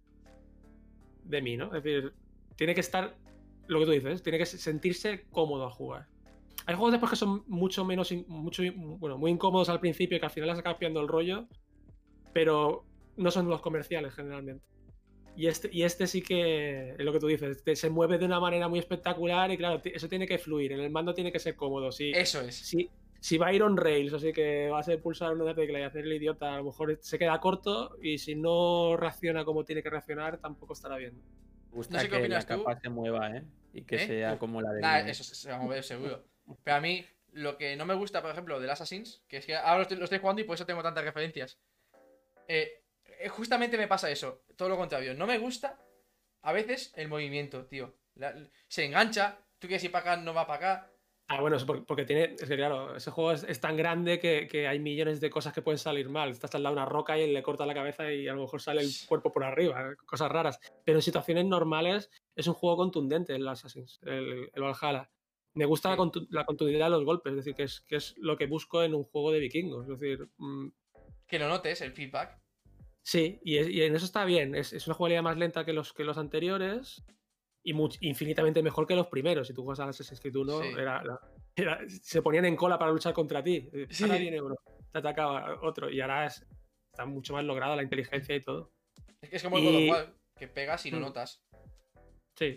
de mí, ¿no? Es decir, tiene que estar, lo que tú dices, tiene que sentirse cómodo al jugar. Hay juegos después que son mucho menos, in- mucho, in- bueno, muy incómodos al principio y que al final les acaba pillando el rollo, pero no son los comerciales generalmente. Y este, y este sí que es lo que tú dices, te- se mueve de una manera muy espectacular y claro, t- eso tiene que fluir, en el mando tiene que ser cómodo. Si, eso es. si, si va a ir on rails, así que va a ser pulsar una tecla y hacer el idiota, a lo mejor se queda corto y si no reacciona como tiene que reaccionar, tampoco estará bien. Me gusta No sé qué que la opinas tú. capa se mueva, ¿eh? Y que ¿Eh? sea Uf. como la de Nada, eso se se va a mover seguro. Pero a mí, lo que no me gusta, por ejemplo, del Assassins, que es que ahora lo estoy, lo estoy jugando y por eso tengo tantas referencias. Eh, eh, justamente me pasa eso, todo lo contrario. No me gusta a veces el movimiento, tío. La- se engancha, tú quieres ir para acá, no va para acá. Ah, bueno, es porque, porque tiene. Es que claro, ese juego es, es tan grande que, que hay millones de cosas que pueden salir mal. Estás al lado de una roca y le corta la cabeza y a lo mejor sale el cuerpo por arriba, cosas raras. Pero en situaciones normales es un juego contundente el Assassin's, el, el Valhalla. Me gusta la, Sí. contu- la continuidad de los golpes, es decir, que es, que es lo que busco en un juego de vikingos. Es decir, mm, Que lo notes, el feedback. sí, y, es- y en eso está bien. Es, es una jugabilidad más lenta que los, que los anteriores y much- infinitamente mejor que los primeros. Si tú juegas a Assassin's Creed uno, Sí. era, era- se ponían en cola para luchar contra ti. Eh, Sí. Ahora viene uno, te atacaba otro. Y ahora es- está mucho más lograda la inteligencia y todo. Es que es como el God of Y- War, que pegas y lo Mm. notas. Sí.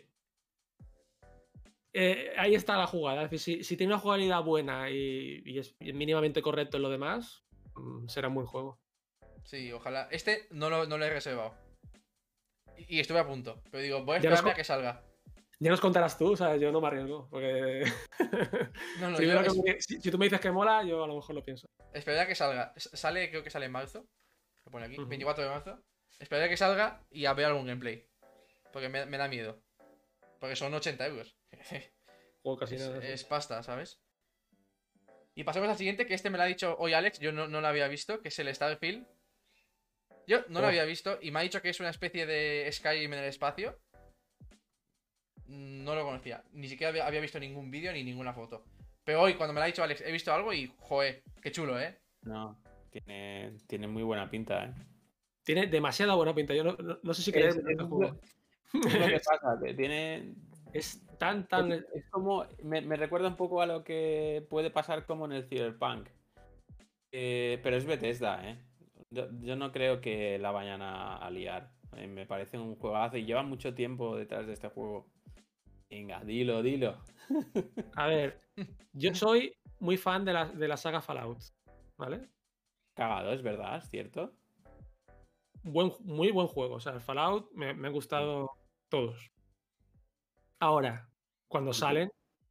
Eh, ahí está la jugada. Es decir, si, si tiene una jugabilidad buena y, y es y es mínimamente correcto en lo demás, mm, será un buen juego. Sí, ojalá. Este no lo, no lo he reservado. Y, y estuve a punto. Pero digo, voy a Ya nos esperarme co- a que salga. Ya nos contarás tú, o sea, yo no me arriesgo. Porque. No, no, si, yo veo que es- me- si- si tú me dices que mola, yo a lo mejor lo pienso. esperaré a que salga. S- Sale, creo que sale en marzo. Lo pone aquí, Ujú. veinticuatro de marzo. Esperaré a que salga y a ver algún gameplay. Porque me, me da miedo. Porque son ochenta euros. Juego casi Es, nada. sí. es pasta, ¿sabes? Y pasemos al siguiente, que este me lo ha dicho hoy Alex, yo no, no lo había visto, que es el Starfield. Yo no lo Oh. había visto y me ha dicho que es una especie de Skyrim en el espacio. No lo conocía, ni siquiera había, había visto ningún vídeo ni ninguna foto. Pero hoy, cuando me lo ha dicho Alex, he visto algo y, joder, qué chulo, ¿eh? No, tiene, tiene muy buena pinta, ¿eh? Tiene demasiada buena pinta. Yo no, no- no sé si Es, creerme es este lo, juego. es lo que pasa, que tiene... Es tan, tan. Es, es como... Me, me recuerda un poco a lo que puede pasar como en el Cyberpunk. Eh, pero es Bethesda, ¿eh? Yo, yo no creo que la vayan a, a liar. Eh, me parece un juegazo y llevan mucho tiempo detrás de este juego. Venga, dilo, dilo. A ver, yo soy muy fan de la, de la saga Fallout, ¿vale? Cagado, es verdad, es cierto. Buen, muy buen juego. O sea, el Fallout me, me han gustado todos. Ahora, cuando salen,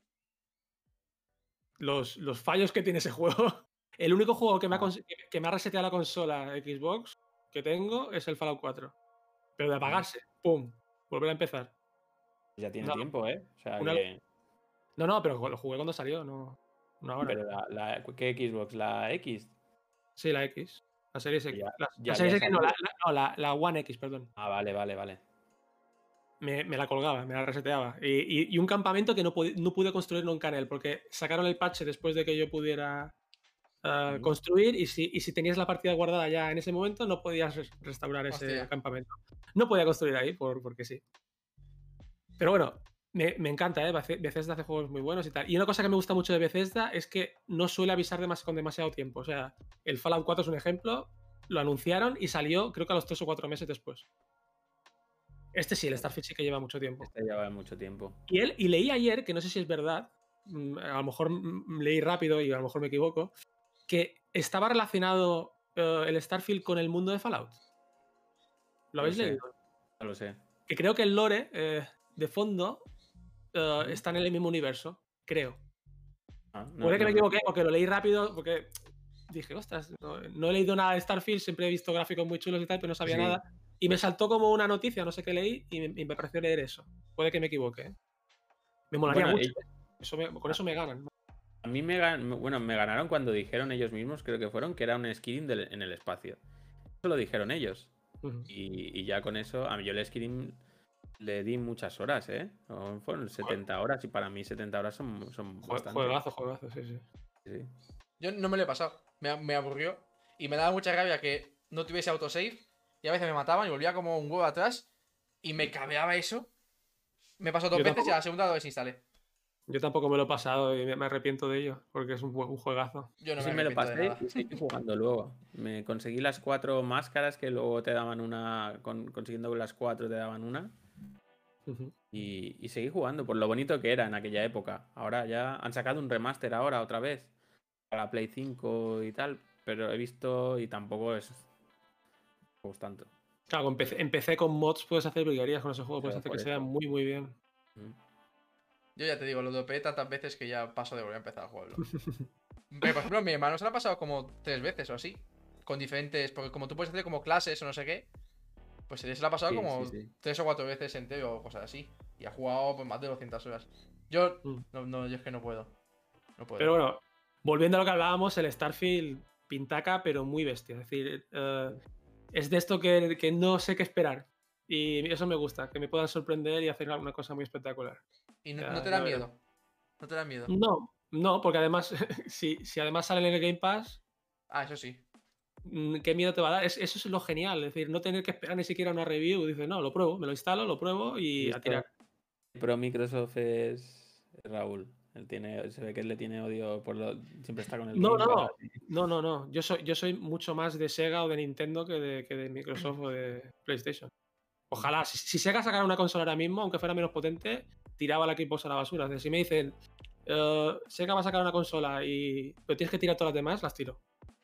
los, los fallos que tiene ese juego. El único juego que me, ha, Ah. cons- que- que me ha reseteado la consola Xbox que tengo es el Fallout cuatro. Pero de apagarse, ¡pum! Volver a empezar. Ya tiene No, tiempo, ¿eh? O sea una- que... No, no, pero lo jugué cuando salió, no, no ahora. Pero la, la- ¿qué Xbox? ¿La X? Sí, la X. La Series X. Ya- La, ya la Series había X, no, la, salido. la- no, la- la One X, perdón. Ah, vale, vale, vale. Me, me la colgaba, me la reseteaba. Y, y- y un campamento que no, pude- no pude construir nunca en él, porque sacaron el parche después de que yo pudiera uh, Ujú. construir y si, y si tenías la partida guardada ya en ese momento no podías res- restaurar ese Hostia. campamento. No podía construir ahí por, porque sí. Pero bueno, me, me encanta, ¿eh? Beth- Bethesda hace juegos muy buenos y tal. Y una cosa que me gusta mucho de Bethesda es que no suele avisar demas- con demasiado tiempo. O sea, el Fallout cuatro es un ejemplo, lo anunciaron y salió creo que a los tres o cuatro meses después. Este sí, el Starfield sí que lleva mucho tiempo. Este lleva mucho tiempo. Y, él, y leí ayer, que no sé si es verdad, mm, a lo mejor mm, leí rápido y a lo mejor me equivoco, que estaba relacionado eh, el Starfield con el mundo de Fallout. ¿Lo No habéis sé, leído? no lo sé. Que creo que el lore eh, de fondo eh, Ujú. está en el mismo universo, creo. Ah, no, Puede que no me lo equivoqué sé. porque lo leí rápido, porque dije, ostras, no, no he leído nada de Starfield, siempre he visto gráficos muy chulos y tal, pero no sabía Sí. nada. Y me saltó como una noticia, no sé qué leí, y me, y me pareció leer eso. Puede que me equivoque. ¿eh? Me molaría Bueno, mucho. ellos- ¿eh? Eso me- con eso me ganan. a mí me, gan- bueno, me ganaron cuando dijeron ellos mismos, creo que fueron, que era un Skyrim del- en el espacio. Eso lo dijeron ellos. Ujú. Y, y ya con eso, a mí yo el Skyrim le di muchas horas, ¿eh? O fueron setenta horas y para mí setenta horas son, son Jue- bastante. Juegazo, juegazo, sí, sí. Sí. Yo no me lo he pasado. Me, me aburrió. Y me daba mucha rabia que no tuviese autosave. Y a veces me mataban y volvía como un huevo atrás. Y me cabeaba eso. Me pasó dos Yo veces y a tampoco, la segunda lo desinstalé. yo tampoco me lo he pasado y me, me arrepiento de ello, porque es un, jue- un juegazo. Yo no Yo me sí me lo arrepiento de pasé nada. y seguí jugando luego. Me conseguí las cuatro máscaras que luego te daban una. Con, consiguiendo las cuatro te daban una. Ujú. Y, y seguí jugando por lo bonito que era en aquella época. Ahora ya han sacado un remaster ahora otra vez. Para Play cinco y tal. Pero he visto y tampoco es. Pues tanto. Claro, empecé, empecé con mods, puedes hacer virguerías con ese juego, puedes Claro, hacer por que se vea eso. muy, muy bien. Mm. Yo ya te digo, lo dopé tantas veces que ya paso de volver a empezar a jugarlo. Pero, por ejemplo, mi hermano se lo ha pasado como tres veces o así. Con diferentes. Porque como tú puedes hacer como clases o no sé qué. Pues él se lo ha pasado Sí, como sí, sí. tres o cuatro veces entero o cosas así. Y ha jugado pues, más de doscientas horas. Yo. Mm. No, no, yo es que no puedo. No puedo. Pero bueno, volviendo a lo que hablábamos, el Starfield pintaca, pero muy bestia. Es decir, eh, es de esto que, que no sé qué esperar. Y eso me gusta, que me puedan sorprender y hacer alguna cosa muy espectacular. Y no, Ya, no te ya da veremos. miedo. No te da miedo. No, no, porque además, si, si además salen en el Game Pass, Ah, eso sí. mm, ¿qué miedo te va a dar? Es- eso es lo genial, es decir, no tener que esperar ni siquiera una review. Dices, no, lo pruebo, me lo instalo, lo pruebo He y a visto tirar. Pro Microsoft es es Raúl. Él tiene, se ve que él le tiene odio por lo. Siempre está con el No, Game no, Pass. no, no, no. Yo soy, yo soy mucho más de Sega o de Nintendo que de, que de Microsoft o de PlayStation. Ojalá, si, si Sega sacara una consola ahora mismo, aunque fuera menos potente, tiraba la Xbox a la basura. Es decir, si me dicen, eh, Sega va a sacar una consola y pero tienes que tirar todas las demás, las tiro.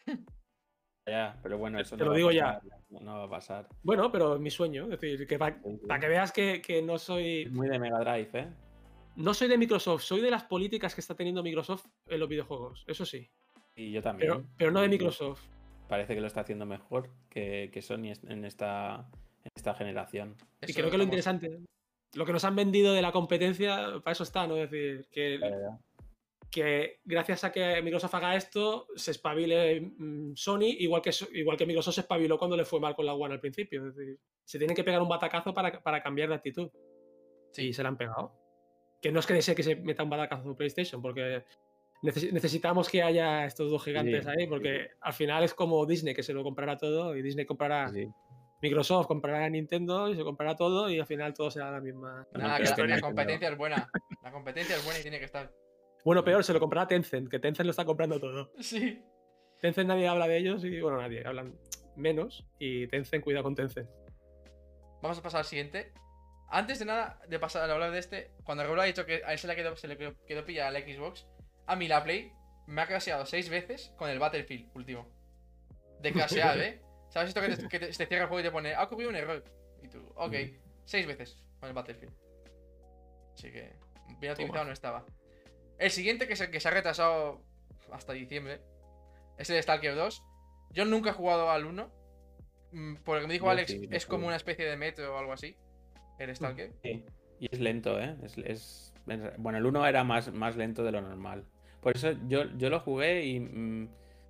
Ya, pero bueno, eso Te no lo va a digo ya. pasar. No, no va a pasar. Bueno, pero es mi sueño. Es decir, que para Sí, sí. que veas que, que no Es soy. muy de Mega Drive, ¿eh? No soy de Microsoft, soy de las políticas que está teniendo Microsoft en los videojuegos. Eso sí. Y yo Pero, también. pero no de Y Microsoft. parece que lo está haciendo mejor que, que Sony en esta, en esta generación. Y Eso creo que lo estamos- interesante, lo que nos han vendido de la competencia, para eso está, ¿no? Es decir, que, La verdad. que gracias a que Microsoft haga esto, se espabile mm, Sony, igual que, So- igual que Microsoft se espabiló cuando le fue mal con la One al principio. Es decir, se tienen que pegar un batacazo para, para cambiar de actitud. Sí. Y se la han pegado. Que no es que desee que se meta un batacazo PlayStation, porque neces- necesitamos que haya estos dos gigantes Sí, ahí, sí, porque sí. al final es como Disney, que se lo comprará todo, y Disney comprará. Sí, sí. Microsoft comprará Nintendo y se comprará todo y al final todo será la misma. No, Nada, pero que la, que la no- competencia es buena. La competencia es buena y tiene que estar. Bueno, peor, se lo comprará Tencent, que Tencent lo está comprando todo. Sí. Tencent nadie habla de ellos y, bueno, nadie, hablan menos y Tencent, cuida con Tencent. Vamos a pasar al siguiente. Antes de nada, de pasar a hablar de este, cuando Raúl ha dicho que a él se le quedó, se le quedó, quedó pillada la Xbox, a mí la Play me ha crasheado seis veces con el Battlefield último. De crashear, ¿eh? ¿Sabes esto que te, que te- te cierra el juego y te pone, ha ocurrido un error? Y tú, ok, seis veces con el Battlefield. Así que, bien optimizado no estaba. El siguiente, que se, que se ha retrasado hasta diciembre, es el Stalker dos. Yo nunca he jugado al uno. mm, Por lo que me dijo Yo Alex, sí, lo es como jugué. una especie de metro o algo así. El Stalker. Sí. Y es lento, ¿eh? Es, es- es- bueno, el uno era más, más lento de lo normal. Por eso yo, yo lo jugué y. mm,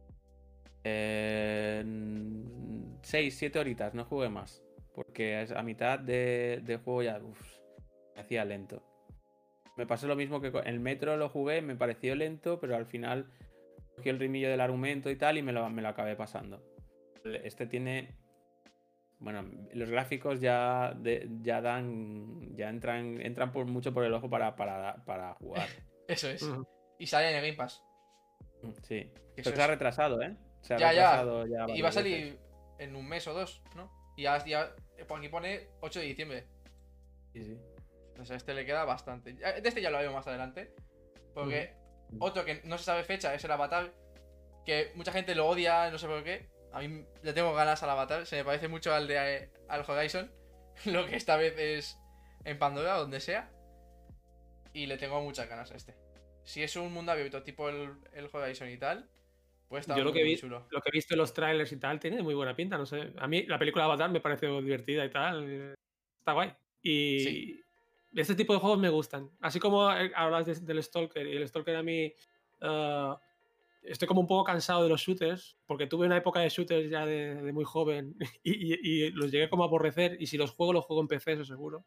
eh, seis, siete horitas, no jugué más. Porque es- a mitad de, de juego ya. Uf, me hacía lento. Me pasó lo mismo que con el Metro lo jugué, me pareció lento, pero al final cogí el ritmillo del argumento y tal y me lo, me lo acabé pasando. Este tiene... Bueno, los gráficos ya, de, ya dan... Ya entran, entran por mucho por el ojo para, para, para jugar. Eso es. Uh-huh. Y sale en el Game Pass. Sí. Pero se ha retrasado, ¿eh? Se ha ya, retrasado ya. ya Y va a salir veces. En un mes o dos, ¿no? Y ya, ya aquí pone ocho de diciembre. Sí, sí. Entonces a este le queda bastante. De este ya lo veo más adelante. Porque uh-huh. otro que no se sabe fecha es el Avatar. Que mucha gente lo odia, no sé por qué. A mí le tengo ganas al Avatar. Se me parece mucho al de al Horizon. Lo que esta vez es en Pandora, donde sea. Y le tengo muchas ganas a este. Si es un mundo abierto tipo el, el Horizon y tal, pues está Yo muy, lo que muy vi, chulo. Lo que he visto en los trailers y tal tiene muy buena pinta, no sé. A mí la película Avatar me pareció divertida y tal. Está guay. Y sí. Este tipo de juegos me gustan. Así como hablas de, del Stalker. Y el Stalker a mí... Uh, estoy como un poco cansado de los shooters. Porque tuve una época de shooters ya de, de muy joven. Y, y, y los llegué como a aborrecer. Y si los juego, los juego en P C, eso seguro.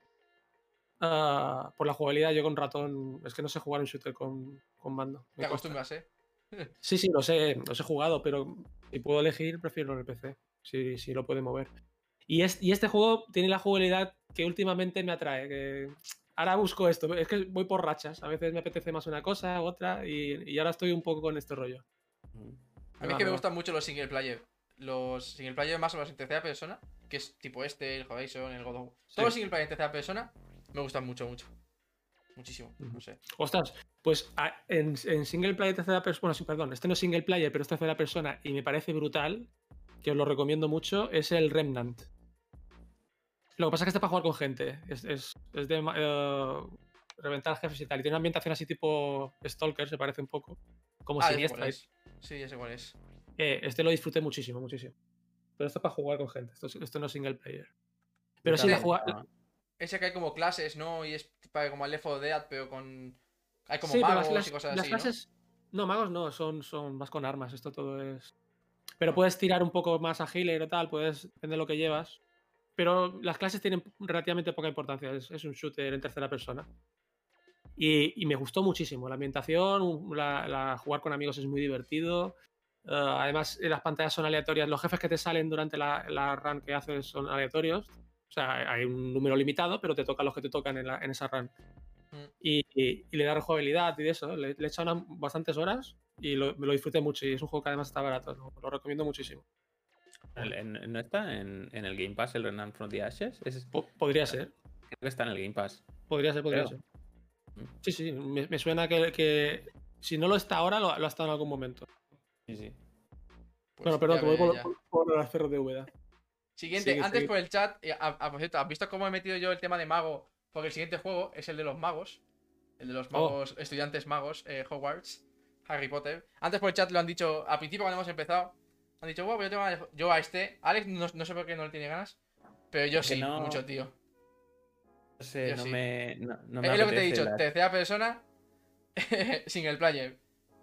Uh, por la jugabilidad, yo con ratón... Es que no sé jugar un shooter con, con mando. Te acostumbras, ¿eh? Sí, sí, los he, los he jugado, pero si puedo elegir, prefiero el P C, si, si lo puede mover. Y, es, y este juego tiene la jugabilidad que últimamente me atrae, que ahora busco esto, es que voy por rachas, a veces me apetece más una cosa, otra, y, y ahora estoy un poco con este rollo. A mí es que me gustan mucho los single player, los single player más o menos en tercera persona, que es tipo este, el Horizon, el God of War. Sí. Todos los single player en tercera persona me gustan mucho, mucho. Muchísimo, no sé. Ostras, pues en, en single player tercera persona, bueno, sí, perdón, este no es single player, pero es tercera persona y me parece brutal, que os lo recomiendo mucho, es el Remnant. Lo que pasa es que este es para jugar con gente, es, es, es de uh, reventar jefes y tal, y tiene una ambientación así tipo Stalker, se parece un poco, como ah, siniestra. Sí, ya sé cuál es. Eh, este lo disfruté muchísimo, muchísimo. Pero esto es para jugar con gente, esto, esto no es single player. Pero sí, la jugada... Ese que hay como clases, ¿no? Y es como el Left four Dead, pero con... Hay como sí, magos las, y cosas las así, clases... ¿no? no, magos no, son, son más con armas, esto todo es... Pero no. puedes tirar un poco más a healer o tal, puedes, depende de lo que llevas. Pero las clases tienen relativamente poca importancia, es, es un shooter en tercera persona. Y, y me gustó muchísimo, la ambientación, la, la, jugar con amigos es muy divertido. Uh, además, las pantallas son aleatorias, los jefes que te salen durante la, la run que haces son aleatorios. O sea, hay un número limitado, pero te tocan los que te tocan en, la, en esa run. Mm. Y, y, y le da rejugabilidad y de eso. Le, le he echado unas, bastantes horas y lo, me lo disfruté mucho. Y es un juego que además está barato. Lo, lo recomiendo muchísimo. ¿En, ¿No está en, en el Game Pass el Remnant from the Ashes? ¿Es... Podría ser. Creo que está en el Game Pass. Podría ser, podría Creo. ser. Sí, sí. Me, me suena que, que si no lo está ahora, lo, lo ha estado en algún momento. Sí, sí. Pues bueno, perdón, te voy por, por, por las cerros de Úbeda. Siguiente, sí, antes sí. Por el chat, a, a, por cierto, ¿has visto cómo he metido yo el tema de mago? Porque el siguiente juego es el de los magos. El de los magos, oh. estudiantes magos, eh, Hogwarts, Harry Potter. Antes por el chat lo han dicho, al principio cuando hemos empezado, han dicho, wow, yo, tengo ganas, yo a este, Alex no, no sé por qué no le tiene ganas, pero yo Porque sí, no... mucho, tío. No sé, yo no, sí. Me, no, no me Es lo que te he dicho, la... tercera persona, single player.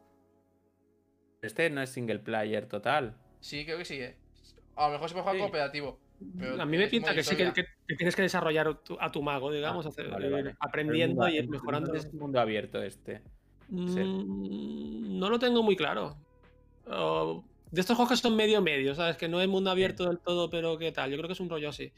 Este no es single player total. Sí, creo que sí, eh. A lo mejor se puede jugar sí. cooperativo. Pero a mí me pinta que sí que, que, que tienes que desarrollar tu, a tu mago, digamos, ah, hacer, vale, vale. aprendiendo mundo, y mejorando. Es mundo abierto este. Mm, no lo tengo muy claro. Uh, de estos juegos que son medio medio, ¿sabes? Que no es mundo abierto sí. del todo, pero ¿qué tal? Yo creo que es un rollo así.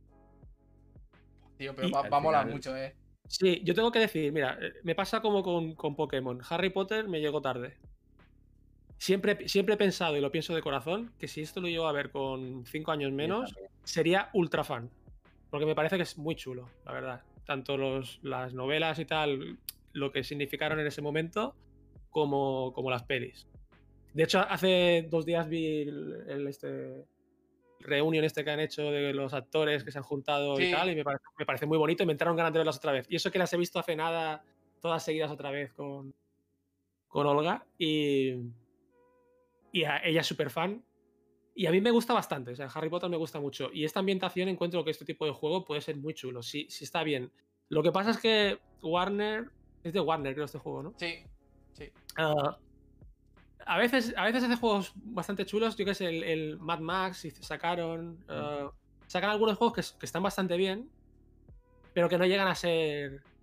Tío, pero y, va, va a molar mucho, eh. Sí, yo tengo que decir, mira, me pasa como con, con Pokémon. Harry Potter me llegó tarde. Siempre, siempre he pensado, y lo pienso de corazón, que si esto lo llevo a ver con cinco años menos, sería ultra fan. Porque me parece que es muy chulo, la verdad. Tanto los, las novelas y tal, lo que significaron en ese momento, como, como las pelis. De hecho, hace dos días vi el, el este reunión este que han hecho de los actores que se han juntado sí. y tal, y me parece, me parece muy bonito y me entraron ganas de verlas otra vez. Y eso que las he visto hace nada, todas seguidas otra vez con, con Olga, y... Y a ella es súper fan. Y a mí me gusta bastante. O sea, Harry Potter me gusta mucho. Y esta ambientación encuentro que este tipo de juego puede ser muy chulo. Si, si está bien. Lo que pasa es que Warner... Es de Warner, creo, este juego, ¿no? Sí. Sí. Uh, a, veces, a veces hace juegos bastante chulos. Yo que sé, el, el Mad Max sacaron... Uh, sacan algunos juegos que, que están bastante bien. Pero que no llegan a ser...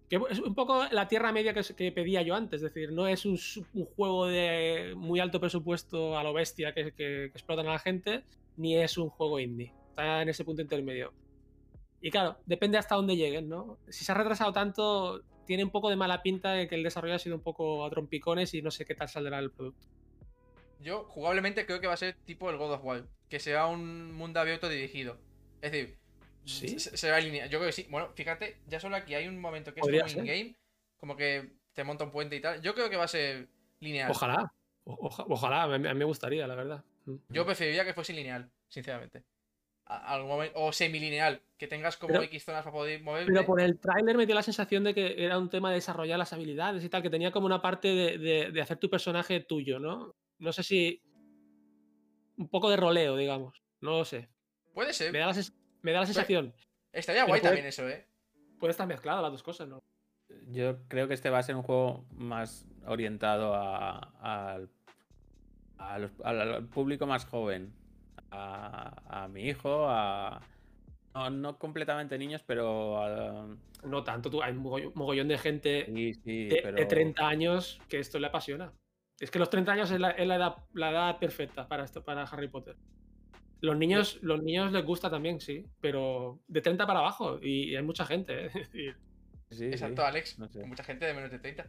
Que es un poco la tierra media que, que pedía yo antes. Es decir, no es un, un juego de muy alto presupuesto a lo bestia que, que, que explotan a la gente, ni es un juego indie. Está en ese punto intermedio. Y claro, depende hasta dónde lleguen, ¿no? Si se ha retrasado tanto, tiene un poco de mala pinta de que el desarrollo ha sido un poco a trompicones y no sé qué tal saldrá el producto. Yo, jugablemente, creo que va a ser tipo el God of War, que sea un mundo abierto dirigido. Es decir, ¿Sí? se, se va a alinear. Yo creo que sí. Bueno, fíjate, ya solo aquí hay un momento que es Podría como ser. in-game, como que te monta un puente y tal. Yo creo que va a ser lineal. Ojalá. O- oja- ojalá, a mí, a mí me gustaría, la verdad. Yo preferiría que fuese lineal, sinceramente. A- algún momento, o semilineal, que tengas como Pero- X zonas para poder moverte. Pero por el tráiler me dio la sensación de que era un tema de desarrollar las habilidades y tal, que tenía como una parte de, de- de hacer tu personaje tuyo, ¿no? No sé si... Un poco de roleo, digamos. No lo sé. Puede Me ser. da la, sens- me da la sensación. Estaría Pero guay puede- también eso, ¿eh? Puede estar mezclado las dos cosas, ¿no? Yo creo que este va a ser un juego más orientado a- al, a los- al- al público más joven. A, a mi hijo, a. No, no completamente niños, pero. a- No tanto, tú, hay un mogollón, mogollón de gente sí, sí, de, pero. de treinta años que esto le apasiona. Es que los treinta años es la, es la edad, la edad perfecta para, esto, para Harry Potter. Los niños, los niños les gusta también, sí, pero de treinta para abajo y, y hay mucha gente, ¿eh? Y- Sí, Exacto, sí, Alex. no sé. Mucha gente de menos de treinta.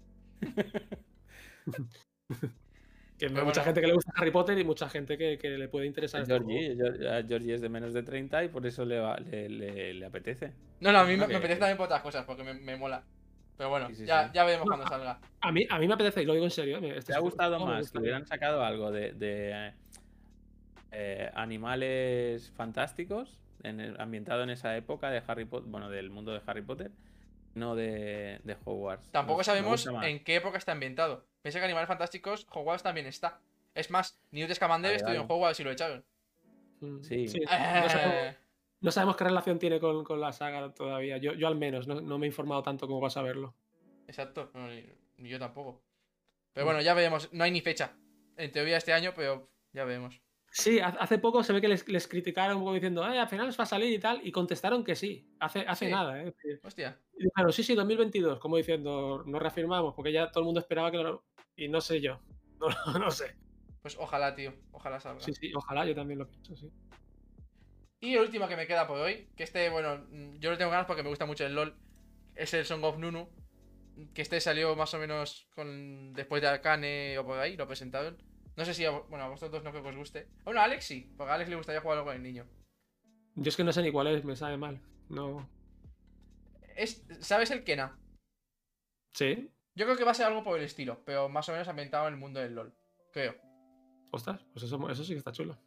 que hay Pero mucha bueno. gente que le gusta Harry Potter y mucha gente que, que le puede interesar este juego. Georgie, Geor- a Georgie es de menos de treinta y por eso le, va- le, le- le apetece. No, no, a mí Bueno, me, me que- apetece también por otras cosas, porque me, me mola. Pero bueno, Sí, sí, ya, sí. ya veremos No, cuando salga. A mí, a mí me apetece, y lo digo en serio. ¿eh? Este ¿Te ha juego- gustado juego me más que gustaría. hubieran sacado algo de, de, eh, animales fantásticos en el- ambientado en esa época de Harry Potter, bueno, del mundo de Harry Potter, no de, de Hogwarts? Tampoco Me- me sabemos gusta más. en qué época está ambientado. Piensa que Animales Fantásticos, Hogwarts también está. Es más, Newt Scamander Vale, estudió en vale. Hogwarts y lo echaron. Mm, Sí. no, sabemos, Eh, no sabemos qué relación tiene con, con la saga todavía. Yo, yo al menos, no, no me he informado tanto como para saberlo. Exacto, no, ni, ni yo tampoco. Pero Mm. bueno, ya veremos. No hay ni fecha. En teoría este año, pero ya veremos. Sí, ha- hace poco se ve que les, les criticaron un poco diciendo, eh, al final os va a salir y tal, y contestaron que sí, hace, hace Sí. nada, ¿eh? Hostia. Y dijeron, sí, sí, dos mil veintidós, como diciendo, nos reafirmamos, porque ya todo el mundo esperaba que lo... Y no sé yo, no, no sé. Pues ojalá, tío. Ojalá salga. Sí, sí, ojalá, yo también lo pienso, sí. Y el último que me queda por hoy, que este, bueno, mm, yo lo tengo ganas porque me gusta mucho el LOL, es el Song of Nunu. Que este salió más o menos con después de Arcane o por ahí, lo presentaron. No sé si a, vo- bueno, a vosotros dos no creo que os guste. Bueno, a Alex sí, porque a Alex le gustaría jugarlo con el niño. Yo es que no sé ni cuál es, me sabe mal. No. Es, ¿sabes el Kena? ¿Sí? Yo creo que va a ser algo por el estilo, pero más o menos ambientado en el mundo del LOL. Creo. Ostras, pues eso, eso sí que está chulo.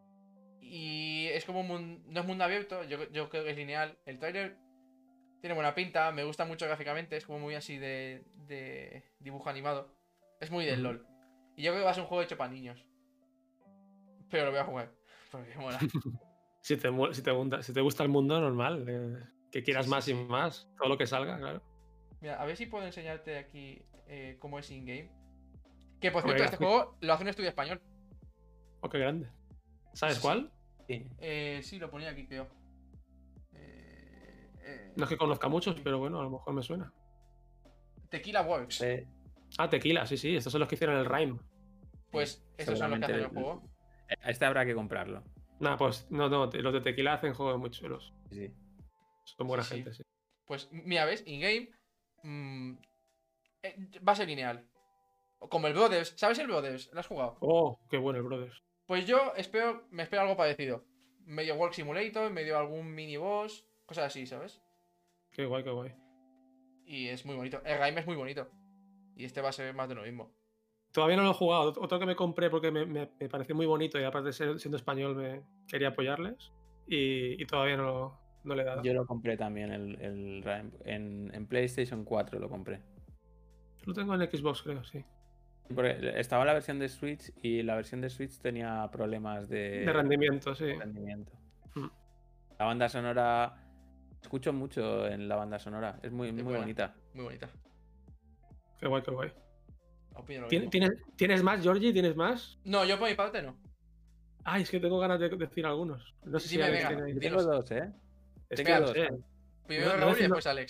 Y es como un mundo, no es mundo abierto, yo, yo creo que es lineal. El trailer tiene buena pinta, me gusta mucho gráficamente, es como muy así de, de dibujo animado. Es muy del Ujú. LOL. Y yo creo que va a ser un juego hecho para niños. Pero lo voy a jugar, porque mola. Si te, mu- si te, gusta, si te gusta el mundo, normal. eh, que quieras Sí, sí, más sí. y más, todo lo que salga, claro. Mira, a ver si puedo enseñarte aquí eh, cómo es in-game. Que por Hombre, cierto, este gráfico. juego lo hace un estudio español. Oh, qué grande. ¿Sabes Sí, sí. cuál? Sí. Eh, sí, lo ponía aquí, creo. Eh, eh, No es que conozca muchos, pero bueno, a lo mejor me suena. Tequila Works. Eh, Ah, Tequila, sí, sí, estos son los que hicieron el Rhyme. Pues estos son los que hacen el seguramente juego. Este habrá que comprarlo. Nada, pues no, no, te- los de Tequila hacen juegos muy chulos. Sí, sí. Son buena Sí, sí. gente, sí. Pues mira, ¿ves? In-game mm, eh, va a ser lineal. Como el Brothers. ¿Sabes el Brothers? ¿Lo has jugado? Oh, qué bueno el Brothers. Pues yo espero, me espero algo parecido. Medio Walk Simulator, medio algún mini boss, cosas así, ¿sabes? Qué guay, qué guay. Y es muy bonito. El Rhyme es muy bonito. Y este va a ser más de lo mismo. Todavía no lo he jugado. Otro que me compré porque me, me- me pareció muy bonito y aparte de ser, siendo español me quería apoyarles. Y, y todavía no, lo- no le he dado. Yo lo compré también el, el Rhyme. En, en PlayStation cuatro lo compré. Lo tengo en Xbox, creo, sí. Porque estaba la versión de Switch y la versión de Switch tenía problemas de, De rendimiento, sí. de rendimiento. Mm. La banda sonora. Escucho mucho en la banda sonora. Es muy, Es muy buena. bonita. Muy bonita. Qué guay, qué guay. Opino lo ¿Tien- mismo. ¿Tienes, ¿Tienes más, Georgie? ¿Tienes más? No, yo por mi parte no. Ay, es que tengo ganas de decir algunos. No sé si Dime, Alex venga. tiene ahí. Yo Dinos. tengo dos, ¿eh? Espera, tengo dos. eh. Primero No- no Raúl y decir- después Alex.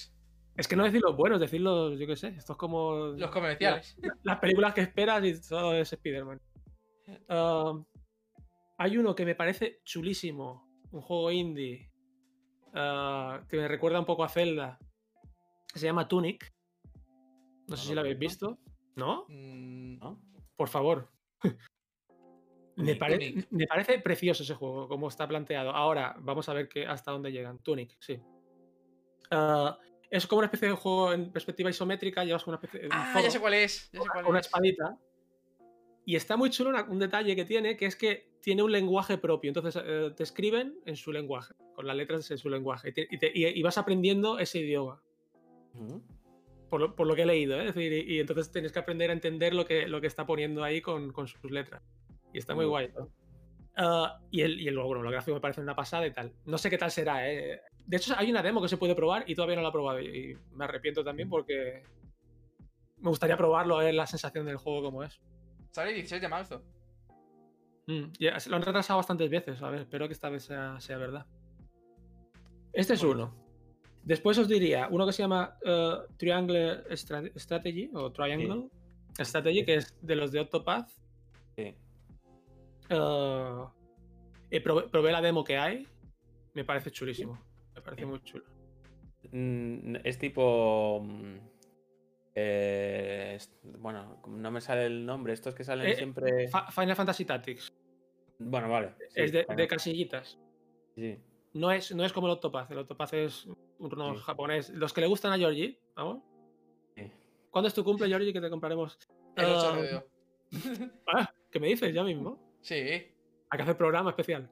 Es que no decir los buenos, decir los, yo qué sé, esto es como... Los comerciales. la- las películas que esperas y todo es Spider-Man. Uh, hay uno que me parece chulísimo, un juego indie, uh, que me recuerda un poco a Zelda, que se llama Tunic. No sé No si lo lo habéis conozco. visto. ¿No? Mm, ¿No? Por favor. Me, Tunic. pare- Tunic. me parece precioso ese juego, como está planteado. Ahora, vamos a ver que hasta dónde llegan. Tunic, sí. Ah, es como una especie de juego en perspectiva isométrica, llevas una especie de un Ah, ya zorro sé cuál es. Ya sé con cuál una es. espadita. Y está muy chulo una- un detalle que tiene, que es que tiene un lenguaje propio. Entonces eh, te escriben en su lenguaje, con las letras en su lenguaje. Y, te- y te- y- y vas aprendiendo ese idioma. Ujú. Por lo, por lo que he leído, ¿eh? Es decir, y, y entonces tienes que aprender a entender lo que, lo que está poniendo ahí con, con sus letras. Y está muy Muy guay. bonito. Ah, y el, y el, bueno, los gráficos me parecen una pasada y tal. No sé qué tal será, ¿eh? De hecho, hay una demo que se puede probar y todavía no la he probado. Y, y me arrepiento también porque me gustaría probarlo, a ver la sensación del juego como es. Sale el dieciséis de marzo. Mm, ya, lo han retrasado bastantes veces. A ver, espero que esta vez sea, sea verdad. Este es uno. Después os diría uno que se llama uh, Triangle Stra- Strategy o Triangle Strategy, que es de los de Octopath. Sí. Uh, eh, probé, probé la demo que hay. Me parece chulísimo. Me parece Sí. muy chulo. Mm, Es tipo. mm, eh, es- bueno, no me sale el nombre. Estos que salen Eh, siempre. Fa- Final Fantasy Tactics. Bueno, vale. Sí, Es de, Final de casillitas. Sí, No es, no es como el Octopath. El Octopath es uno Sí. japonés. Los que le gustan a Georgie, vamos. sí. ¿Cuándo es tu cumple, Georgie? Que te compraremos. El ocho Ah, de veo. ah, ¿qué me dices ya mismo? Sí. Hay que hacer programa especial.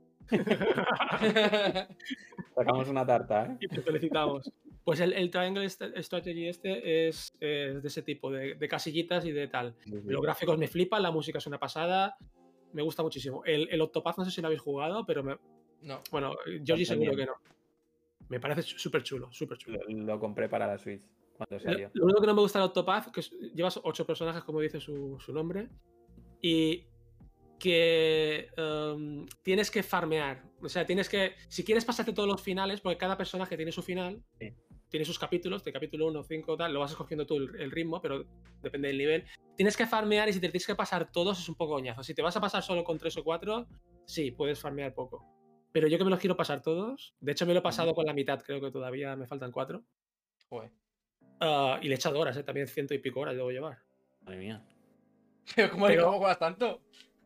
Sacamos una tarta, ¿eh? Y te felicitamos. Pues el, el Triangle St- Strategy este es, es de ese tipo, de, de casillitas y de tal. Sí, sí. Los gráficos me flipan, la música es una pasada. Me gusta muchísimo. El, el Octopath no sé si lo habéis jugado, pero me, No. bueno, Georgie seguro También. que no. Me parece súper chulo, súper chulo. Lo, lo compré para la Switch cuando Lo, salió. lo único que no me gusta del Octopath, que es- llevas ocho personajes, como dice su, su nombre, y que um, tienes que farmear. O sea, tienes que. Si quieres pasarte todos los finales, porque cada personaje tiene su final, Sí. tiene sus capítulos, de capítulo uno, cinco, tal, lo vas escogiendo tú el, el ritmo, pero depende del nivel. Tienes que farmear y si te tienes que pasar todos es un poco coñazo. Si te vas a pasar solo con tres o cuatro, sí, puedes farmear poco. Pero yo que me los quiero pasar todos, de hecho me lo he pasado con la mitad, creo que todavía me faltan cuatro. Joder. Uh, y le he echado horas, ¿eh? También ciento y pico horas debo llevar. Madre mía. Pero ¿cómo, Pero- ¿cómo juegas tanto?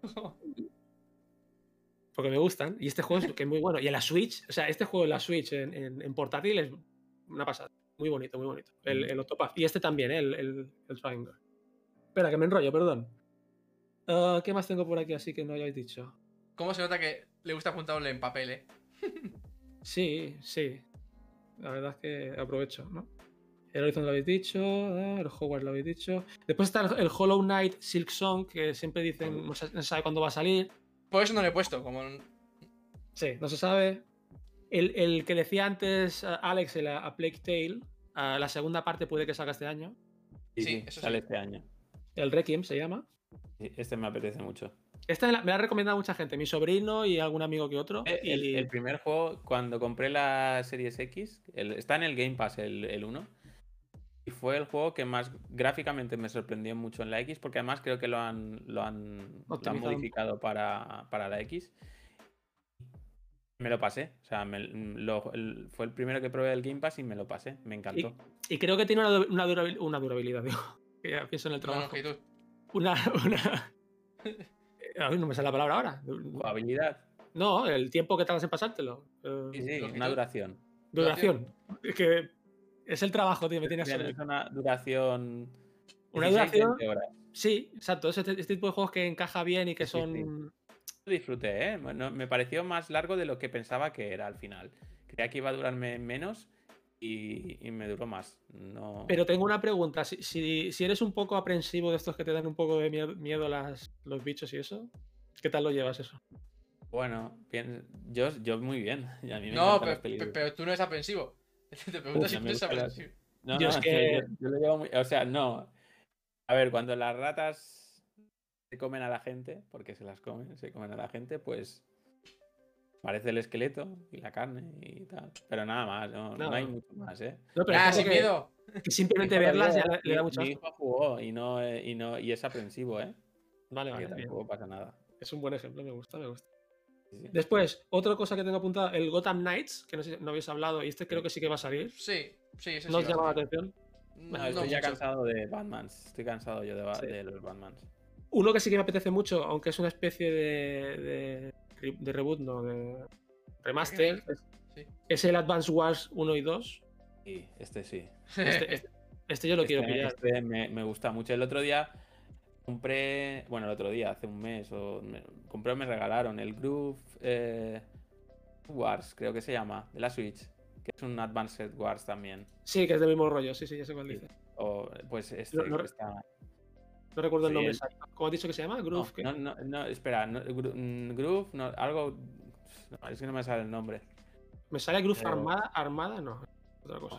Porque me gustan. Y este juego es que es muy bueno. Y en la Switch, o sea, este juego en la Switch en, en, en portátil es una pasada. Muy bonito, muy bonito. El, el Octopath. Y este también, ¿eh? el, el, el Triangle. Espera, que me enrollo, perdón. Uh, ¿Qué más tengo por aquí así que no hayáis dicho? ¿Cómo se nota que le gusta apuntarle en papel, eh? Sí, sí. La verdad es que aprovecho, ¿no? El Horizon lo habéis dicho, ¿eh? El Hogwarts lo habéis dicho. Después está el, el Hollow Knight Silk Song, que siempre dicen no se, no se sabe cuándo va a salir. Por eso no lo he puesto, como... Sí, no se sabe. El, el que decía antes uh, Alex, el A Plague Tale, uh, la segunda parte puede que salga este año. Sí, Sí, sí, eso sale sí. este año. El Requiem se llama. Sí, este me apetece mucho. Esta me la, me la ha recomendado mucha gente, mi sobrino y algún amigo que otro. Eh, El, y... el primer juego, cuando compré la Series X, el- está en el Game Pass el uno. Y fue el juego que más gráficamente me sorprendió mucho en la X, porque además creo que lo han, lo han, lo han Optimizado. modificado para, para la X. Me lo pasé. O sea, me- lo- el- fue el primero que probé el Game Pass y me lo pasé. Me encantó. Y, y creo que tiene una, una, durabil- una durabilidad, digo. Que ya pienso en el Una trabajo. longitud. Una. una... Ay, no me sale la palabra ahora. Jugabilidad. No, el tiempo que tardas en pasártelo. Eh, Sí, sí, Longitud. una duración. duración. Es que es el trabajo, tío, me tiene Tienes absorbido. una duración. Una dieciséis, duración. veinte horas. Sí, exacto. Ese, este tipo de juegos que encaja bien y que Sí, sí, sí. son. Lo disfruté, ¿eh? Bueno, me pareció más largo de lo que pensaba que era al final. Creía que iba a durarme menos y, y me duró más. No... Pero tengo una pregunta. Si, si, si eres un poco aprensivo de estos que te dan un poco de miedo, miedo las, los bichos y eso, ¿qué tal lo llevas eso? Bueno, bien, yo, yo muy bien. Y a mí me No, encantan pero, los peligros. pero tú no eres aprensivo. Te pregunto Uf, si no tú me eres gustan las- aprensivo. No, Yo no, es es que- que yo, yo lo llevo muy. O sea, no. A ver, cuando las ratas se comen a la gente, porque se las comen, se comen a la gente, pues. Parece el esqueleto y la carne y tal. Pero nada más, no, No, no hay no. mucho más, ¿eh? No, pero Nada, es como sin que, miedo. que Mi simplemente hijo lo verlas vio, ya ¿eh? le, le Mi, da mucho mi asco. hijo jugó y no, eh, y no y es aprensivo, ¿eh? Vale, Que vale, bien. tampoco pasa nada. Es un buen ejemplo, me gusta, me gusta. Sí, sí. Después, otra cosa que tengo apuntada, el Gotham Knights, que no sé si no habéis hablado, y este creo que sí que va a salir. Sí, sí, ese ¿No sí os va a llama la salir. atención? No, No estoy ya mucho. cansado de Batmans. Estoy cansado yo de, ba- Sí. de los Batmans. Uno que sí que me apetece mucho, aunque es una especie de, de, re- de reboot, no, de remaster, Remake. es, Sí. es el Advance Wars uno y dos. Sí, este sí. Este, este, este yo lo quiero Este, pillar. este me, me gusta mucho. El otro día compré, bueno, el otro día, hace un mes, o me, compré o me regalaron el Groove eh, Wars, creo que se llama, de la Switch, que es un Advanced Wars también. Sí, que es del mismo rollo, sí, sí, ya sé cuál Sí. dice. O, pues este, No, no, que está... no recuerdo el Sí, nombre el- exacto. ¿Cómo has dicho que se llama? No, Groove, ¿qué? no, no, no, espera, no, Gru- mm, Groove, no, algo... No, es que no me sale el nombre. ¿Me sale Groove Eh, Armada? ¿Armada? No, otra cosa.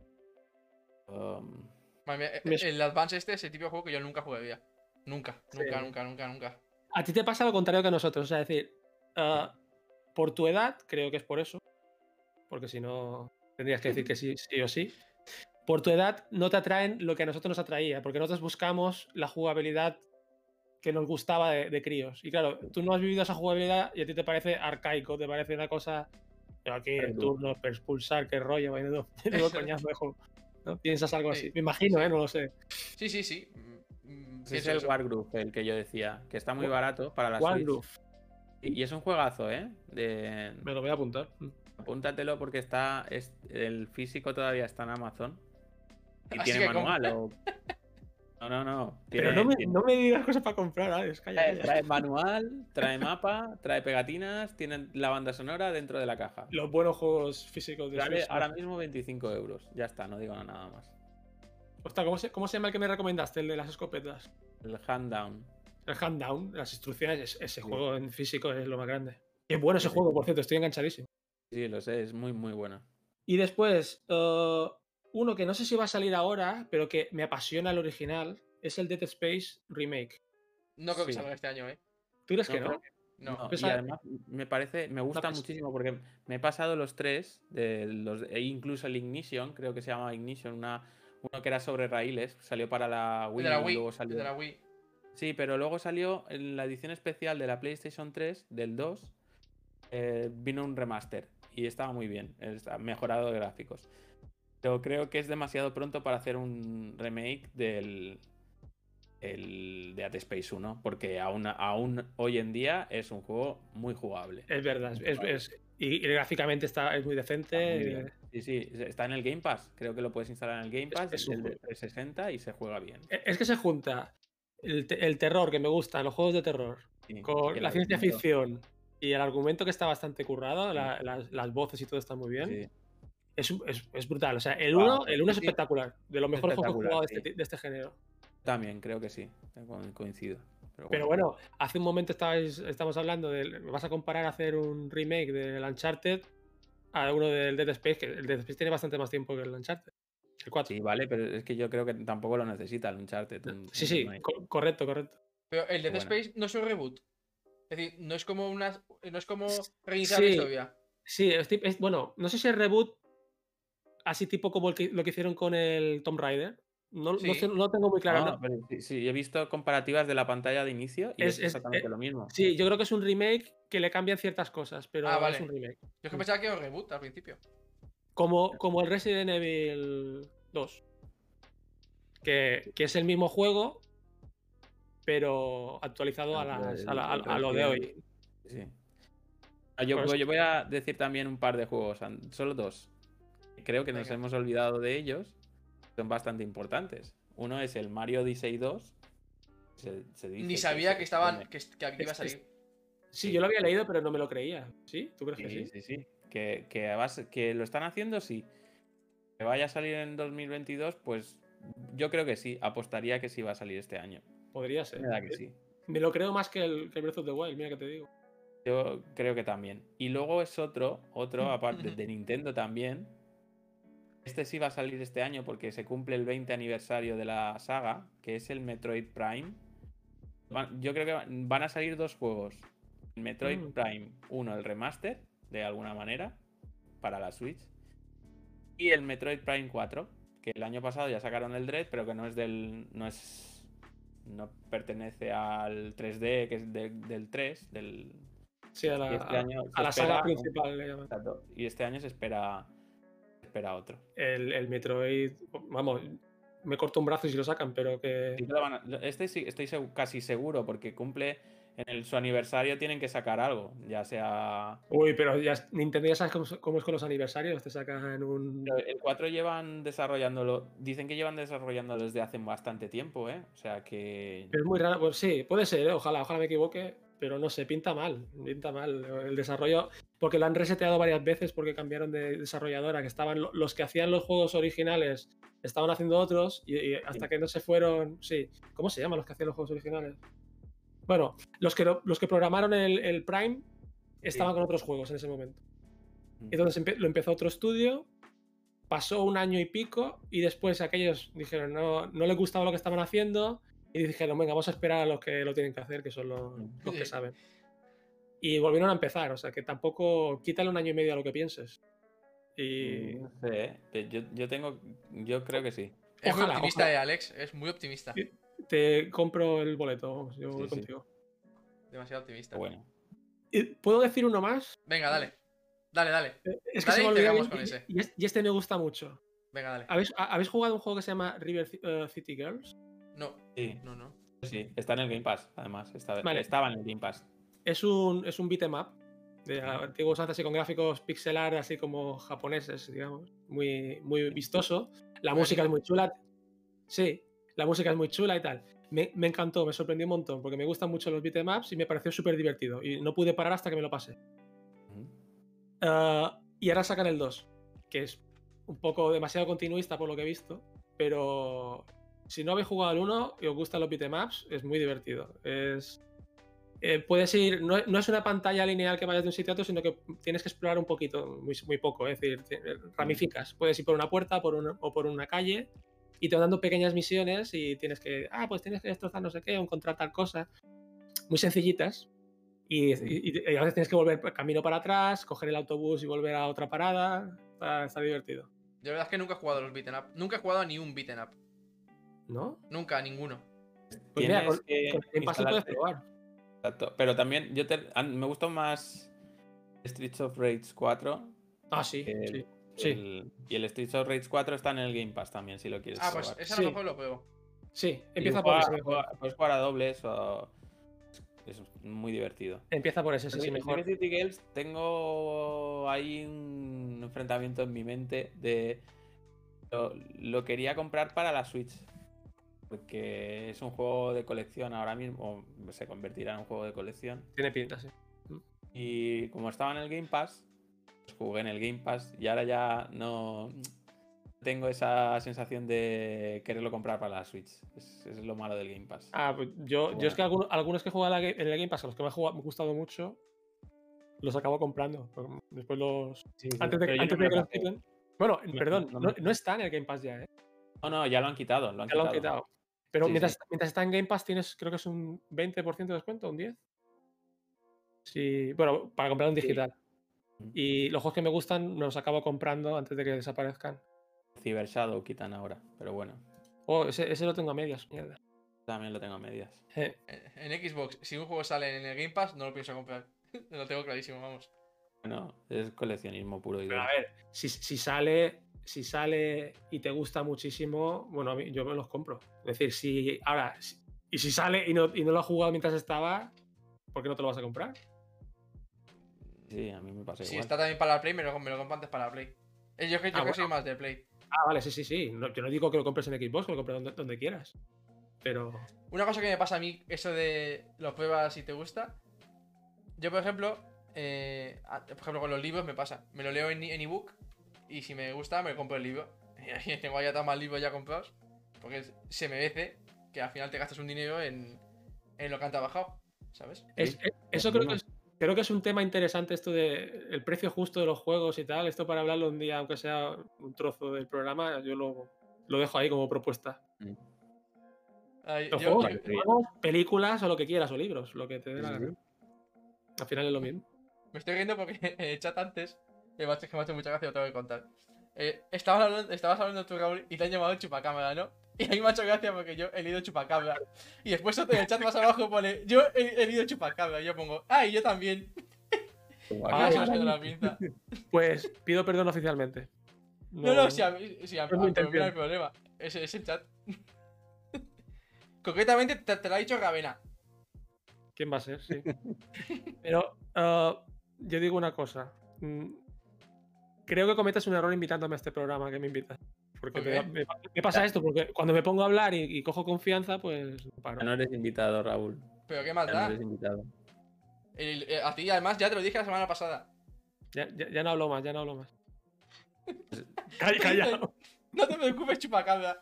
Um, Madre mía, Me- el Advance este es el tipo de juego que yo nunca jugaría. Nunca, Sí. nunca, nunca, nunca, nunca. A ti te pasa lo contrario que a nosotros, o sea, es decir, ah, por tu edad, creo que es por eso, porque si no tendrías que decir que sí, sí o sí. Por tu edad no te atraen lo que a nosotros nos atraía, porque nosotros buscamos la jugabilidad que nos gustaba de, de críos. Y claro, tú no has vivido esa jugabilidad y a ti te parece arcaico, te parece una cosa. Pero aquí el turno, expulsar, qué rollo, menudo, menudo coñazo de juego. ¿No? Piensas algo Sí, así. Me imagino, sí. ¿eh? No lo sé. Sí, sí, sí. Mm, mm, ese es pienso el eso. Wargroove, el que yo decía, que está muy Wa- barato para la Switch. Wargroove, Y y es un juegazo, ¿eh? De... me lo voy a apuntar. Mm. Apúntatelo porque está. Es... El físico todavía está en Amazon. Y Así tiene que manual o. No, no, no. Pero Tiene, no me, tiene- no me digas cosas para comprar, Alex, calla, Trae, calla. trae manual, trae mapa, trae pegatinas, tiene la banda sonora dentro de la caja. Los buenos juegos físicos de Vale Switch. ahora mismo veinticinco euros. Ya está, no digo nada más. Hostia, ¿cómo se, ¿cómo se llama el que me recomendaste? El de las escopetas. El hand down. El hand down, las instrucciones, es- ese Sí. juego en físico es lo más grande. Qué bueno ese Sí, sí. juego, por cierto, estoy enganchadísimo. Sí, lo sé, es muy, muy bueno. Y después, eh, uno que no sé si va a salir ahora, pero que me apasiona el original, es el Dead Space Remake. No creo que Sí. salga este año, ¿eh? ¿Tú crees No, que no? creo que- No. No, Pues y a- además me parece, me gusta pues- muchísimo porque me he pasado los tres, de los, e incluso el Ignition, creo que se llama Ignition, una, uno que era sobre raíles, salió para la El Wii, de la y Wii. luego El salió. de la Wii. Sí, pero luego salió en la edición especial de la PlayStation tres, del dos, eh, vino un remaster y estaba muy bien, está mejorado de gráficos. Pero creo que es demasiado pronto para hacer un remake del el Dead Space uno, porque aún, aún hoy en día es un juego muy jugable. Es verdad, es, es- y, y gráficamente está, es muy decente. Está muy bien. Sí, sí, está en el Game Pass. Creo que lo puedes instalar en el Game Pass, es un el de juego. trescientos sesenta, y se juega bien. Es que se junta el, te- el terror que me gusta, los juegos de terror, Sí, con y el la ciencia argumento. ficción y el argumento que está bastante currado, la- las, las voces y todo está muy bien. Sí. Es, es- es brutal. O sea, el Wow, uno, el uno es sí, sí. espectacular. De los mejores juegos que he Espectacular, jugado de sí. este, ti- de este género. También creo que sí. co- Coincido. Pero bueno. Pero bueno, hace un momento estabais, estamos hablando de. Vas a comparar hacer un remake del Uncharted a uno del Dead Space, que el Dead Space tiene bastante más tiempo que el Uncharted. El cuatro. Sí, vale, pero es que yo creo que tampoco lo necesita el Uncharted. un- Sí, un sí, remake. co- correcto, correcto. Pero el Dead Bueno. Space no es un reboot. Es decir, no es como una. No es como reiniciar Sí. la historia. Sí, es, tip- es- bueno, no sé si es reboot así tipo como el que, lo que hicieron con el Tomb Raider. No, no Sí. sé- no tengo muy claro. No, ¿no? pero sí, sí, he visto comparativas de la pantalla de inicio y Es- es, es- exactamente eh, lo mismo. Sí, yo creo que es un remake que le cambian ciertas cosas, pero Ah, vale. es un remake. Yo es que pensaba que era un reboot al principio. Como, como el Resident Evil dos. Que, que es el mismo juego, pero actualizado a, las- a la- a- a lo de hoy. Sí. Ah, Yo, Pues- yo voy a decir también un par de juegos, an- solo dos. Creo que nos Venga. hemos olvidado de ellos. Son bastante importantes. Uno es el Mario Odyssey dos. Se, se dice Ni sabía se que estaban. supone- Que, que iba a Es- es- salir. Sí, yo lo había leído, pero no me lo creía. ¿Sí? ¿Tú crees que Sí, sí? sí, sí. Que, que, vas- que lo están haciendo, sí. Que vaya a salir en dos mil veintidós, pues yo creo que sí. Apostaría que sí va a salir este año. Podría ser. Me da que sí. Me lo creo más que el, que el Breath of the Wild, mira que te digo. Yo creo que también. Y luego es otro, otro, aparte de Nintendo también. Este sí va a salir este año porque se cumple el veinte aniversario de la saga, que es el Metroid Prime. Van- Yo creo que van a salir dos juegos. Metroid Mm. Prime uno, el remaster, de alguna manera, para la Switch. Y el Metroid Prime cuatro, que el año pasado ya sacaron el Dread, pero que no es del. no es. no pertenece al tres D, que es de- del tres, del. Sí, a Y la, este a- año a se la saga espera. principal le llaman. Exacto, y este año se espera. se espera otro. El, el Metroid, vamos, me corto un brazo si lo sacan, pero que. Sí que lo van a- Este sí, estoy segu- casi seguro, porque cumple. En el, su aniversario tienen que sacar algo, ya sea. Uy, pero ya es- Nintendo ya sabes cómo, es- cómo es con los aniversarios, te sacan un. Pero el cuatro llevan desarrollándolo. Dicen que llevan desarrollándolo desde hace bastante tiempo, ¿eh? O sea que. Es muy raro, pues sí, puede ser, ¿eh? ojalá, ojalá me equivoque, pero no sé, pinta mal, pinta mal el desarrollo, porque lo han reseteado varias veces porque cambiaron de desarrolladora, que estaban lo- los que hacían los juegos originales estaban haciendo otros y, y hasta Sí. que no se fueron, sí, ¿cómo se llaman los que hacían los juegos originales? Bueno, los que, lo- los que programaron el, el Prime estaban Sí. con otros juegos en ese momento. Mm. Entonces empe- lo empezó otro estudio, pasó un año y pico y después aquellos dijeron no, no les gustaba lo que estaban haciendo y dijeron, venga, vamos a esperar a los que lo tienen que hacer, que son los, Mm. los que Sí. saben. Y volvieron a empezar, o sea que tampoco quítale un año y medio a lo que pienses. Y No sé, ¿eh? Pero Yo, yo tengo. Yo creo que sí. Es muy Ojalá, optimista, ojalá. eh, Alex. Es muy optimista. te compro el boleto, vamos, yo Sí, voy sí. contigo. Demasiado optimista. Bueno. Y- ¿Puedo decir uno más? Venga, dale. Dale, dale. Eh, Es que Dale se me y olvidó cerramos y- con y- ese. y es- y este me gusta mucho. Venga, dale. ¿Habéis, ha- ¿habéis jugado un juego que se llama River Ci- eh, City Girls? No, Sí, no, no. sí. Está en el Game Pass, además. Está, Vale. Estaba en el Game Pass. Es un, es un beat'em up de antiguos antes y con gráficos pixelar así como japoneses, digamos. Muy, muy vistoso. La Muy música es anime. muy chula. Sí, la música es muy chula y tal. Me, me encantó, me sorprendió un montón porque me gustan mucho los beat'em ups y me pareció súper divertido. Y no pude parar hasta que me lo pasé. Ujú. Ah, y ahora sacan el dos, que es un poco demasiado continuista por lo que he visto, pero si no habéis jugado al uno y os gustan los beat'em ups, es muy divertido. Es, eh, puedes ir, no, no es una pantalla lineal que vayas de un sitio a otro, sino que tienes que explorar un poquito, muy, muy poco, es decir, te- ramificas. Puedes ir por una puerta por una- o por una calle y te van dando pequeñas misiones y tienes que, ah, pues tienes que destrozar no sé qué o encontrar tal cosa. Muy sencillitas. Y, y- y a veces tienes que volver camino para atrás, coger el autobús y volver a otra parada. Está, está divertido. De verdad es que nunca he jugado a los beaten up. Nunca he jugado a ni un beaten up. ¿No? Nunca, a ninguno. Pues mira, Tienes con, que con el Game Pass lo puedes instalarte- probar. Exacto. Pero también yo te- a- me gustó más Streets of Rage cuatro. Ah, sí, El- sí. Sí, el- y el Streets of Rage cuatro está en el Game Pass también, si lo quieres Ah, pues probar. ese a Sí. lo mejor lo pruebo. sí. Y Empieza por juega- ese mejor. juega- Puedes jugar a dobles o... Es muy divertido. Empieza por ese, sí, sí, El mejor. River City Girls, tengo ahí un enfrentamiento en mi mente de... Lo, lo quería comprar para la Switch. Porque es un juego de colección ahora mismo. O se convertirá en un juego de colección. Tiene pinta, sí. Y como estaba en el Game Pass, pues jugué en el Game Pass. Y ahora ya no tengo esa sensación de quererlo comprar para la Switch. Es, es lo malo del Game Pass. Ah, pues yo, Bueno. yo es que algunos, algunos que he jugado en la Ga- en el Game Pass, a los que me ha jugado- me ha gustado mucho, los acabo comprando. Después los. Sí, sí, Antes de, pero yo antes no de me que lo los pasé. quiten. Bueno, No, perdón, no no, me- no está en el Game Pass ya, ¿eh? No, no, ya lo han quitado. Lo han Ya lo han quitado. quitado. Pero Sí, mientras, sí. mientras está en Game Pass tienes, creo que es un veinte por ciento de descuento, un diez por ciento. Sí, bueno, para comprar en Sí. digital. Mm. Y los juegos que me gustan me los acabo comprando antes de que desaparezcan. Cyber Shadow quitan ahora, pero bueno, Oh, ese, ese lo tengo a medias, mierda. también lo tengo a medias. Eh, En en Xbox, si un juego sale en el Game Pass, no lo pienso comprar. Lo tengo clarísimo, vamos. Bueno, es coleccionismo puro y pero duro. a ver, si, si sale. Si sale y te gusta muchísimo, bueno, a mí, yo me los compro. Es decir, si ahora, si- y si sale y no, y no lo has jugado mientras estaba, ¿por qué no te lo vas a comprar? Sí, a mí me pasa Si igual. está también para la Play, me lo, me lo compro antes para la Play. Eh, Yo, que- yo Ah, que soy bueno. más de Play. Ah, vale, sí, sí, sí. No- yo no digo que lo compres en Xbox, que lo compres donde, donde quieras. Pero. Una cosa que me pasa a mí, eso de lo pruebas si te gusta. Yo, por ejemplo, eh, a- por ejemplo, con los libros me pasa. Me lo leo en, en ebook y si me gusta, me compro el libro. Y tengo ya tan más libros ya comprados. Porque se merece que al final te gastas un dinero en, en lo que han trabajado, ¿sabes? Es- Sí, es- eso creo que, es, creo que es un tema interesante, esto de el precio justo de los juegos y tal. Esto para hablarlo un día, aunque sea un trozo del programa, yo lo, lo dejo ahí como propuesta. Mm. Ay, Los yo- juegos, yo- yo- juegos, películas o lo que quieras, o libros, lo que te dé la Sí, sí, gana. sí. Al final es lo mismo. Me estoy riendo porque en el chat antes, que me ha hecho, que me ha hecho mucha gracia, lo tengo que contar. Eh, estabas, hablando, estabas hablando tú, Raúl, y te han llamado chupacabra, ¿no? Y a mí me ha hecho gracia porque yo he leído chupacabra. Y después otro en el chat más abajo pone, yo he, he leído chupacabra. Y yo pongo, ah, y yo también. Ah, Ah, se nos quedó la pinza. Pues pido perdón oficialmente. No, no, si a mí, si a, a, no es mi a mí no hay intención. problema. Es, es el chat. Concretamente te, te lo ha dicho Ravena. ¿Quién va a ser? Sí. Pero uh, yo digo una cosa. Mm, creo que cometes un error invitándome a este programa que me invitas. Porque ¿Por me, qué? me- me pasa esto, porque cuando me pongo a hablar y, y cojo confianza, pues no Ya paro. no eres invitado, Raúl. Pero qué más Ya no da. eres invitado. El- eh, a ti además ya te lo dije la semana pasada. Ya, ya- ya no hablo más, ya no hablo más. Calla, calla. No te preocupes, chupacabra.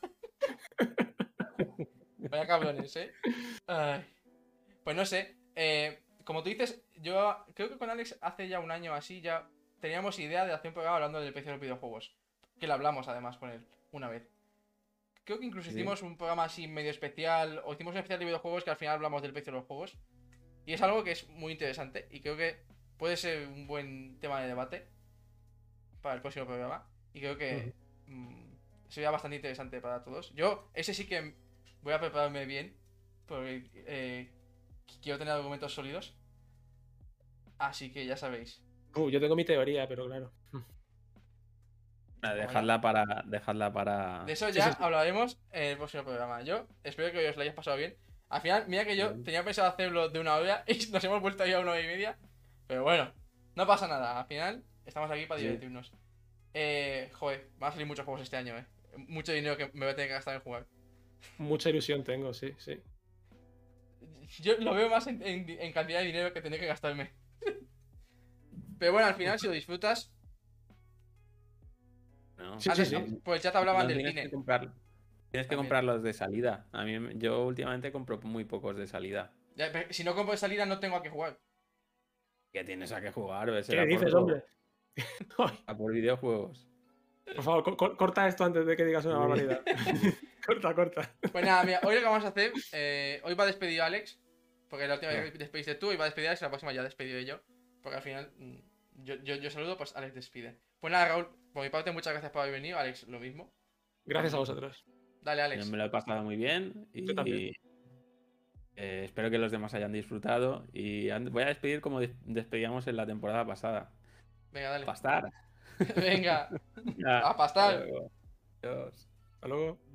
Vaya cabrones, ¿eh? Ay. Pues no sé. eh, como tú dices, yo creo que con Alex hace ya un año así ya teníamos idea de hacer un programa hablando del precio de los videojuegos. Que lo hablamos además con él una vez. Creo que incluso Sí. hicimos un programa así medio especial, o hicimos un especial de videojuegos que al final hablamos del precio de los juegos. Y es algo que es muy interesante y creo que puede ser un buen tema de debate para el próximo programa. Y creo que mm, sería bastante interesante para todos. Yo, ese sí que voy a prepararme bien, porque eh, quiero tener argumentos sólidos. Así que ya sabéis. Uh, yo tengo mi teoría, pero claro. Ah, Dejadla para. Dejadla para. De eso Sí, ya sí, sí. hablaremos en el próximo programa. Yo espero que os lo hayáis pasado bien. Al final, mira que yo Bien. tenía pensado hacerlo de una hora y nos hemos vuelto ahí a una hora y media. Pero bueno, no pasa nada. Al final, estamos aquí para Sí. divertirnos. Eh, joder, van a salir muchos juegos este año, eh. Mucho dinero que me voy a tener que gastar en jugar. Mucha ilusión tengo, sí, sí. Yo lo veo más en, en- en cantidad de dinero que tendré que gastarme. Pero bueno, al final, si lo disfrutas. No. Sí, Antes, sí, sí. por el chat hablaban No, del tienes cine. que comprar. Tienes que También. comprar los de salida. A mí, yo últimamente compro muy pocos de salida. Ya, pero si no compro de salida, no tengo a qué jugar. ¿Qué tienes a qué jugar? ¿Ves? ¿Qué Será dices, por, hombre? Ay, a por videojuegos. por favor, co- co- corta esto antes de que digas una Sí. barbaridad. Corta, corta. Pues nada, mira, hoy lo que vamos a hacer. eh, hoy va a despedir a Alex. Porque la última Ah. vez que despediste tú, y va a despedir a Alex, la próxima ya despedido yo. Porque al final, mm, yo, yo, yo saludo, pues Alex despide. Pues nada, Raúl, por mi parte, muchas gracias por haber venido. Alex, lo mismo. Gracias a vosotros. Dale, Yo Alex. me lo he pasado muy bien y Yo también. eh, espero que los demás hayan disfrutado. Y an- voy a despedir como des- despedíamos en la temporada pasada. Venga, dale. Pastar. Venga, Ya, a pastar. hasta luego. Adiós. Hasta luego.